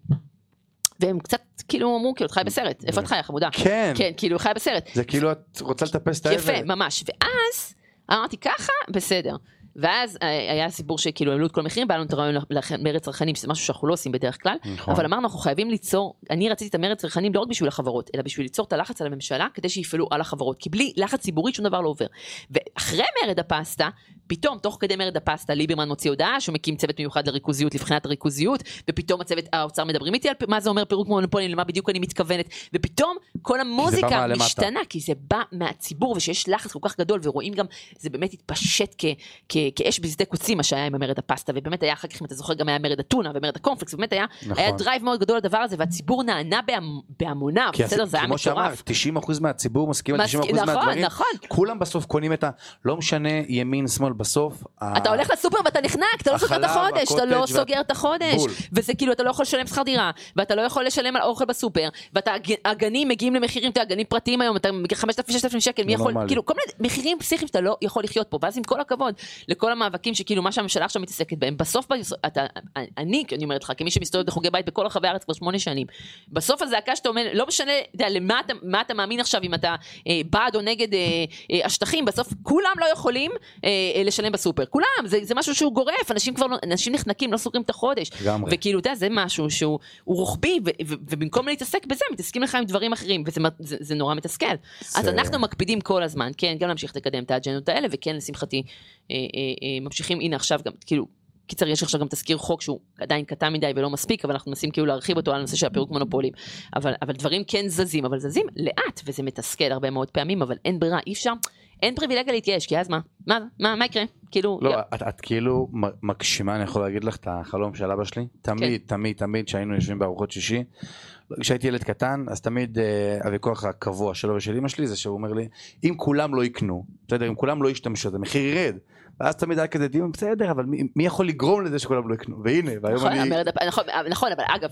והם קצת כאילו אמרו, כאילו, את חי בסרט. איפה את חי, חמודה? כן. כן, כאילו, חי בסרט. זה כאילו, את רוצה לטפס את העבר. יפה, ממש. ואז, אמרתי ככה, בסדר. ואז היה סיפור שכאילו העלו את כל המחירים, והיה לנו את הרעיון למרד צרכנים, שזה משהו שאנחנו לא עושים בדרך כלל, אבל אמרנו, אנחנו חייבים ליצור, אני רציתי את המרד צרכנים לא רק בשביל החברות, אלא בשביל ליצור את הלחץ על הממשלה, כדי שיפעלו על החברות, כי בלי לחץ ציבורי שום דבר לא עובר. ואחרי מרד הפסטה, פתאום, תוך כדי מרד הפסטה, ליברמן מוציא הודעה, שהוא מקים צוות מיוחד לריכוזיות, לבחינת הריכוזיות, ופתאום הצוות, האוצר מדברים איתי על מה זה אומר פירוק מונופולים, למה בדיוק אני מתכוונת, ופתאום כל המוזיקה משתנה, כי זה בא מהציבור, ושיש לחץ כל כך גדול, ורואים גם, זה באמת התפשט כ, כ, כאש בשדה קוצים, מה שהיה עם המרד הפסטה, ובאמת היה אחר כך, אם אתה זוכר, גם היה מרד הטונה, ומרד הקונפלקס, ובאמת היה, נכון. היה דרייב מאוד גדול לדבר הזה, והציבור נענה בהמוניו, בסדר, זה היה מטורף. תשעים אחוז מהציבור מסכים על תשעים אחוז מהדברים. נכון. כולם בסוף קונים את ה, לא משנה ימין, שמאל, בסוף. אתה הולך לסופר ואתה נחנק, אתה לא סוגר את החודש, אתה לא סוגר את החודש, וזה כאילו, אתה לא יכול לשלם שכר דירה, ואתה לא יכול לשלם על אוכל בסופר, ואתה, הגנים מגיעים למחירים, אתה הגנים פרטיים היום, אתה מגיע חמשת אלפים ששת אלפים שקל, מי יכול, כאילו, כל מיני מחירים פסיכיים שאתה לא יכול לחיות פה, ואז עם כל הכבוד, לכל המאבקים שכאילו מה שהממשלה עכשיו מתעסקת בהם, בסוף, אתה, אני, אני אומרת לך, כמי שמסתובב בחוגי בית בכל רחבי הארץ כבר שמונה שנים, בסוף הזעקה שאתה אומר, לא משנה, למה אתה, מה אתה מאמין עכשיו, אם אתה בעד או נגד השטחים, בסוף כולם לא יכולים לשלם בסופר. כולם, זה, זה משהו שהוא גורף, אנשים כבר, אנשים נחנקים, לא סוגרים את החודש. גמרי. וכאילו, אתה יודע, זה משהו שהוא רוחבי, ו, ו, ובמקום להתעסק בזה, מתעסקים לך עם דברים אחרים, וזה זה, זה נורא מתסכל. זה... אז אנחנו מקפידים כל הזמן, כן, גם להמשיך לקדם את האג'נדות האלה, וכן, לשמחתי, אה, אה, אה, ממשיכים, הנה עכשיו גם, כאילו, קיצר, יש עכשיו גם תזכיר חוק שהוא עדיין קטן מדי ולא מספיק, אבל אנחנו מנסים כאילו להרחיב אותו על הנושא של הפירוק מונופולים. אבל, אבל דברים כן זזים, אבל זזים לאט, וזה מתסכל הרבה מאוד פעמים, אבל אין ברירה, אי אפשר, אין פריבילגיה להתייאש, כי אז מה? מה, מה, מה יקרה? כאילו... לא, את, את כאילו מגשימה, אני יכול להגיד לך את החלום של אבא שלי, תמיד, כן. תמיד, תמיד, שהיינו יושבים בארוחות שישי, כשהייתי ילד קטן, אז תמיד uh, הוויכוח הקבוע שלו ושל אמא שלי, זה שהוא אומר לי, אם כולם לא יקנו, בסדר, אם כולם לא ישתמשו, זה מחיר ירד. ואז תמיד היה כזה דיון, בסדר, אבל מי, מי יכול לגרום לזה שכולם לא יקנו? והנה, והיום נכון, אני... נכון, נכון, אבל אגב,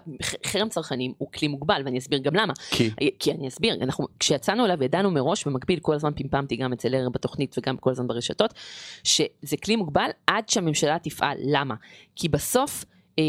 חרם צרכנים הוא כלי מוגבל, ואני אסביר גם למה. כי? כי אני אסביר, אנחנו, כשיצאנו אליו וידענו מראש, במקביל כל הזמן פימפמתי גם אצל ערב בתוכנית וגם כל הזמן ברשתות, שזה כלי מוגבל עד שהממשלה תפעל. למה? כי בסוף...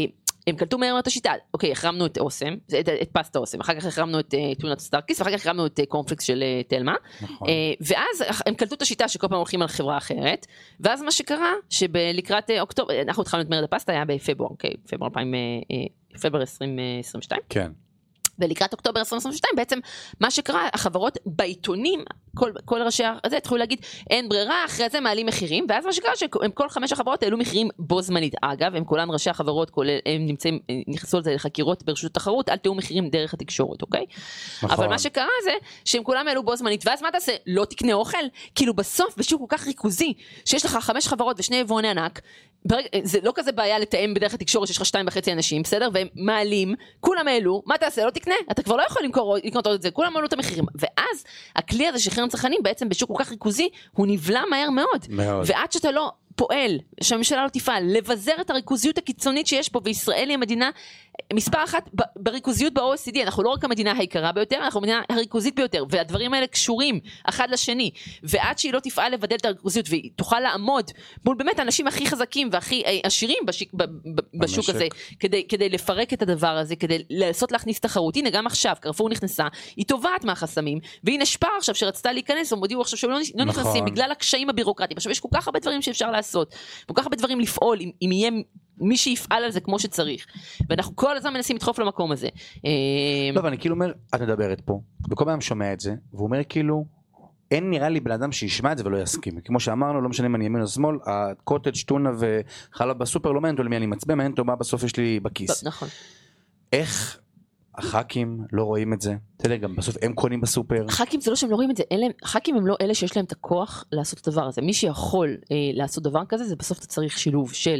הם קלטו מהר את השיטה, אוקיי, החרמנו את אוסם, את, את פסטה אוסם, אחר כך החרמנו את uh, טונת סטארקיס, ואחר כך החרמנו את uh, קורנפלקס של uh, תלמה, נכון. uh, ואז הם קלטו את השיטה שכל פעם הולכים על חברה אחרת, ואז מה שקרה, שבלקראת uh, אוקטובר, אנחנו התחלנו את מרד הפסטה, היה בפברואר, אוקיי, פברואר אלפיים, uh, פברואר עשרים עשרים ושתיים. כן. ולקראת אוקטובר עשרים עשרים ושתיים, בעצם מה שקרה, החברות בעיתונים, כל, כל ראשי הזה התחילו להגיד, אין ברירה, אחרי זה מעלים מחירים, ואז מה שקרה, שהם כל חמש החברות העלו מחירים בו זמנית. אגב, הם כולן ראשי החברות, כולל, הם נמצאים, נכנסו על זה לחקירות ברשות התחרות, אל תהיו מחירים דרך התקשורת, אוקיי? נכון. אבל מה שקרה זה, שהם כולם העלו בו זמנית, ואז מה תעשה? לא תקנה אוכל? כאילו בסוף, בשוק כל כך ריכוזי, שיש לך חמש חברות ושני יבואני ענק, ברגע, זה לא כזה בעיה לתאם בדרך התקשורת שיש לך שתיים וחצי אנשים, בסדר? והם מעלים, כולם העלו, מה תעשה? לא תקנה? אתה כבר לא יכול למכור, לקנות את זה, כולם העלו את המחירים. ואז הכלי הזה שחרם צרכנים בעצם בשוק כל כך ריכוזי, הוא נבלע מהר מאוד. מאוד. ועד שאתה לא פועל, שהממשלה לא תפעל, לבזר את הריכוזיות הקיצונית שיש פה, וישראל היא המדינה מספר אחת בריכוזיות ב-או אי סי די, אנחנו לא רק המדינה היקרה ביותר, אנחנו המדינה הריכוזית ביותר, והדברים האלה קשורים אחד לשני, ועד שהיא לא תפעל לבדל את הריכוזיות, והיא תוכל לעמוד מול באמת האנשים הכי חזקים והכי עשירים בשיק, בשוק הזה, כדי, כדי לפרק את הדבר הזה, כדי לעשות להכניס תחרות. הנה גם עכשיו, קרפור נכנסה, היא טובעת מהחסמים, והיא נשפר עכשיו שרצתה להיכנס, ומודיעו עכשיו שהם לא, לא נכנסים, בגלל הקשיים הבירוקרטיים. עכשיו יש כל כך הרבה דברים שאפשר לעשות, כל כך הרבה דברים לפעול, אם, אם יהיה מי שיפעל על זה כמו שצריך. ואנחנו כל הזמן מנסים לדחוף למקום הזה. לא, אבל אני כאילו אומר, את מדברת פה, וכל פעם שומע את זה, והוא אומר כאילו, אין נראה לי בן אדם שישמע את זה ולא יסכים. כמו שאמרנו, לא משנה אם אני ימין או שמאל, הקוטג' טונה וחלב בסופר לא מעניין אותו למי אני מצבע, מעניין אותו מה בסוף יש לי בכיס. נכון. איך הח"כים לא רואים את זה? אתה יודע, גם בסוף הם קונים בסופר. הח"כים זה לא שהם לא רואים את זה, הח"כים הם לא אלה שיש להם את הכוח לעשות את הדבר הזה. מי שיכול לעשות דבר כזה, זה בסוף אתה צריך שילוב של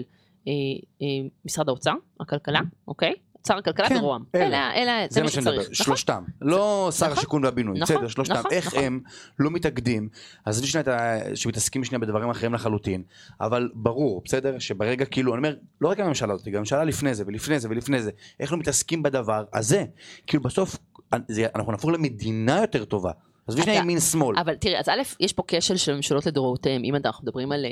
משרד האוצר, הכלכלה, אוקיי? שר הכלכלה ורוה"מ. אלה, זה מה שצריך. שלושתם. לא שר השיכון והבינוי. בסדר, שלושתם. איך הם לא מתאגדים, אז יש שנייה שמתעסקים שנייה בדברים אחרים לחלוטין, אבל ברור, בסדר, שברגע כאילו, אני אומר, לא רק הממשלה הזאת, גם הממשלה לפני זה ולפני זה ולפני זה, איך לא מתעסקים בדבר הזה? כאילו בסוף, אנחנו נהפוך למדינה יותר טובה. אז יש ימין שמאל. אבל תראה, אז א', יש פה כשל של ממשלות לדורותיהם, אם אנחנו מדברים על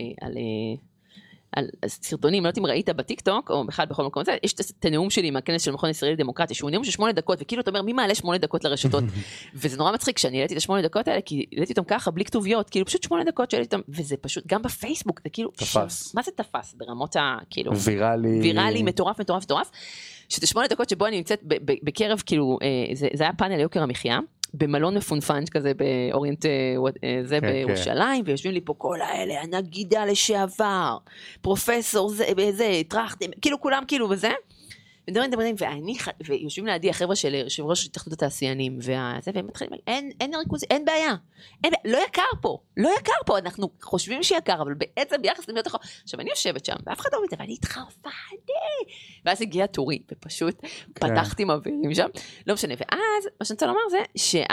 על סרטונים, לא יודעת אם ראית בטיקטוק, או בכלל בכל מקום הזה, יש את הנאום שלי מהכנס של מכון ישראלי דמוקרטי, שהוא נאום של שמונה דקות, וכאילו אתה אומר, מי מעלה שמונה דקות לרשתות? וזה נורא מצחיק, שאני העליתי את השמונה דקות האלה, כי העליתי אותם ככה, בלי כתוביות, כאילו פשוט שמונה דקות שהעליתי אותם, וזה פשוט, גם בפייסבוק, זה כאילו, תפס. מה זה תפס? ברמות ה, כאילו, ויראלי, ויראלי, מטורף, מטורף, מטורף, שזה שמונה דקות שבו אני נמצאת בקרב, כאילו, זה, זה היה פאנל יוקר המחיה, במלון מפונפנץ' כזה באוריינט זה בירושלים, ויושבים לי פה כל האלה, הנגידה לשעבר, פרופסור זה, זה, טרחתם, כאילו כולם כאילו וזה, ודברים דברים, ואני, ויושבים לידי החבר'ה של יושב ראש התאחדות התעשיינים, וזה, והם מתחילים, אין, אין ריכוז, אין בעיה, אין, לא יקר פה, לא יקר פה, אנחנו חושבים שיקר, אבל בעצם ביחס למדינות אחרות, עכשיו אני יושבת שם, ואף אחד לא מתאר, ואני התחרפתי, ואז הגיע תורי, ופשוט פתחתי מבהירים שם, לא משנה, ואז, מה שאני רוצה לומר זה, שה,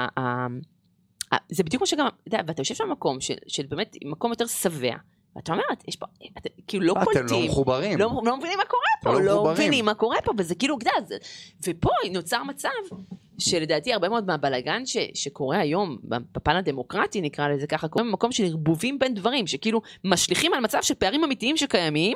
זה בדיוק כמו שגם, ואתה יושב שם במקום, של באמת מקום יותר שבע, ואתה אומרת, יש פה, כאילו לא קולטים. אתם לא מחוברים. לא מבינים מה קורה פה, לא מבינים מה קורה פה, וזה כאילו גדל. ופה נוצר מצב, שלדעתי הרבה מאוד מהבלגן שקורה היום, בפן הדמוקרטי נקרא לזה ככה, קורה במקום של ערבובים בין דברים, שכאילו משליכים על מצב של פערים אמיתיים שקיימים,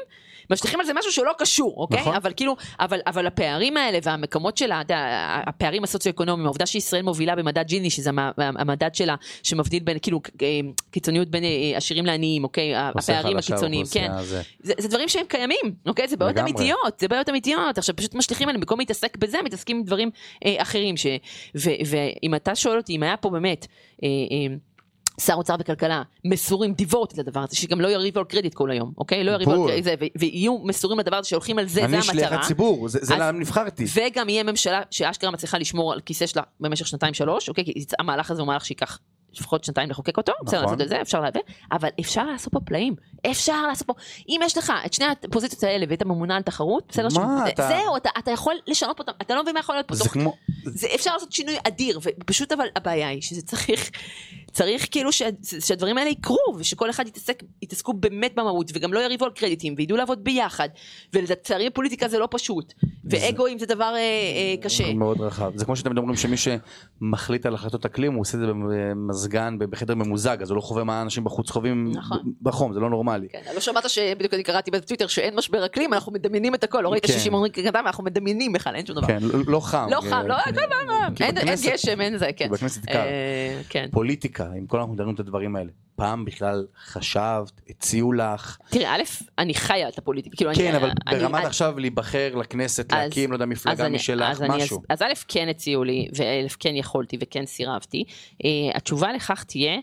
משליכים על זה משהו שלא קשור, אוקיי? נכון. אבל כאילו, אבל, אבל הפערים האלה והמקומות שלה, הפערים הסוציו-אקונומיים, העובדה שישראל מובילה במדד ג'יני, שזה המדד שלה שמבדיל בין, כאילו, קיצוניות בין עשירים לעניים, אוקיי? הפערים הקיצוניים, כן. זה, זה דברים שהם קיימים, אוקיי? זה בעיות אמיתיות, זה בעיות אמיתיות. עכשיו, פשוט משליכים עליהם, במקום להתעסק בזה, מתעסקים עם דברים אה, אחרים, ש, ו, ואם אתה שואל אותי, אם היה פה באמת, אה, אה, שר אוצר וכלכלה, מסורים דיבורט לדבר הזה, שגם לא יריבו על קרדיט כל היום, אוקיי? לא יריבו על קרדיט, ויהיו מסורים לדבר הזה, שהולכים על זה, זה המטרה. אני שליח הציבור, זה למה נבחרתי. וגם יהיה ממשלה שאשכרה מצליחה לשמור על כיסא שלה במשך שנתיים שלוש, אוקיי? כי המהלך הזה הוא מהלך שיקח לפחות שנתיים לחוקק אותו, בסדר לעשות את זה, אפשר להבין, אבל אפשר לעשות פה פלאים, אפשר לעשות פה, אם יש לך את שני הפוזיציות האלה ואת הממונה על תחרות, בסדר, זהו, אתה יכול לשנות אותם, אתה לא מבין מה יכול להיות פה, אפשר לעשות שינוי אדיר, ופשוט אבל הבעיה היא שזה צריך, צריך כאילו שהדברים האלה יקרו, ושכל אחד יתעסקו באמת במהות, וגם לא יריבו על קרדיטים, וידעו לעבוד ביחד, ולצערי פוליטיקה זה לא פשוט, ואגואים זה דבר קשה. מאוד רחב, זה כמו שאתם אומרים שמי שמחליט על החלטות אקלים, הוא עושה את זה במזגן, בחדר ממוזג, אז הוא לא חווה מה האנשים בחוץ חווים בחום, זה לא נורמלי. כן, לא שמעת שבדיוק אני קראתי בטוויטר שאין משבר אקלים, אנחנו מדמיינים את הכל, לא ראית שישים אומרים כגדם, אנחנו מדמיינים בכלל, אין שום דבר. כן, לא חם. לא חם, לא, אין גשם, אין זה, כן. בכנסת קר. פוליטיקה, עם כל אנחנו מדברים את הדברים האלה. פעם בכלל חשבת, הציעו לך. תראה, א', אני חיה את הפוליטיקה. כן, אבל ברמת עכשיו להיבחר לכנסת, להקים, לא יודע, מפלגה משלך, משהו. אז א', כן הציעו לי, וא', כן יכולתי וכן סירבתי. התשובה לכך תהיה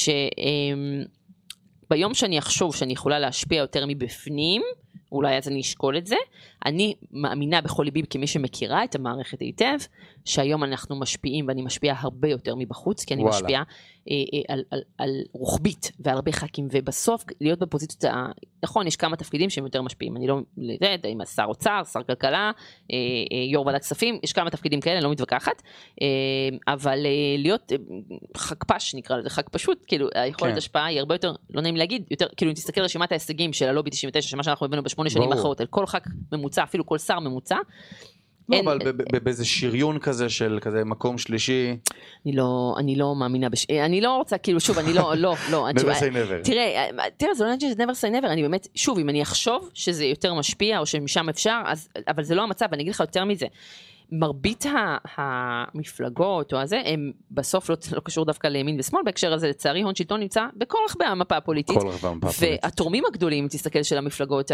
שביום שאני אחשוב שאני יכולה להשפיע יותר מבפנים, אולי אז אני אשקול את זה, אני מאמינה בכל ליבי כמי שמכירה את המערכת היטב, שהיום אנחנו משפיעים, ואני משפיעה הרבה יותר מבחוץ, כי אני וואלה. משפיעה אה, אה, על, על, על רוחבית ועל הרבה ח"כים, ובסוף להיות בפוזיציות, נכון, יש כמה תפקידים שהם יותר משפיעים, אני לא יודעת, עם שר אוצר, שר כלכלה, אה, אה, יו"ר ועדת כספים, יש כמה תפקידים כאלה, אני לא מתווכחת, אה, אבל אה, להיות אה, חכפש, נקרא לזה, חכ פשוט, כאילו, היכולת כן. השפעה היא הרבה יותר, לא נעים להגיד, יותר, כאילו, אם תסתכל רשימת ההישגים של הלובי תשעים ותשע, שמה שאנחנו הבאנו בשמונה שנים אחרות, על כל ח"כ ממוצע, אפילו כל שר ממוצע, לא, אבל באיזה שריון כזה של כזה מקום שלישי. אני לא, אני לא מאמינה בש... אני לא רוצה, כאילו, שוב, אני לא, לא, לא. never say never. תראה, תראה, זה לא נגיד שזה never say never, אני באמת, שוב, אם אני אחשוב שזה יותר משפיע, או שמשם אפשר, אז, אבל זה לא המצב, אני אגיד לך יותר מזה. מרבית המפלגות או הזה, הם בסוף לא, לא קשור דווקא לימין ושמאל, בהקשר הזה לצערי הון שלטון נמצא בכל רכבי המפה הפוליטית, והתורמים הגדולים, אם תסתכל של המפלגות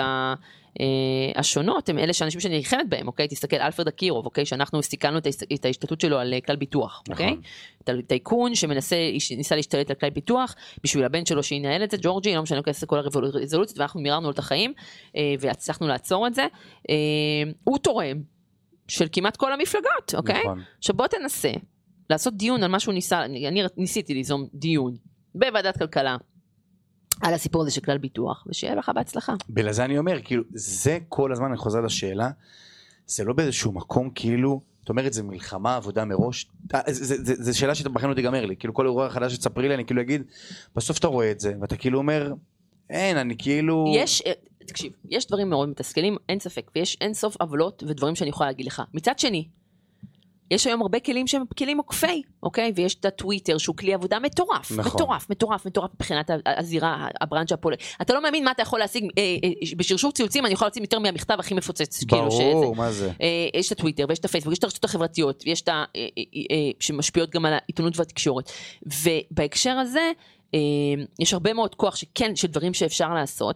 השונות, הם אלה שאנשים שאני נלחמת בהם, אוקיי? תסתכל אלפרד אקירוב, אוקיי? שאנחנו הסתכלנו את ההשתתות שלו על כלל ביטוח, אוקיי? טייקון שניסה להשתלט על כלל ביטוח, בשביל הבן שלו שינהל את זה, ג'ורג'י, לא משנה כל הרזולוציות, ואנחנו מיררנו את החיים, והצלחנו לעצור את זה. הוא תורם של כמעט כל המפלגות, אוקיי? נכון. עכשיו בוא תנסה לעשות דיון על מה שהוא ניסה, אני, אני ניסיתי ליזום דיון בוועדת כלכלה, על הסיפור הזה של כלל ביטוח, ושיהיה לך בהצלחה. בגלל זה אני אומר, כאילו, זה כל הזמן, אני חוזר לשאלה, זה לא באיזשהו מקום, כאילו, זאת אומרת, זה מלחמה, עבודה מראש, זו שאלה שבחיים לא תיגמר לי, כאילו כל אירוע חדש שתספרי לי, אני כאילו אגיד, בסוף אתה רואה את זה, ואתה כאילו אומר, אין, אני כאילו... יש... תקשיב, יש דברים מאוד מתסכלים, אין ספק, ויש אין סוף עוולות ודברים שאני יכולה להגיד לך. מצד שני, יש היום הרבה כלים שהם כלים עוקפי, אוקיי? ויש את הטוויטר שהוא כלי עבודה מטורף, נכון. מטורף, מטורף, מטורף מבחינת הזירה, הברנצ'ה הפוליטית. אתה לא מאמין מה אתה יכול להשיג, אה, אה, בשרשור ציוצים אני יכול להשיג יותר מהמכתב הכי מפוצץ. ברור, כאילו מה זה? אה, יש את הטוויטר, ויש את הפייסבוק, יש את הרשתות החברתיות, ויש את ה... אה, אה, אה, שמשפיעות גם על העיתונות והתקשורת. ובהקשר הזה, יש הרבה מאוד כוח שכן, של דברים שאפשר לעשות,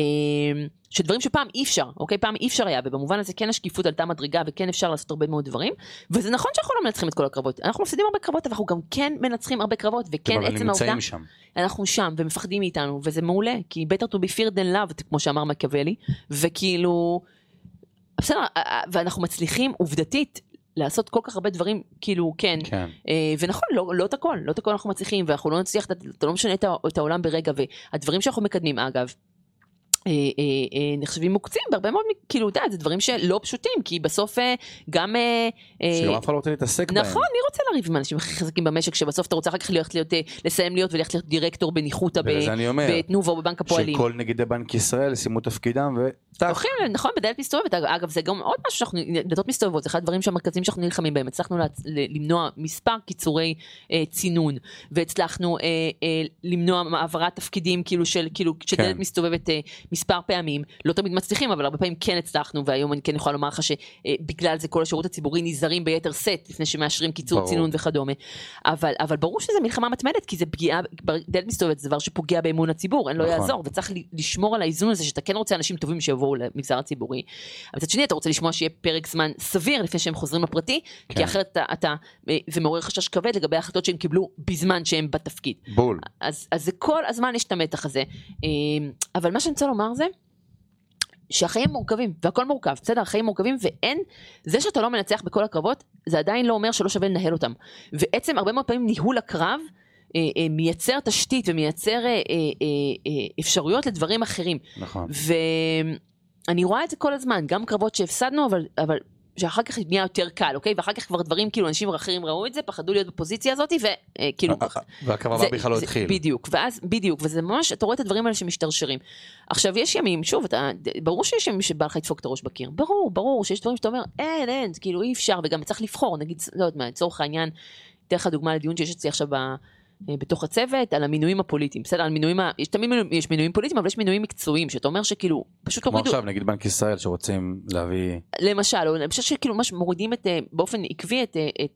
של דברים שפעם אי אפשר, אוקיי? פעם אי אפשר היה, ובמובן הזה כן השקיפות עלתה מדרגה, וכן אפשר לעשות הרבה מאוד דברים, וזה נכון שאנחנו לא מנצחים את כל הקרבות, אנחנו מפסידים הרבה קרבות, אבל אנחנו גם כן מנצחים הרבה קרבות, וכן עצם העובדה, אנחנו שם, ומפחדים מאיתנו, וזה מעולה, כי better to be feared than loved, כמו שאמר מקיאוולי, וכאילו, בסדר, ואנחנו מצליחים עובדתית, לעשות כל כך הרבה דברים, כאילו, כן, כן. אה, ונכון, לא, לא את הכל, לא את הכל אנחנו מצליחים, ואנחנו לא נצליח, אתה לא משנה את, את העולם ברגע, והדברים שאנחנו מקדמים, אגב, אה, אה, אה, נחשבים מוקצים, בהרבה מאוד, כאילו, אתה יודע, זה דברים שלא פשוטים, כי בסוף אה, גם... אה, שגם אף אחד לא רוצה להתעסק בהם. נכון, מי רוצה לריב עם אנשים הכי חזקים במשק, שבסוף אתה רוצה אחר כך להיות, להיות, לסיים להיות, וללכת להיות דירקטור בניחותא, בתנובה או בבנק הפועלים. שכל נגידי בנק ישראל שימו תפקידם, ו... נכון, בדלת מסתובבת, אגב זה גם עוד משהו שאנחנו, דלתות מסתובבות, זה אחד הדברים שהמרכזים שאנחנו נלחמים בהם, הצלחנו למנוע מספר קיצורי צינון, והצלחנו למנוע מעברת תפקידים כאילו של, כאילו, כשדלת מסתובבת מספר פעמים, לא תמיד מצליחים, אבל הרבה פעמים כן הצלחנו, והיום אני כן יכולה לומר לך שבגלל זה כל השירות הציבורי נזהרים ביתר סט, לפני שמאשרים קיצור צינון וכדומה. אבל, אבל ברור שזה מלחמה מתמדת, כי זה פגיעה, דלת מסתובבת, זה דבר שפוגע באמון הציבור, אין לא יעזור, וצריך לשמור על האיזון הזה, שאתה כן רוצה אנשים טובים שיבואו למגזר הציבורי. אבל מצד שני, אתה רוצה לשמוע שיהיה פרק זמן סביר לפני שהם חוזרים לפרטי, כן. כי אחרת אתה, אתה, זה מעורר חשש כבד לגבי ההחלטות שהם קיבלו בזמן שהם בתפקיד. בול. אז, אז זה כל הזמן יש את המתח הזה. אבל מה שאני רוצה לומר זה, שהחיים מורכבים, והכל מורכב, בסדר, החיים מורכבים, ואין, זה שאתה לא מנצח בכל הקרבות, זה עדיין לא אומר שלא שווה לנהל אותם. ועצם, הרבה מאוד פעמים ניהול הקרב, מייצר תשתית ומייצר אפשרויות לדברים אחרים. נכון. ואני רואה את זה כל הזמן, גם קרבות שהפסדנו, אבל, אבל שאחר כך נהיה יותר קל, אוקיי? ואחר כך כבר דברים, כאילו, אנשים אחרים ראו את זה, פחדו להיות בפוזיציה הזאת, וכאילו... והקרב הבא בכלל לא התחיל. בדיוק, ואז, בדיוק, וזה ממש, אתה רואה את הדברים האלה שמשתרשרים. עכשיו, יש ימים, שוב, אתה, ברור שיש ימים שבא לך לדפוק את הראש בקיר, ברור, ברור, שיש דברים שאתה אומר, אין, אין, כאילו, אי אפשר, וגם צריך לבחור, נגיד, לא יודעת מה, לצורך העניין, אתן לך דוגמה לדיון שיש אצלי עכשיו ב... בתוך הצוות, על המינויים הפוליטיים. בסדר, על מינויים, יש תמיד יש מינויים פוליטיים, אבל יש מינויים מקצועיים, שאתה אומר שכאילו, פשוט הורידו... כמו עכשיו, נגיד בנק ישראל, שרוצים להביא... למשל, אני חושב שכאילו, ממש מורידים את, באופן עקבי את, את,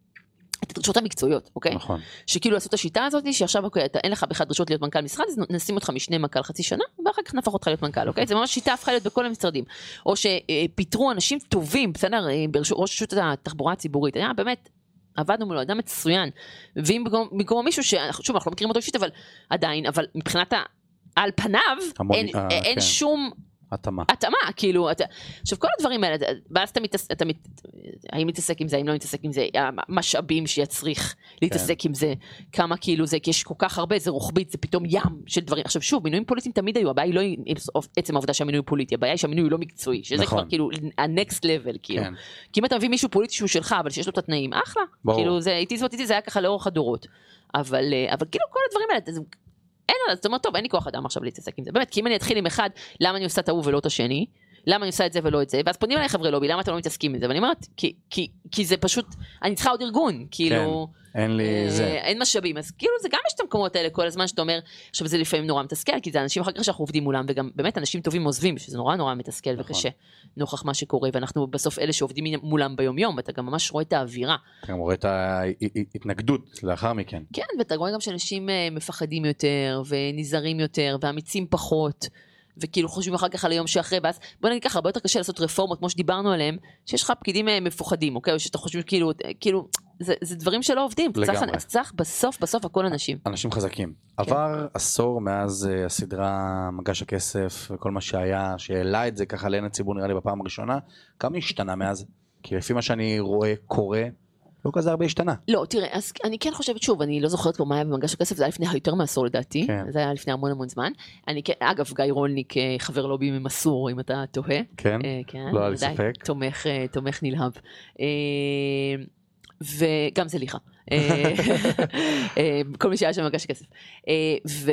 את הדרישות המקצועיות, אוקיי? נכון. שכאילו לעשות את השיטה הזאת, שעכשיו, אוקיי, אתה, אין לך בכלל דרישות להיות מנכ"ל משרד, אז נשים אותך משנה מנכ"ל חצי שנה, ואחר כך נהפוך אותך להיות מנכ"ל, אוקיי? זה ממש שיטה הפכה להיות בכל המשרדים. או שפיטרו אנשים טובים, בסדר, ראש רשות התחבורה הציבורית, היה באמת עבדנו מולו, אדם מצוין, ואם במקום מישהו ששוב, אנחנו לא מכירים אותו אישית, אבל עדיין, אבל מבחינת על פניו, אין, אין כן. שום התאמה. התאמה, כאילו, אתה, עכשיו כל הדברים האלה, ואז אתה מתעסק, אתה מת, האם מתעסק עם זה, האם לא מתעסק עם זה, המשאבים שיצריך להתעסק כן. עם זה, כמה כאילו זה, כי יש כל כך הרבה, זה רוחבית, זה פתאום ים של דברים. עכשיו שוב, מינויים פוליטיים תמיד היו, הבעיה היא לא עצם העובדה שהמינוי פוליטי, הבעיה היא שהמינוי הוא לא מקצועי, שזה נכון. כבר כאילו ה-next level, כאילו. כן. כי אם אתה מביא מישהו פוליטי שהוא שלך, אבל שיש לו את התנאים, אחלה. ברור. כאילו זה, איתי זאת איתי, זה היה ככה לאורך הדורות. אבל, אבל כאילו כל הדברים האלה, זה, אין, אז זאת אומרת, טוב, אין לי כוח אדם עכשיו להתעסק עם זה. באמת, כי אם אני אתחיל עם אחד, למה אני עושה את ההוא ולא את השני? למה אני עושה את זה ולא את זה? ואז פונים אליי חבר'ה לובי, למה אתם לא מתעסקים עם זה? ואני אומרת, כי, כי, כי זה פשוט, אני צריכה עוד ארגון, כאילו... כן, אין לי אה, זה. אין משאבים, אז כאילו זה גם יש את המקומות האלה כל הזמן שאתה אומר, עכשיו זה לפעמים נורא מתסכל, כי זה אנשים אחר כך שאנחנו עובדים מולם, וגם באמת אנשים טובים עוזבים, שזה נורא נורא מתסכל נכון. וקשה, נוכח מה שקורה, ואנחנו בסוף אלה שעובדים מולם ביום יום, ואתה גם ממש רואה את האווירה. אתה גם רואה את ההתנגדות לאחר מכן. כן, ואתה רואה גם שאנשים מפחדים יותר, ונזהרים יותר, ואמיצים פחות, וכאילו חושבים אחר כך על היום שאחרי, ואז בוא נגיד ככה, הרבה יותר קשה לעשות רפורמות, כמו שדיברנו עליהם, שיש לך פקידים מפוחדים, אוקיי? או שאתה חושב כאילו, כאילו, זה, זה דברים שלא עובדים. לגמרי. צריך, צריך בסוף, בסוף הכל אנשים. אנשים חזקים. כן. עבר עשור מאז uh, הסדרה מגש הכסף, וכל מה שהיה, שהעלה את זה ככה לעין הציבור נראה לי בפעם הראשונה, כמה השתנה מאז? כי לפי מה שאני רואה, קורה, לא כזה הרבה השתנה. לא, תראה, אז אני כן חושבת שוב, אני לא זוכרת כבר מה היה במגש הכסף, זה היה לפני יותר מעשור לדעתי, כן. זה היה לפני המון המון זמן. אני, אגב, גיא רולניק, חבר לובי ממסור, אם אתה תוהה. כן, כן לא היה לי ספק. תומך, תומך נלהב. וגם זה ליחה. כל מי שהיה שם במגש הכסף. ו...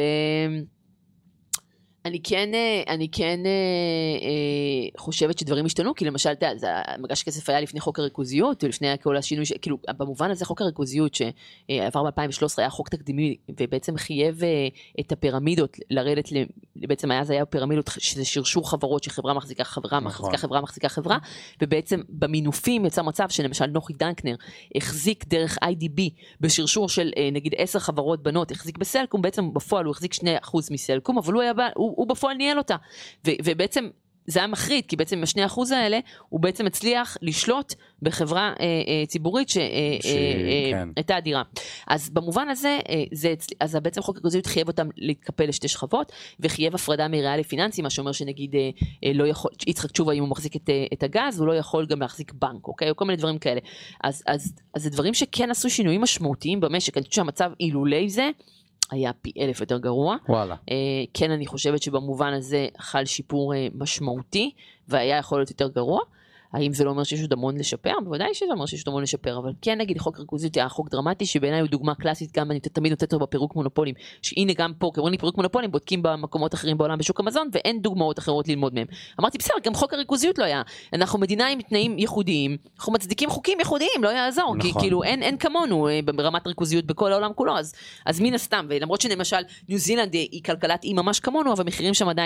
אני כן, אני כן חושבת שדברים השתנו, כי למשל, מגש כסף היה לפני חוק הריכוזיות, ולפני כל השינוי, כאילו, במובן הזה חוק הריכוזיות שעבר ב-אלפיים ושלוש עשרה היה חוק תקדימי, ובעצם חייב את הפירמידות לרדת, בעצם היה זה היה פירמידות, שזה שרשור חברות שחברה מחזיקה חברה, מחזיקה חברה, מחזיקה חברה, ובעצם במינופים יצא מצב שלמשל נוחי דנקנר החזיק דרך איי די בי בשרשור של נגיד עשר חברות בנות, החזיק בסלקום, בעצם בפועל הוא החזיק שני אחוז מסלקום, אבל הוא היה, הוא הוא בפועל ניהל אותה, ו- ובעצם זה היה מחריד, כי בעצם בשני אחוז האלה, הוא בעצם הצליח לשלוט בחברה אה, אה, ציבורית שהייתה אה, אדירה. אז במובן הזה, אה, זה, אז בעצם חוק הריכוזיות חייב אותם להתקפל לשתי שכבות, וחייב הפרדה מריאלי פיננסי, מה שאומר שנגיד אה, אה, לא יכול, יצחק תשובה אם הוא מחזיק את, אה, את הגז, הוא לא יכול גם להחזיק בנק, אוקיי? או כל מיני דברים כאלה. אז, אז, אז זה דברים שכן עשו שינויים משמעותיים במשק, אני חושבת שהמצב אילולי זה, היה פי אלף יותר גרוע. וואלה. Uh, כן, אני חושבת שבמובן הזה חל שיפור uh, משמעותי, והיה יכול להיות יותר גרוע. האם זה לא אומר שיש עוד המון לשפר? בוודאי שזה אומר שיש עוד המון לשפר, אבל כן נגיד חוק ריכוזיות היה חוק דרמטי, שבעיניי הוא דוגמה קלאסית, גם אני תמיד נותנת לו בפירוק מונופולים, שהנה גם פה, קוראים לי פירוק מונופולים, בודקים במקומות אחרים בעולם בשוק המזון, ואין דוגמאות אחרות ללמוד מהם. אמרתי, בסדר, גם חוק הריכוזיות לא היה. אנחנו מדינה עם תנאים ייחודיים, אנחנו מצדיקים חוקים ייחודיים, לא יעזור, נכון. כי כאילו אין, אין כמונו ברמת ריכוזיות בכל העולם כולו, אז, אז מן הסתם, ולמרות שלמשל ניו זילנד היא כלכלת אי ממש כמונו, אבל מחירים שם עדיין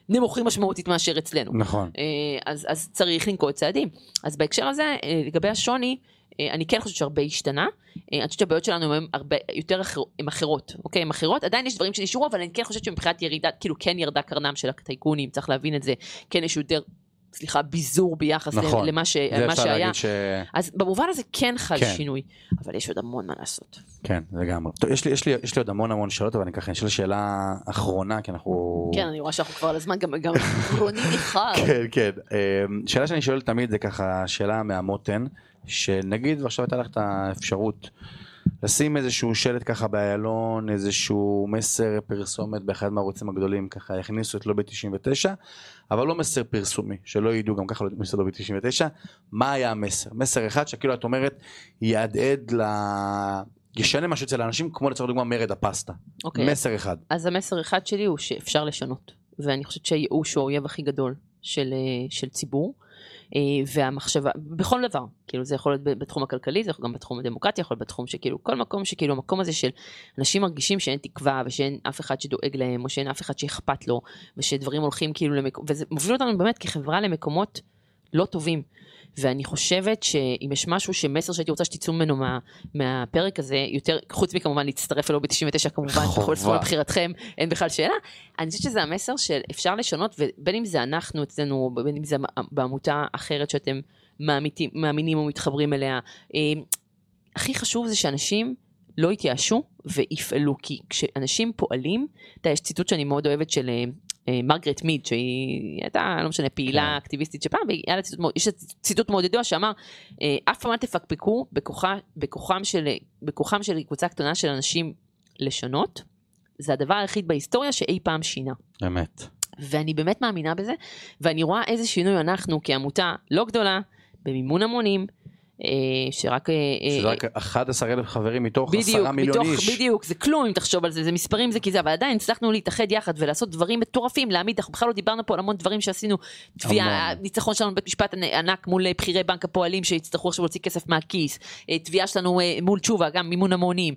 נמוכים משמעותית מאשר אצלנו. נכון. אז, אז צריך לנקוט צעדים. אז בהקשר הזה, לגבי השוני, אני כן חושבת שהרבה השתנה, אני חושבת שהבעיות שלנו הן הרבה יותר הן אחרות, אוקיי? הן אחרות, עדיין יש דברים שנשארו, אבל אני כן חושבת שמבחינת ירידה, כאילו כן ירדה קרנם של הטייקונים, צריך להבין את זה, כן יש יותר, סליחה, ביזור ביחס נכון. למה ש... מה שהיה. ש... אז במובן הזה כן חל כן. שינוי, אבל יש עוד המון מה לעשות. כן, לגמרי. טוב, יש לי, יש לי, יש לי עוד המון המון שאלות, אבל אני ככה, יש לי שאלה אחרונה, כי אנחנו... כן, אני רואה שאנחנו כבר על הזמן, גם, גם אחרונים אחד. כן, כן. שאלה שאני שואל תמיד זה ככה, שאלה מהמותן, שנגיד, ועכשיו הייתה לך את האפשרות, לשים איזשהו שלט ככה באיילון, איזשהו מסר פרסומת באחד מהערוצים הגדולים, ככה הכניסו את לובי תשעים ותשע, אבל לא מסר פרסומי, שלא ידעו גם ככה מסר לובי תשעים ותשע, מה היה המסר? מסר אחד שכאילו את אומרת, יעדעד ל... ישנה משהו אצל האנשים, כמו לצורך דוגמה מרד הפסטה. אוקיי. מסר אחד. אז המסר אחד שלי הוא שאפשר לשנות, ואני חושבת שהייאוש הוא האויב הכי גדול של, של ציבור, והמחשבה, בכל דבר, כאילו זה יכול להיות בתחום הכלכלי, זה יכול גם בתחום הדמוקרטיה, יכול להיות בתחום שכאילו, כל מקום שכאילו, המקום הזה של אנשים מרגישים שאין תקווה, ושאין אף אחד שדואג להם, או שאין אף אחד שאכפת לו, ושדברים הולכים כאילו למקומות, וזה מוביל אותנו באמת כחברה למקומות לא טובים, ואני חושבת שאם יש משהו שמסר שהייתי רוצה שתצאו ממנו מה, מהפרק הזה, יותר, חוץ מכמובן להצטרף אלו ב-תשעים ותשע כמובן, בכל ספור לבחירתכם, אין בכלל שאלה, אני חושבת שזה המסר של אפשר לשנות, ובין אם זה אנחנו אצלנו, בין אם זה בעמותה אחרת שאתם מאמינים, מאמינים או מתחברים אליה, הכי חשוב זה שאנשים לא יתייאשו ויפעלו, כי כשאנשים פועלים, יש ציטוט שאני מאוד אוהבת של מרגרט מיד, שהיא הייתה, לא משנה, פעילה אקטיביסטית שפעם, ויש ציטוט מאוד ידוע שאמר, אף פעם אל תפקפקו בכוחם של, בכוחם של קבוצה קטנה של אנשים לשנות, זה הדבר היחיד בהיסטוריה שאי פעם שינה. אמת. ואני באמת מאמינה בזה, ואני רואה איזה שינוי אנחנו כעמותה לא גדולה, במימון המונים, שרק... שזה רק אחד עשר אלף חברים מתוך עשרה מיליון איש. בדיוק, זה כלום אם תחשוב על זה, זה מספרים, זה כי זה, אבל עדיין הצלחנו להתאחד יחד ולעשות דברים מטורפים, להעמיד, אנחנו בכלל לא דיברנו פה על המון דברים שעשינו, תביעה, ניצחון שלנו בית משפט ענק מול בחירי בנק הפועלים שהצטרכו עכשיו להוציא כסף מהכיס, תביעה שלנו מול תשובה, גם מימון המונים,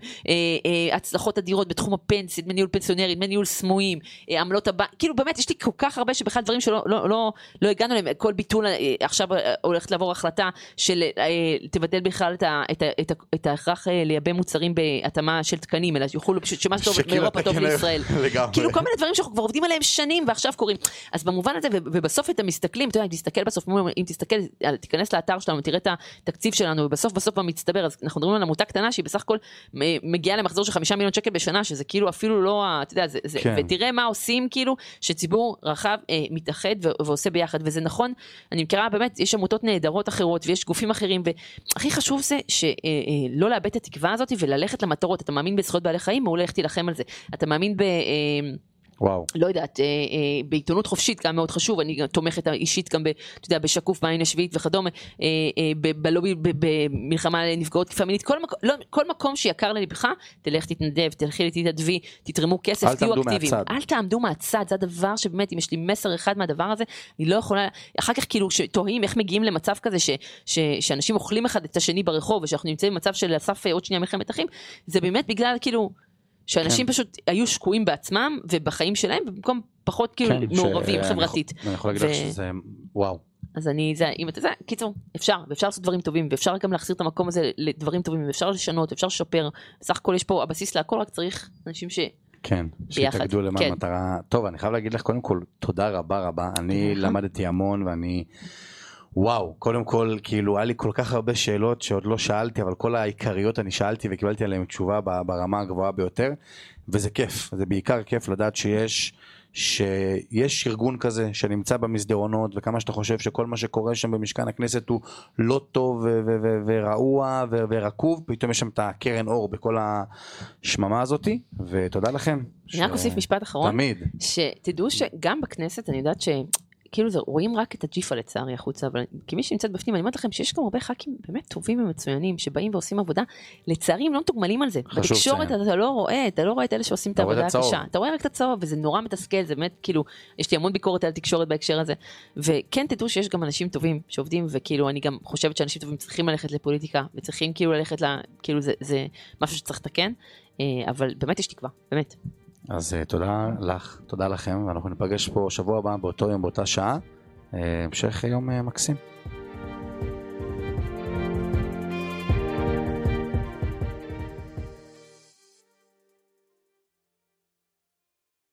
הצלחות אדירות בתחום הפנסיה, דמי ניהול פנסיונרי, דמי ניהול סמויים, עמלות הבנק, כאילו באמת יש לי כל כך הרבה שבכלל דברים שלא לא, לא, לא הגענו להם, כל ביטול, עכשיו הולכת לעבור החלטה של תבטל בכלל את, ה, את, ה, את, ה, את ההכרח לייבא מוצרים בהתאמה של תקנים, אלא יוכלו פשוט שמה שטוב מאירופה טוב לישראל. כאילו כל מיני דברים שאנחנו כבר עובדים עליהם שנים ועכשיו קוראים. אז במובן הזה, ובסוף אתם מסתכלים, אתה יודע, אם תסתכל בסוף, אם תסתכל, תיכנס לאתר שלנו, תראה את התקציב שלנו, ובסוף בסוף במצטבר, אז אנחנו מדברים על עמותה קטנה שהיא בסך הכל מגיעה למחזור של חמישה מיליון שקל בשנה, שזה כאילו אפילו לא, אתה יודע, זה, זה, ותראה מה עושים כאילו, שציבור רחב אה, מתאחד ועושה ביחד, וזה נכון, אני מכירה באמת, יש עמותות נהדרות אחרות, ויש גופים אחרים, והכי חשוב זה שלא לאבד את התקווה הזאת, וללכת למטרות, אתה מאמין בזכויות בעלי חיים, מעולה ללכת להילחם על זה, אתה מאמין ב... וואו. לא יודעת, בעיתונות חופשית גם מאוד חשוב, אני תומכת אישית גם, אתה יודע, בשקוף בעין השביעית וכדומה, בלובי, במלחמה לנפגעות תקיפה מינית, כל מקום שיקר ללבך, תלך תתנדב, תלכי להתנדבי, תתרמו כסף, תהיו אקטיביים. אל תעמדו מהצד, זה הדבר שבאמת, אם יש לי מסר אחד מהדבר הזה, אני לא יכולה, אחר כך כאילו שתוהים איך מגיעים למצב כזה, שאנשים אוכלים אחד את השני ברחוב, ושאנחנו נמצאים במצב של אסף עוד שנייה מלחמת אחים, זה באמת בגלל כאילו שאנשים כן. פשוט היו שקועים בעצמם ובחיים שלהם, ובמקום פחות כאילו כן, מעורבים ש... חברתית. אני יכול להגיד ו... לך שזה וואו. אז אני, זה, אם אתה זה, קיצור, אפשר, ואפשר לעשות דברים טובים, ואפשר גם להחזיר את המקום הזה לדברים טובים, ואפשר לשנות, אפשר לשפר, בסך הכל יש פה הבסיס להכל, רק צריך אנשים ש... כן, שיתאגדו למען כן. מטרה. טוב, אני חייב להגיד לך קודם כל, תודה רבה רבה, אני למדתי המון ואני... וואו, קודם כל, כאילו, היה לי כל כך הרבה שאלות שעוד לא שאלתי, אבל כל העיקריות אני שאלתי וקיבלתי עליהן תשובה ברמה הגבוהה ביותר, וזה כיף, זה בעיקר כיף לדעת שיש, שיש ארגון כזה שנמצא במסדרונות, וכמה שאתה חושב שכל מה שקורה שם במשכן הכנסת הוא לא טוב ורעוע ורקוב, פתאום יש שם את הקרן אור בכל השממה הזאת, ותודה לכם. אני רק אוסיף משפט אחרון, תמיד. שתדעו שגם בכנסת אני יודעת ש... כאילו זה, רואים רק את הג'יפה לצערי החוצה, אבל כמי שנמצאת בפנים, אני אומרת לכם שיש גם הרבה ח"כים באמת טובים ומצוינים, שבאים ועושים עבודה, לצערי הם לא מתוגמלים על זה. בתקשורת אתה לא רואה, אתה לא רואה את אלה שעושים את העבודה הקשה. אתה רואה רק את הצהוב, וזה נורא מתסכל, זה באמת כאילו, יש לי המון ביקורת על תקשורת בהקשר הזה, וכן תדעו שיש גם אנשים טובים שעובדים, וכאילו אני גם חושבת שאנשים טובים צריכים ללכת לפוליטיקה, וצריכים כאילו ללכת ל... כאילו זה, זה משהו שצריך לתקן, אבל באמת יש תקווה, באמת. אז תודה לך, תודה לכם, ואנחנו ניפגש פה שבוע הבא באותו יום, באותה שעה. המשך יום מקסים.